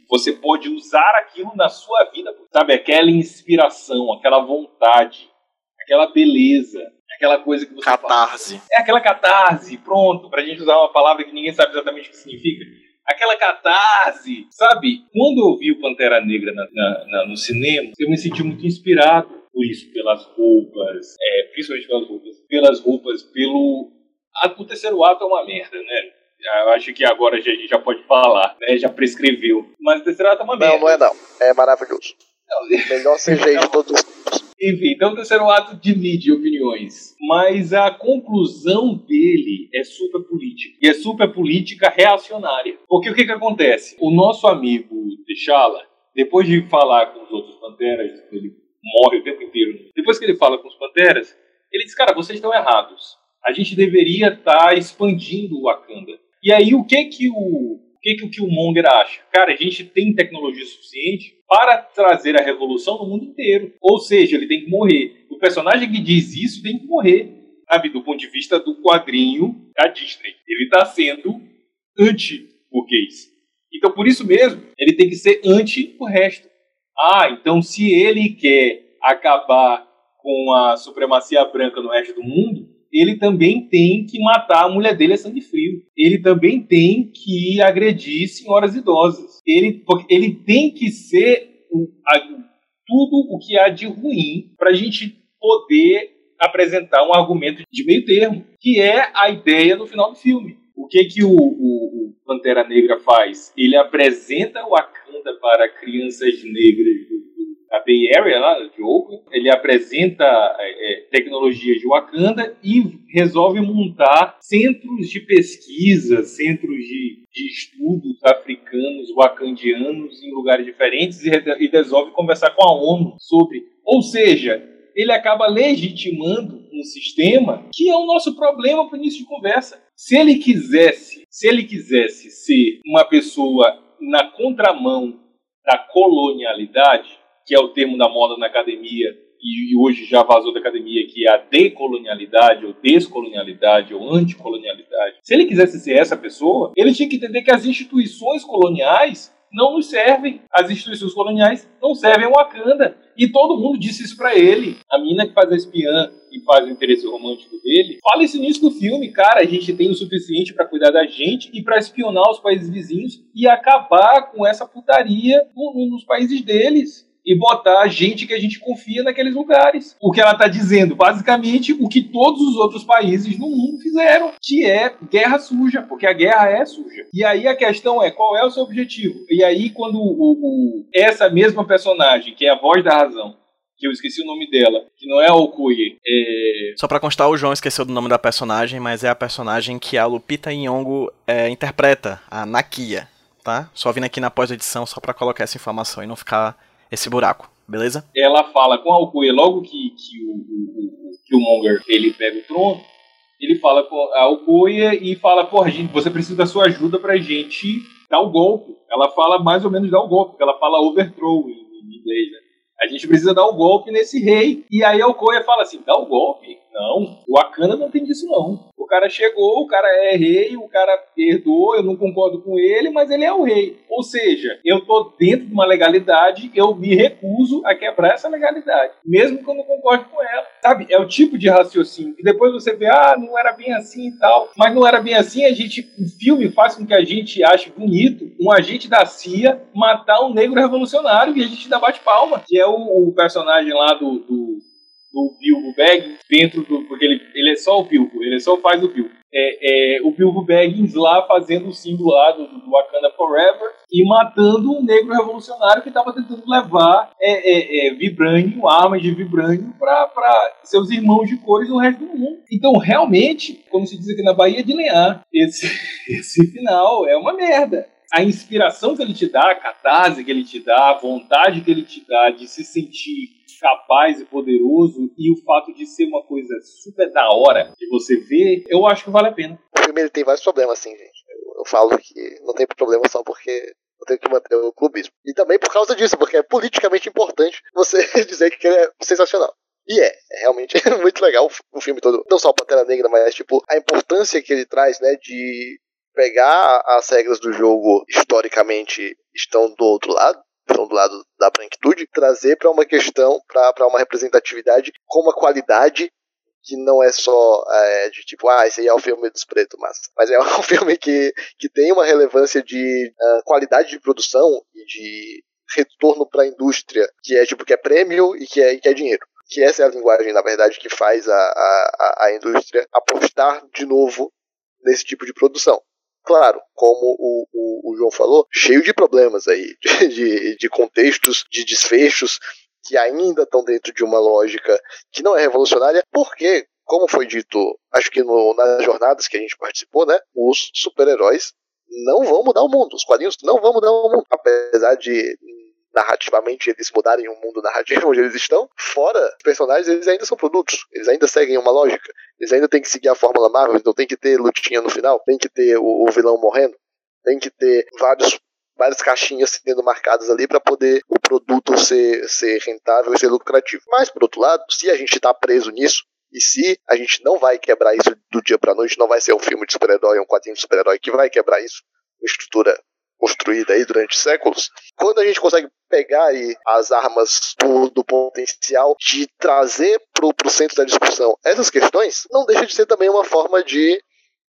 Você pode usar aquilo na sua vida, sabe? Aquela inspiração, aquela vontade, aquela beleza, aquela coisa que você Catarse. fala. É aquela catarse, pronto, pra gente usar uma palavra que ninguém sabe exatamente o que significa. Aquela catarse, sabe? Quando eu vi o Pantera Negra na, na, na, no cinema, eu me senti muito inspirado por isso, pelas roupas, é, principalmente pelas roupas, pelas roupas, pelo... Ah, o terceiro ato é uma merda, né? Eu acho que agora a gente já pode falar, né? Já prescreveu. Mas o terceiro ato é uma merda. Não, não é não. É maravilhoso. Não. Melhor C G I de todos os tempos. Enfim, então o terceiro ato divide opiniões. Mas a conclusão dele é super política. E é super política reacionária. Porque o que que acontece? O nosso amigo T'Challa, depois de falar com os outros Panteras, ele morre o tempo inteiro. Depois que ele fala com os Panteras, ele diz, cara, vocês estão errados. A gente deveria estar expandindo o Wakanda. E aí, o que que o, o que que o Killmonger acha? Cara, a gente tem tecnologia suficiente para trazer a revolução no mundo inteiro. Ou seja, ele tem que morrer. O personagem que diz isso tem que morrer, sabe? Do ponto de vista do quadrinho da Disney. Ele está sendo anti-burguês. Então, por isso mesmo, ele tem que ser anti o resto. Ah, então se ele quer acabar com a supremacia branca no resto do mundo, ele também tem que matar a mulher dele a sangue frio. Ele também tem que agredir senhoras idosas. Ele, ele tem que ser o, a, tudo o que há de ruim para a gente poder apresentar um argumento de meio termo, que é a ideia no final do filme. O que que o, o, o Pantera Negra faz? Ele apresenta o Wakanda para crianças negras do a Bay Area, lá de Oakland, ele apresenta é, tecnologias de Wakanda e resolve montar centros de pesquisa, centros de, de estudos africanos, wakandianos em lugares diferentes e, e resolve conversar com a ONU sobre. Ou seja, ele acaba legitimando um sistema que é o nosso problema para o início de conversa. Se ele quisesse, se ele quisesse ser uma pessoa na contramão da colonialidade, que é o termo da moda na academia, e hoje já vazou da academia, que é a decolonialidade, ou descolonialidade, ou anticolonialidade. Se ele quisesse ser essa pessoa, ele tinha que entender que as instituições coloniais não nos servem. As instituições coloniais não servem ao Wakanda. E todo mundo disse isso pra ele. A menina que faz a espiã e faz o interesse romântico dele, fala isso nisso do filme. Cara, a gente tem o suficiente pra cuidar da gente e pra espionar os países vizinhos e acabar com essa putaria nos países deles. E botar gente que a gente confia naqueles lugares. O que ela está dizendo, basicamente, o que todos os outros países no mundo fizeram, que é guerra suja, porque a guerra é suja. E aí a questão é, qual é o seu objetivo? E aí quando o, o, essa mesma personagem, que é a voz da razão, que eu esqueci o nome dela, que não é a Okoye, é... Só pra constar, o João esqueceu do nome da personagem, mas é a personagem que a Lupita Nyong'o é, interpreta, a Nakia, tá? Só vindo aqui na pós-edição só pra colocar essa informação e não ficar esse buraco, beleza? Ela fala com a Okoye, logo que, que o, o, o Killmonger ele pega o trono, ele fala com a Okoye e fala, porra, gente, você precisa da sua ajuda pra gente dar o golpe. Ela fala mais ou menos dar o golpe, porque ela fala overthrow em, em inglês, né? A gente precisa dar o golpe nesse rei. E aí a Okoye fala assim, dá o golpe? Não, o Wakanda não tem disso não. O cara chegou, o cara é rei, o cara herdou, eu não concordo com ele, mas ele é o rei. Ou seja, eu tô dentro de uma legalidade, eu me recuso a quebrar essa legalidade, mesmo que eu não concorde com ela. Sabe, é o tipo de raciocínio que depois você vê, ah, não era bem assim e tal. Mas não era bem assim, a gente, o filme faz com que a gente ache bonito um agente da C I A matar um negro revolucionário e a gente dá bate palma, que é o, o personagem lá do... do do Bilbo Baggins dentro do... porque ele, ele é só o Bilbo, ele só faz o Bilbo. É, é, o Bilbo Baggins lá fazendo o símbolo lá do, do Wakanda Forever e matando um negro revolucionário que estava tentando levar é, é, é, vibrânio, armas de vibrânio para seus irmãos de cores no resto do mundo. Então, realmente, como se diz aqui na Bahia de Lenhar, esse, esse final é uma merda. A inspiração que ele te dá, a catarse que ele te dá, a vontade que ele te dá de se sentir capaz e poderoso e o fato de ser uma coisa super da hora de você ver, eu acho que vale a pena. O filme ele tem vários problemas, assim, gente. Eu, eu falo que não tem problema só porque eu tenho que manter o clubismo. E também por causa disso, porque é politicamente importante você dizer que ele é sensacional. E é, é realmente muito legal o filme todo. Não só o Pantera Negra, mas tipo, a importância que ele traz, né, de pegar as regras do jogo historicamente estão do outro lado, estão do lado da branquitude, trazer para uma questão, para uma representatividade com uma qualidade que não é só é, de tipo, ah, esse aí é o filme dos pretos, mas, mas é um filme que, que tem uma relevância de uh, qualidade de produção e de retorno para a indústria, que é tipo, que é prêmio e que é, que é dinheiro. Que essa é a linguagem, na verdade, que faz a, a, a indústria apostar de novo nesse tipo de produção. Claro, como o, o, o João falou, cheio de problemas aí, de, de, de contextos, de desfechos, que ainda estão dentro de uma lógica que não é revolucionária, porque, como foi dito, acho que no, nas jornadas que a gente participou, né, os super-heróis não vão mudar o mundo, os quadrinhos não vão mudar o mundo, apesar de narrativamente eles mudarem o mundo narrativo onde eles estão, fora os personagens, eles ainda são produtos, eles ainda seguem uma lógica, eles ainda têm que seguir a fórmula Marvel, então tem que ter lutinha no final, tem que ter o, o vilão morrendo, tem que ter vários, várias caixinhas sendo marcadas ali para poder o produto ser, ser rentável e ser lucrativo. Mas, por outro lado, se a gente está preso nisso, e se a gente não vai quebrar isso do dia pra noite, não vai ser um filme de super-herói, um quadrinho de super-herói que vai quebrar isso, uma estrutura construída aí durante séculos, quando a gente consegue pegar aí as armas do, do potencial de trazer pro, pro centro da discussão essas questões, não deixa de ser também uma forma de,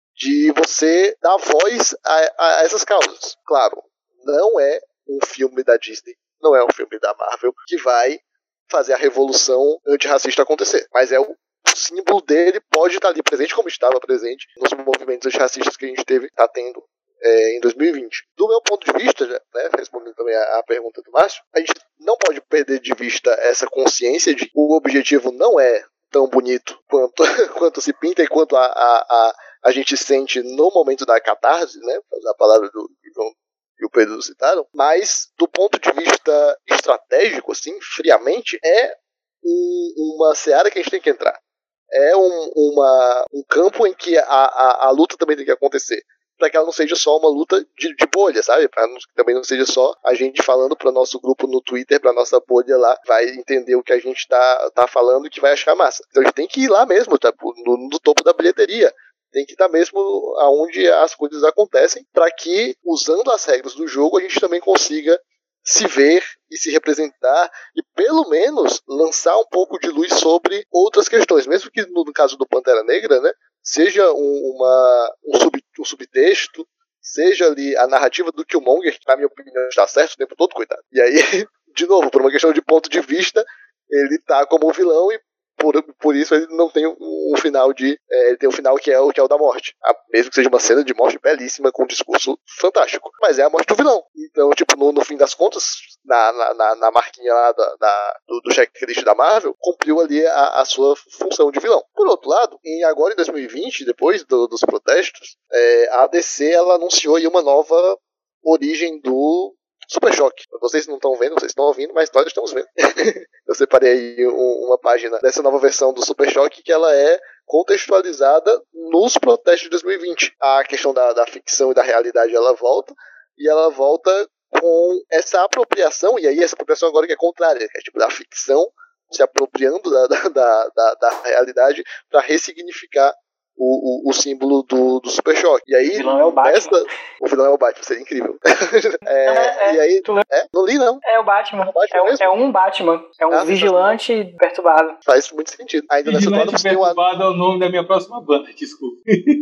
de você dar voz a, a essas causas. Claro, não é um filme da Disney, não é um filme da Marvel que vai fazer a revolução antirracista acontecer, mas é o O símbolo dele pode estar ali presente, como estava presente nos movimentos antirracistas que a gente teve, está tendo é, em dois mil e vinte. Do meu ponto de vista, né, respondendo também a, a pergunta do Márcio, a gente não pode perder de vista essa consciência de que o objetivo não é tão bonito quanto, quanto se pinta e quanto a, a, a, a gente sente no momento da catarse, né, para usar a palavra do João e o Pedro citaram, mas do ponto de vista estratégico, assim, friamente, é um, uma seara que a gente tem que entrar. É um, uma, um campo em que a, a, a luta também tem que acontecer, para que ela não seja só uma luta de, de bolha, sabe? Para também não seja só a gente falando para o nosso grupo no Twitter, para nossa bolha lá, vai entender o que a gente tá, tá falando e que vai achar massa. Então a gente tem que ir lá mesmo, tá? no, no topo da bilheteria. Tem que estar mesmo aonde as coisas acontecem, para que, usando as regras do jogo, a gente também consiga se ver e se representar e pelo menos lançar um pouco de luz sobre outras questões, mesmo que no caso do Pantera Negra, né, seja um, uma, um, sub, um subtexto, seja ali a narrativa do Killmonger, que na minha opinião está certo o tempo todo, coitado. E aí, de novo, por uma questão de ponto de vista, ele tá como um vilão e Por, por isso ele não tem um, um final de... É, ele tem um final que é, o, que é o da morte. A, mesmo que seja uma cena de morte belíssima, com um discurso fantástico. Mas é a morte do vilão. Então, tipo, no, no fim das contas, na, na, na marquinha lá da, da, do, do checklist da Marvel, cumpriu ali a, a sua função de vilão. Por outro lado, em, agora em dois mil e vinte, depois do, dos protestos, é, a D C ela anunciou aí uma nova origem do Super Choque. Vocês não estão vendo, vocês estão ouvindo, mas nós estamos vendo. Eu separei aí um, uma página dessa nova versão do Super Choque que ela é contextualizada nos protestos de dois mil e vinte. A questão da, da ficção e da realidade ela volta, e ela volta com essa apropriação, e aí essa apropriação agora que é contrária, que é tipo da ficção se apropriando da, da, da, da, da realidade para ressignificar O, o, o símbolo do, do Super Choque. E aí, o vilão é o Batman. Nessa, o vilão é o Batman, seria incrível. é, é, e aí, é, não li não. É o Batman. É, o Batman é, é um Batman. É um ah, vigilante perturbado. Faz muito sentido. Ainda Vigilante nessa perturbado é o nome da minha próxima banda, desculpa.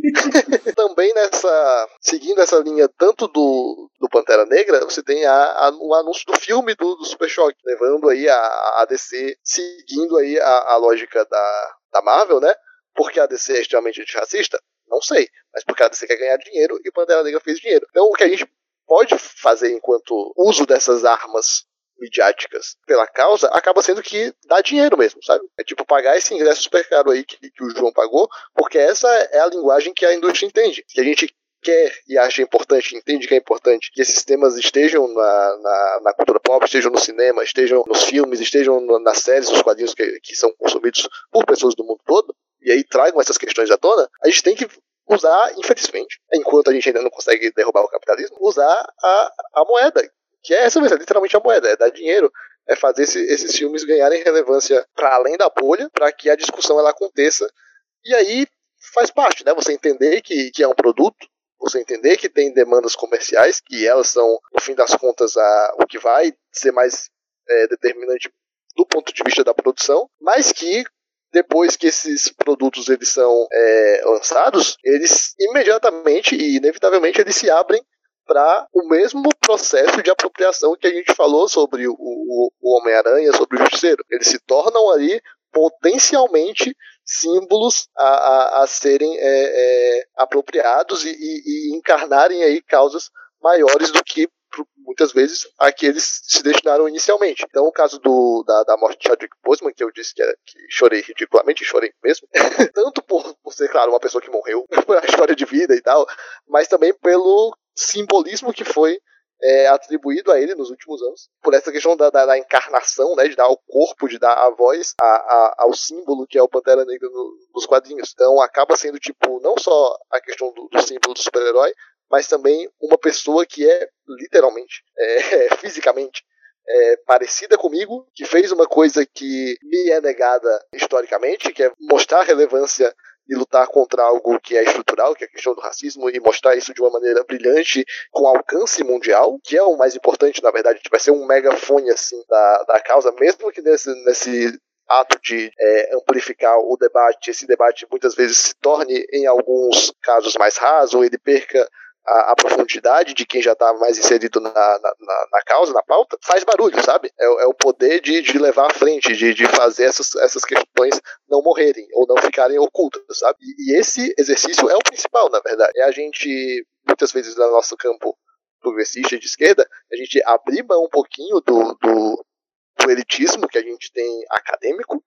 Também nessa, seguindo essa linha tanto do, do Pantera Negra, você tem a, a, o anúncio do filme do, do Super Choque, levando aí a, a D C, seguindo aí a, a lógica da, da Marvel, né? Porque a D C é extremamente antirracista? Não sei. Mas porque a D C quer ganhar dinheiro e o Pantera Negra fez dinheiro. Então o que a gente pode fazer enquanto uso dessas armas midiáticas pela causa acaba sendo que dá dinheiro mesmo, sabe? É tipo pagar esse ingresso super caro aí que, que o João pagou, porque essa é a linguagem que a indústria entende. Que a gente quer e acha importante, entende que é importante que esses temas estejam na, na, na cultura pop, estejam no cinema, estejam nos filmes, estejam no, nas séries, nos quadrinhos que, que são consumidos por pessoas do mundo todo, e aí tragam essas questões à tona, a gente tem que usar, infelizmente, enquanto a gente ainda não consegue derrubar o capitalismo, usar a, a moeda, que é essa mesmo, é literalmente a moeda, é dar dinheiro, é fazer esse, esses filmes ganharem relevância para além da bolha, para que a discussão ela aconteça, e aí faz parte, né, você entender que, que é um produto, você entender que tem demandas comerciais, que elas são, no fim das contas, a, o que vai ser mais é, determinante do ponto de vista da produção, mas que depois que esses produtos eles são é, lançados, eles imediatamente e inevitavelmente eles se abrem para o mesmo processo de apropriação que a gente falou sobre o, o, o Homem-Aranha, sobre o Justiceiro. Eles se tornam ali potencialmente símbolos a, a, a serem é, é, apropriados e, e, e encarnarem aí causas maiores do que muitas vezes a que eles se destinaram inicialmente. Então o caso do, da, da morte de Chadwick Boseman, que eu disse que, era, que chorei ridiculamente, chorei mesmo, tanto por, por ser, claro, uma pessoa que morreu, a história de vida e tal, mas também pelo simbolismo que foi é, atribuído a ele nos últimos anos, por essa questão da, da, da encarnação, né, de dar ao corpo, de dar a voz a, a, ao símbolo que é o Pantera Negra no, nos quadrinhos. Então acaba sendo tipo, não só a questão do, do símbolo do super-herói, mas também uma pessoa que é, literalmente, é, fisicamente, é, parecida comigo, que fez uma coisa que me é negada historicamente, que é mostrar a relevância e lutar contra algo que é estrutural, que é a questão do racismo, e mostrar isso de uma maneira brilhante, com alcance mundial, que é o mais importante, na verdade, vai ser um megafone, assim, da, da causa, mesmo que nesse... nesse ato de é, amplificar o debate, esse debate muitas vezes se torne, em alguns casos, mais raso, ou ele perca a, a profundidade de quem já está mais inserido na, na, na causa, na pauta, faz barulho, sabe? É, é o poder de, de levar à frente, de, de fazer essas, essas questões não morrerem, ou não ficarem ocultas, sabe? E, e esse exercício é o principal, na verdade. É a gente, muitas vezes, no nosso campo progressista e de esquerda, a gente abrir mão um pouquinho do, do do elitismo que a gente tem acadêmico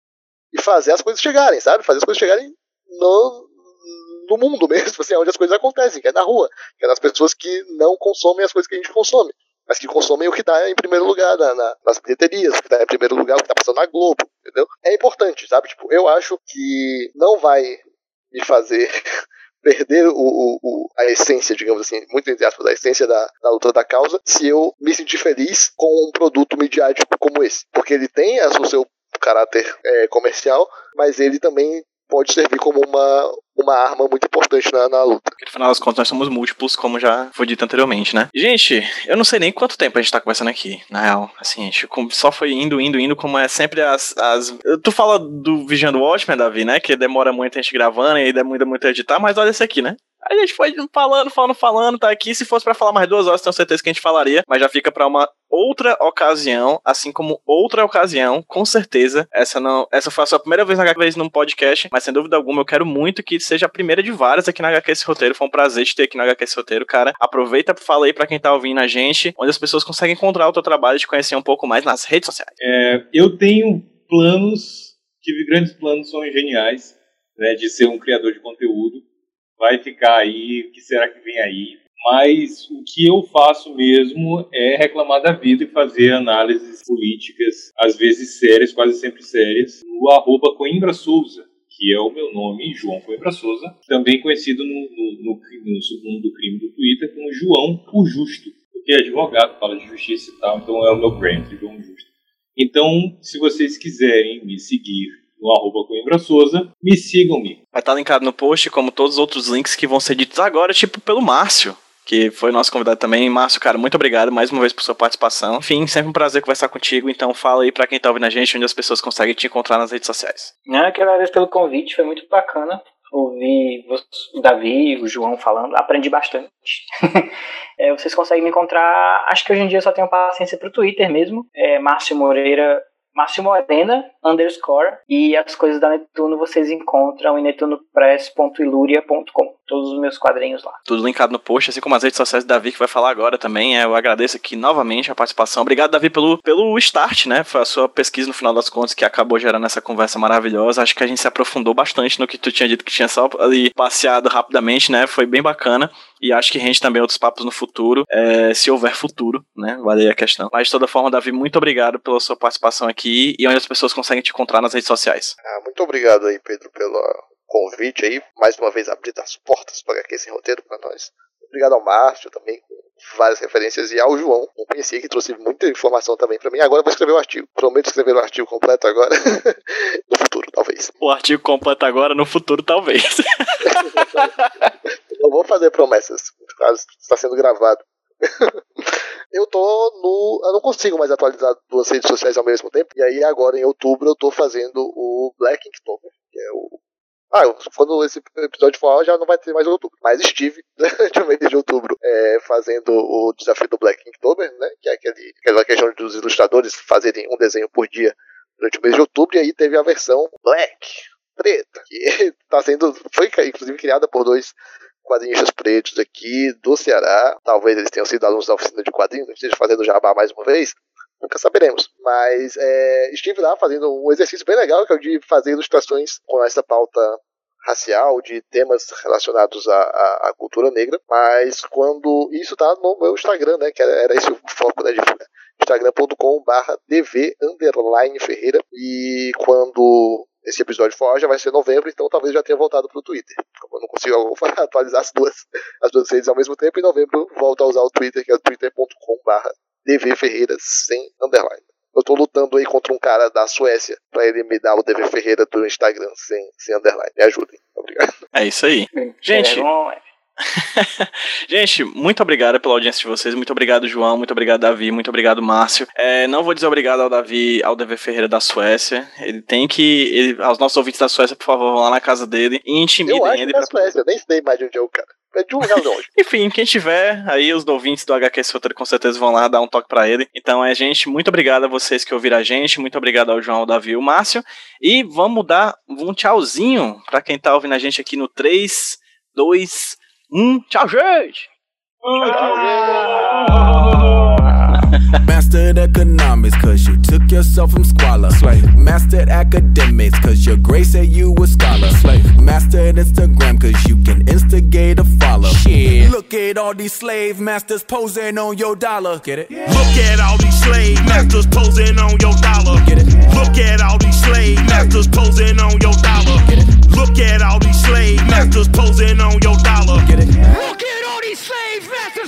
e fazer as coisas chegarem, sabe? Fazer as coisas chegarem no, no mundo mesmo, assim, onde as coisas acontecem, que é na rua, que é nas pessoas que não consomem as coisas que a gente consome, mas que consomem o que está em primeiro lugar na, na, nas bilheterias, o que está em primeiro lugar, o que está passando na Globo, entendeu? É importante, sabe? Tipo, eu acho que não vai me fazer perder o, o, o, a essência, digamos assim, muito entre aspas, a essência da, da luta da causa, se eu me sentir feliz com um produto midiático como esse. Porque ele tem o seu caráter é, comercial, mas ele também pode servir como uma, uma arma muito importante na, na luta. Porque, no final das contas, nós somos múltiplos, como já foi dito anteriormente, né? Gente, eu não sei nem quanto tempo a gente tá conversando aqui, na real. Assim, a gente só foi indo, indo, indo, como é sempre as... as... Tu fala do Vigiando Watchmen, Davi, né? Que demora muito a gente gravando e demora muito a editar, mas olha esse aqui, né? A gente foi falando, falando, falando, tá aqui. Se fosse pra falar mais duas horas, tenho certeza que a gente falaria. Mas já fica pra uma outra ocasião, assim como outra ocasião, com certeza. Essa não, essa foi a sua primeira vez na H Q num podcast, mas sem dúvida alguma eu quero muito que seja a primeira de várias aqui na H Q esse roteiro. Foi um prazer te ter aqui na H Q esse roteiro, cara. Aproveita, fala aí pra quem tá ouvindo a gente, onde as pessoas conseguem encontrar o teu trabalho e te conhecer um pouco mais nas redes sociais. É, eu tenho planos, tive grandes planos, são geniais, né, de ser um criador de conteúdo. Vai ficar aí, o que será que vem aí? Mas o que eu faço mesmo é reclamar da vida e fazer análises políticas, às vezes sérias, quase sempre sérias, no arroba Coimbra Souza, que é o meu nome, João Coimbra Souza, também conhecido no, no, no, no submundo do crime do Twitter como João o Justo, porque é advogado, fala de justiça e tal, então é o meu brand, João Justo. Então, se vocês quiserem me seguir no arroba Coimbra Souza, me sigam-me. Vai estar linkado no post, como todos os outros links que vão ser ditos agora, tipo pelo Márcio, que foi nosso convidado também. Márcio, cara, muito obrigado mais uma vez por sua participação. Enfim, sempre um prazer conversar contigo, então fala aí pra quem tá ouvindo a gente, onde as pessoas conseguem te encontrar nas redes sociais. Eu que agradeço pelo convite, foi muito bacana ouvir o Davi e o João falando, aprendi bastante. é, vocês conseguem me encontrar, acho que hoje em dia eu só tenho paciência pro Twitter mesmo, é Márcio Moreira, Márcio Morena, underscore, e as coisas da Netuno vocês encontram em netunopress ponto iluria ponto com, todos os meus quadrinhos lá. Tudo linkado no post, assim como as redes sociais do Davi, que vai falar agora também. Eu agradeço aqui novamente a participação. Obrigado, Davi, pelo, pelo start, né? Foi a sua pesquisa, no final das contas, que acabou gerando essa conversa maravilhosa. Acho que a gente se aprofundou bastante no que tu tinha dito, que tinha só ali passeado rapidamente, né? Foi bem bacana. E acho que rende também outros papos no futuro, é, se houver futuro, né? Vale aí a questão. Mas, de toda forma, Davi, muito obrigado pela sua participação aqui e onde as pessoas conseguem te encontrar nas redes sociais. Ah, muito obrigado aí, Pedro, pelo convite aí. Mais uma vez, abrir as portas para aqui esse roteiro para nós. Obrigado ao Márcio também, com várias referências, e ao João, não conhecia, que trouxe muita informação também para mim. Agora eu vou escrever o artigo. Prometo escrever o artigo completo agora. No futuro, talvez. O artigo completo agora, no futuro, talvez. Eu vou vou fazer promessas, caso está sendo gravado. Eu tô no... Eu não consigo mais atualizar duas redes sociais ao mesmo tempo. E aí agora em outubro eu tô fazendo o Black Inktober, que é o... Ah, quando esse episódio for já não vai ter mais outubro. Mas estive durante o mês de outubro é, fazendo o desafio do Black Inktober, né? Que é aquele, aquela questão dos ilustradores fazerem um desenho por dia durante o mês de outubro. E aí teve a versão Black, preta, que tá sendo... Foi inclusive criada por dois quadrinistas pretos aqui do Ceará. Talvez eles tenham sido alunos da oficina de quadrinhos, esteja fazendo jabá mais uma vez. Nunca saberemos. Mas é, estive lá fazendo um exercício bem legal, que é o de fazer ilustrações com essa pauta racial, de temas relacionados à, à, à cultura negra. Mas quando... Isso tá no meu Instagram, né? Que era, era esse o foco, né? De instagram ponto com barra dv underline Ferreira. E quando esse episódio for, já vai ser novembro, então talvez já tenha voltado pro Twitter. Como eu não consigo atualizar as duas, as duas redes ao mesmo tempo, em novembro volto a usar o Twitter, que é o twitter ponto com barra D V Ferreira sem underline. Eu tô lutando aí contra um cara da Suécia pra ele me dar o D V Ferreira do Instagram sem, sem underline. Me ajudem. Obrigado. É isso aí. Gente... Gente, muito obrigado pela audiência de vocês. Muito obrigado, João. Muito obrigado, Davi. Muito obrigado, Márcio. É, não vou dizer obrigado ao Davi, ao D V Ferreira da Suécia. Ele tem que... Ele, aos nossos ouvintes da Suécia, por favor, vão lá na casa dele e intimidem eu acho ele. Que é da Suécia, eu nem sei mais de onde é o cara. É de um lugar longe. Enfim, quem tiver, aí os ouvintes do H Q S Roteiro com certeza vão lá dar um toque pra ele. Então é, gente, muito obrigado a vocês que ouviram a gente. Muito obrigado ao João, ao Davi e ao Márcio. E vamos dar um tchauzinho pra quem tá ouvindo a gente aqui no três, dois, um. Tchau, gente! Tchau, gente! Mastered economics cause you took yourself from squalor. Slave. Mastered academics cause your grace said you a scholar. Slave. Mastered Instagram cause you can instigate a follow. Shit. Look at all these slave masters posing on your dollar. Get it? Yeah. Look at all these slave masters posing on your dollar. Get it? Look at all these slave masters posing on your dollar. Get it? Look at all these slave masters posing on your dollar. Get it? Look at all these slave masters.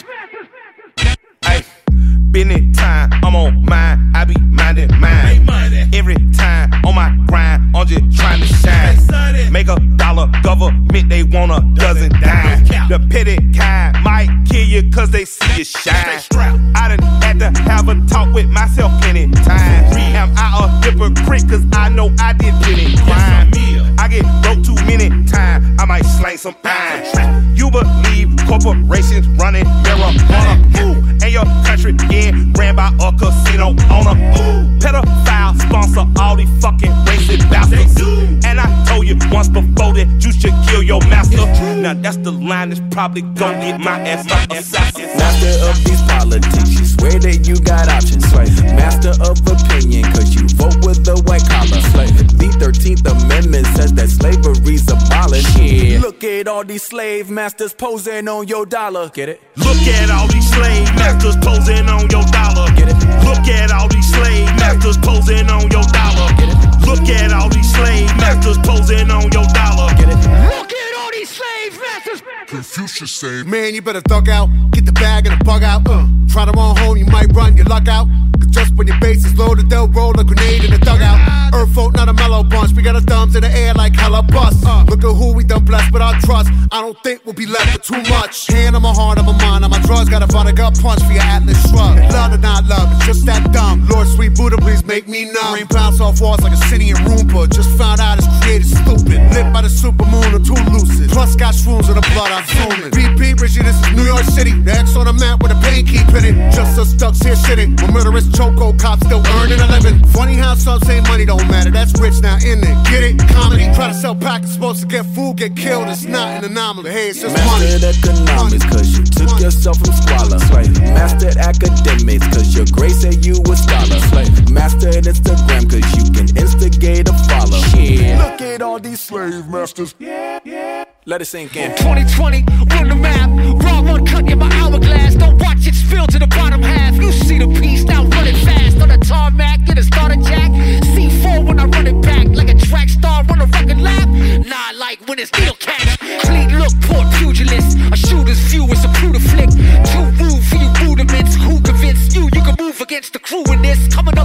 Hey. Business time, I'm on mine, I be minding mine. Every time on my grind, I'm just trying to shine. Make a dollar, government, they want a dozen dimes. The petty kind might kill you cause they see you shine. I done had to have a talk with myself many times. Am I a hypocrite cause I know I did plenty crime. I get broke too many times, I might slang some iron. You believe corporations running marijuana, ooh, and your country in ran by a casino owner. Ooh, pedophile sponsor all these fucking racist bastards. And I told you once before that you should kill your master. Now that's the line that's probably gon' get my ass up assassin. Master of these politics, you swear that you got options. Slave. Master of opinion cause you vote with the white collar. Slave. The thirteenth Amendment says that slavery's abolished. Yeah. Look at all these slave masters posing on your dollar. Get it? Look at all these slave masters posing on your dollar. Get it? Look at all these slave masters posing on your dollar. Get it? Look at all these slave masters posing on your dollar. Get it? Look at all these slave masters. Confucius say, man, you better thug out, get the bag and the bug out. Uh, try to run home, you might run your luck out. Cause just when your base is loaded, they'll roll a grenade in the dugout. Earth folk, not a mellow bunch. We got our thumbs in the air like hella bust. Uh, look at who we done blessed with our trust. I don't think we'll be left with too much. Hand on my heart, on my mind, on my drugs. Got a vodka punch for your Atlas shrug. Love or not love, it's just that dumb. Lord, sweet Buddha, please make me numb. Rain bounce off walls like a city in Roomba. Just found out it's created stupid. Lit by the supermoon, I'm too lucid. Plus got shrooms in the blood, I'm zooming. B P, Richie, this is New York City. The X on the map with a pain keep in it. Just us ducks here shitting. When murderous choco cops still earning a living. Funny how some say money don't matter. That's rich now, in it. Get it? Comedy. Try to sell packets, supposed to get food, get killed. It's not an anomaly. Hey, it's just money. Mastered economics cause you took money. Yourself from squalor. Slave. Mastered academics cause your grace said you a scholar. Slave. Mastered Instagram cause you can instigate a follow. Yeah. Look at all these slave masters. Yeah, yeah. Let it sink in. twenty twenty, run the map. Raw one cut in my hourglass. Don't watch it spill to the bottom half. You see the piece, now run it fast. On the tarmac, get a starter jack. C four when I run it back. Like a track star on a record lap. Nah, like when it's needle catch. Clean look, port pugilist. A shooter's view is a brutal flick. Too rude for you rudiments. Who convinced you you can move against the crew in this? Coming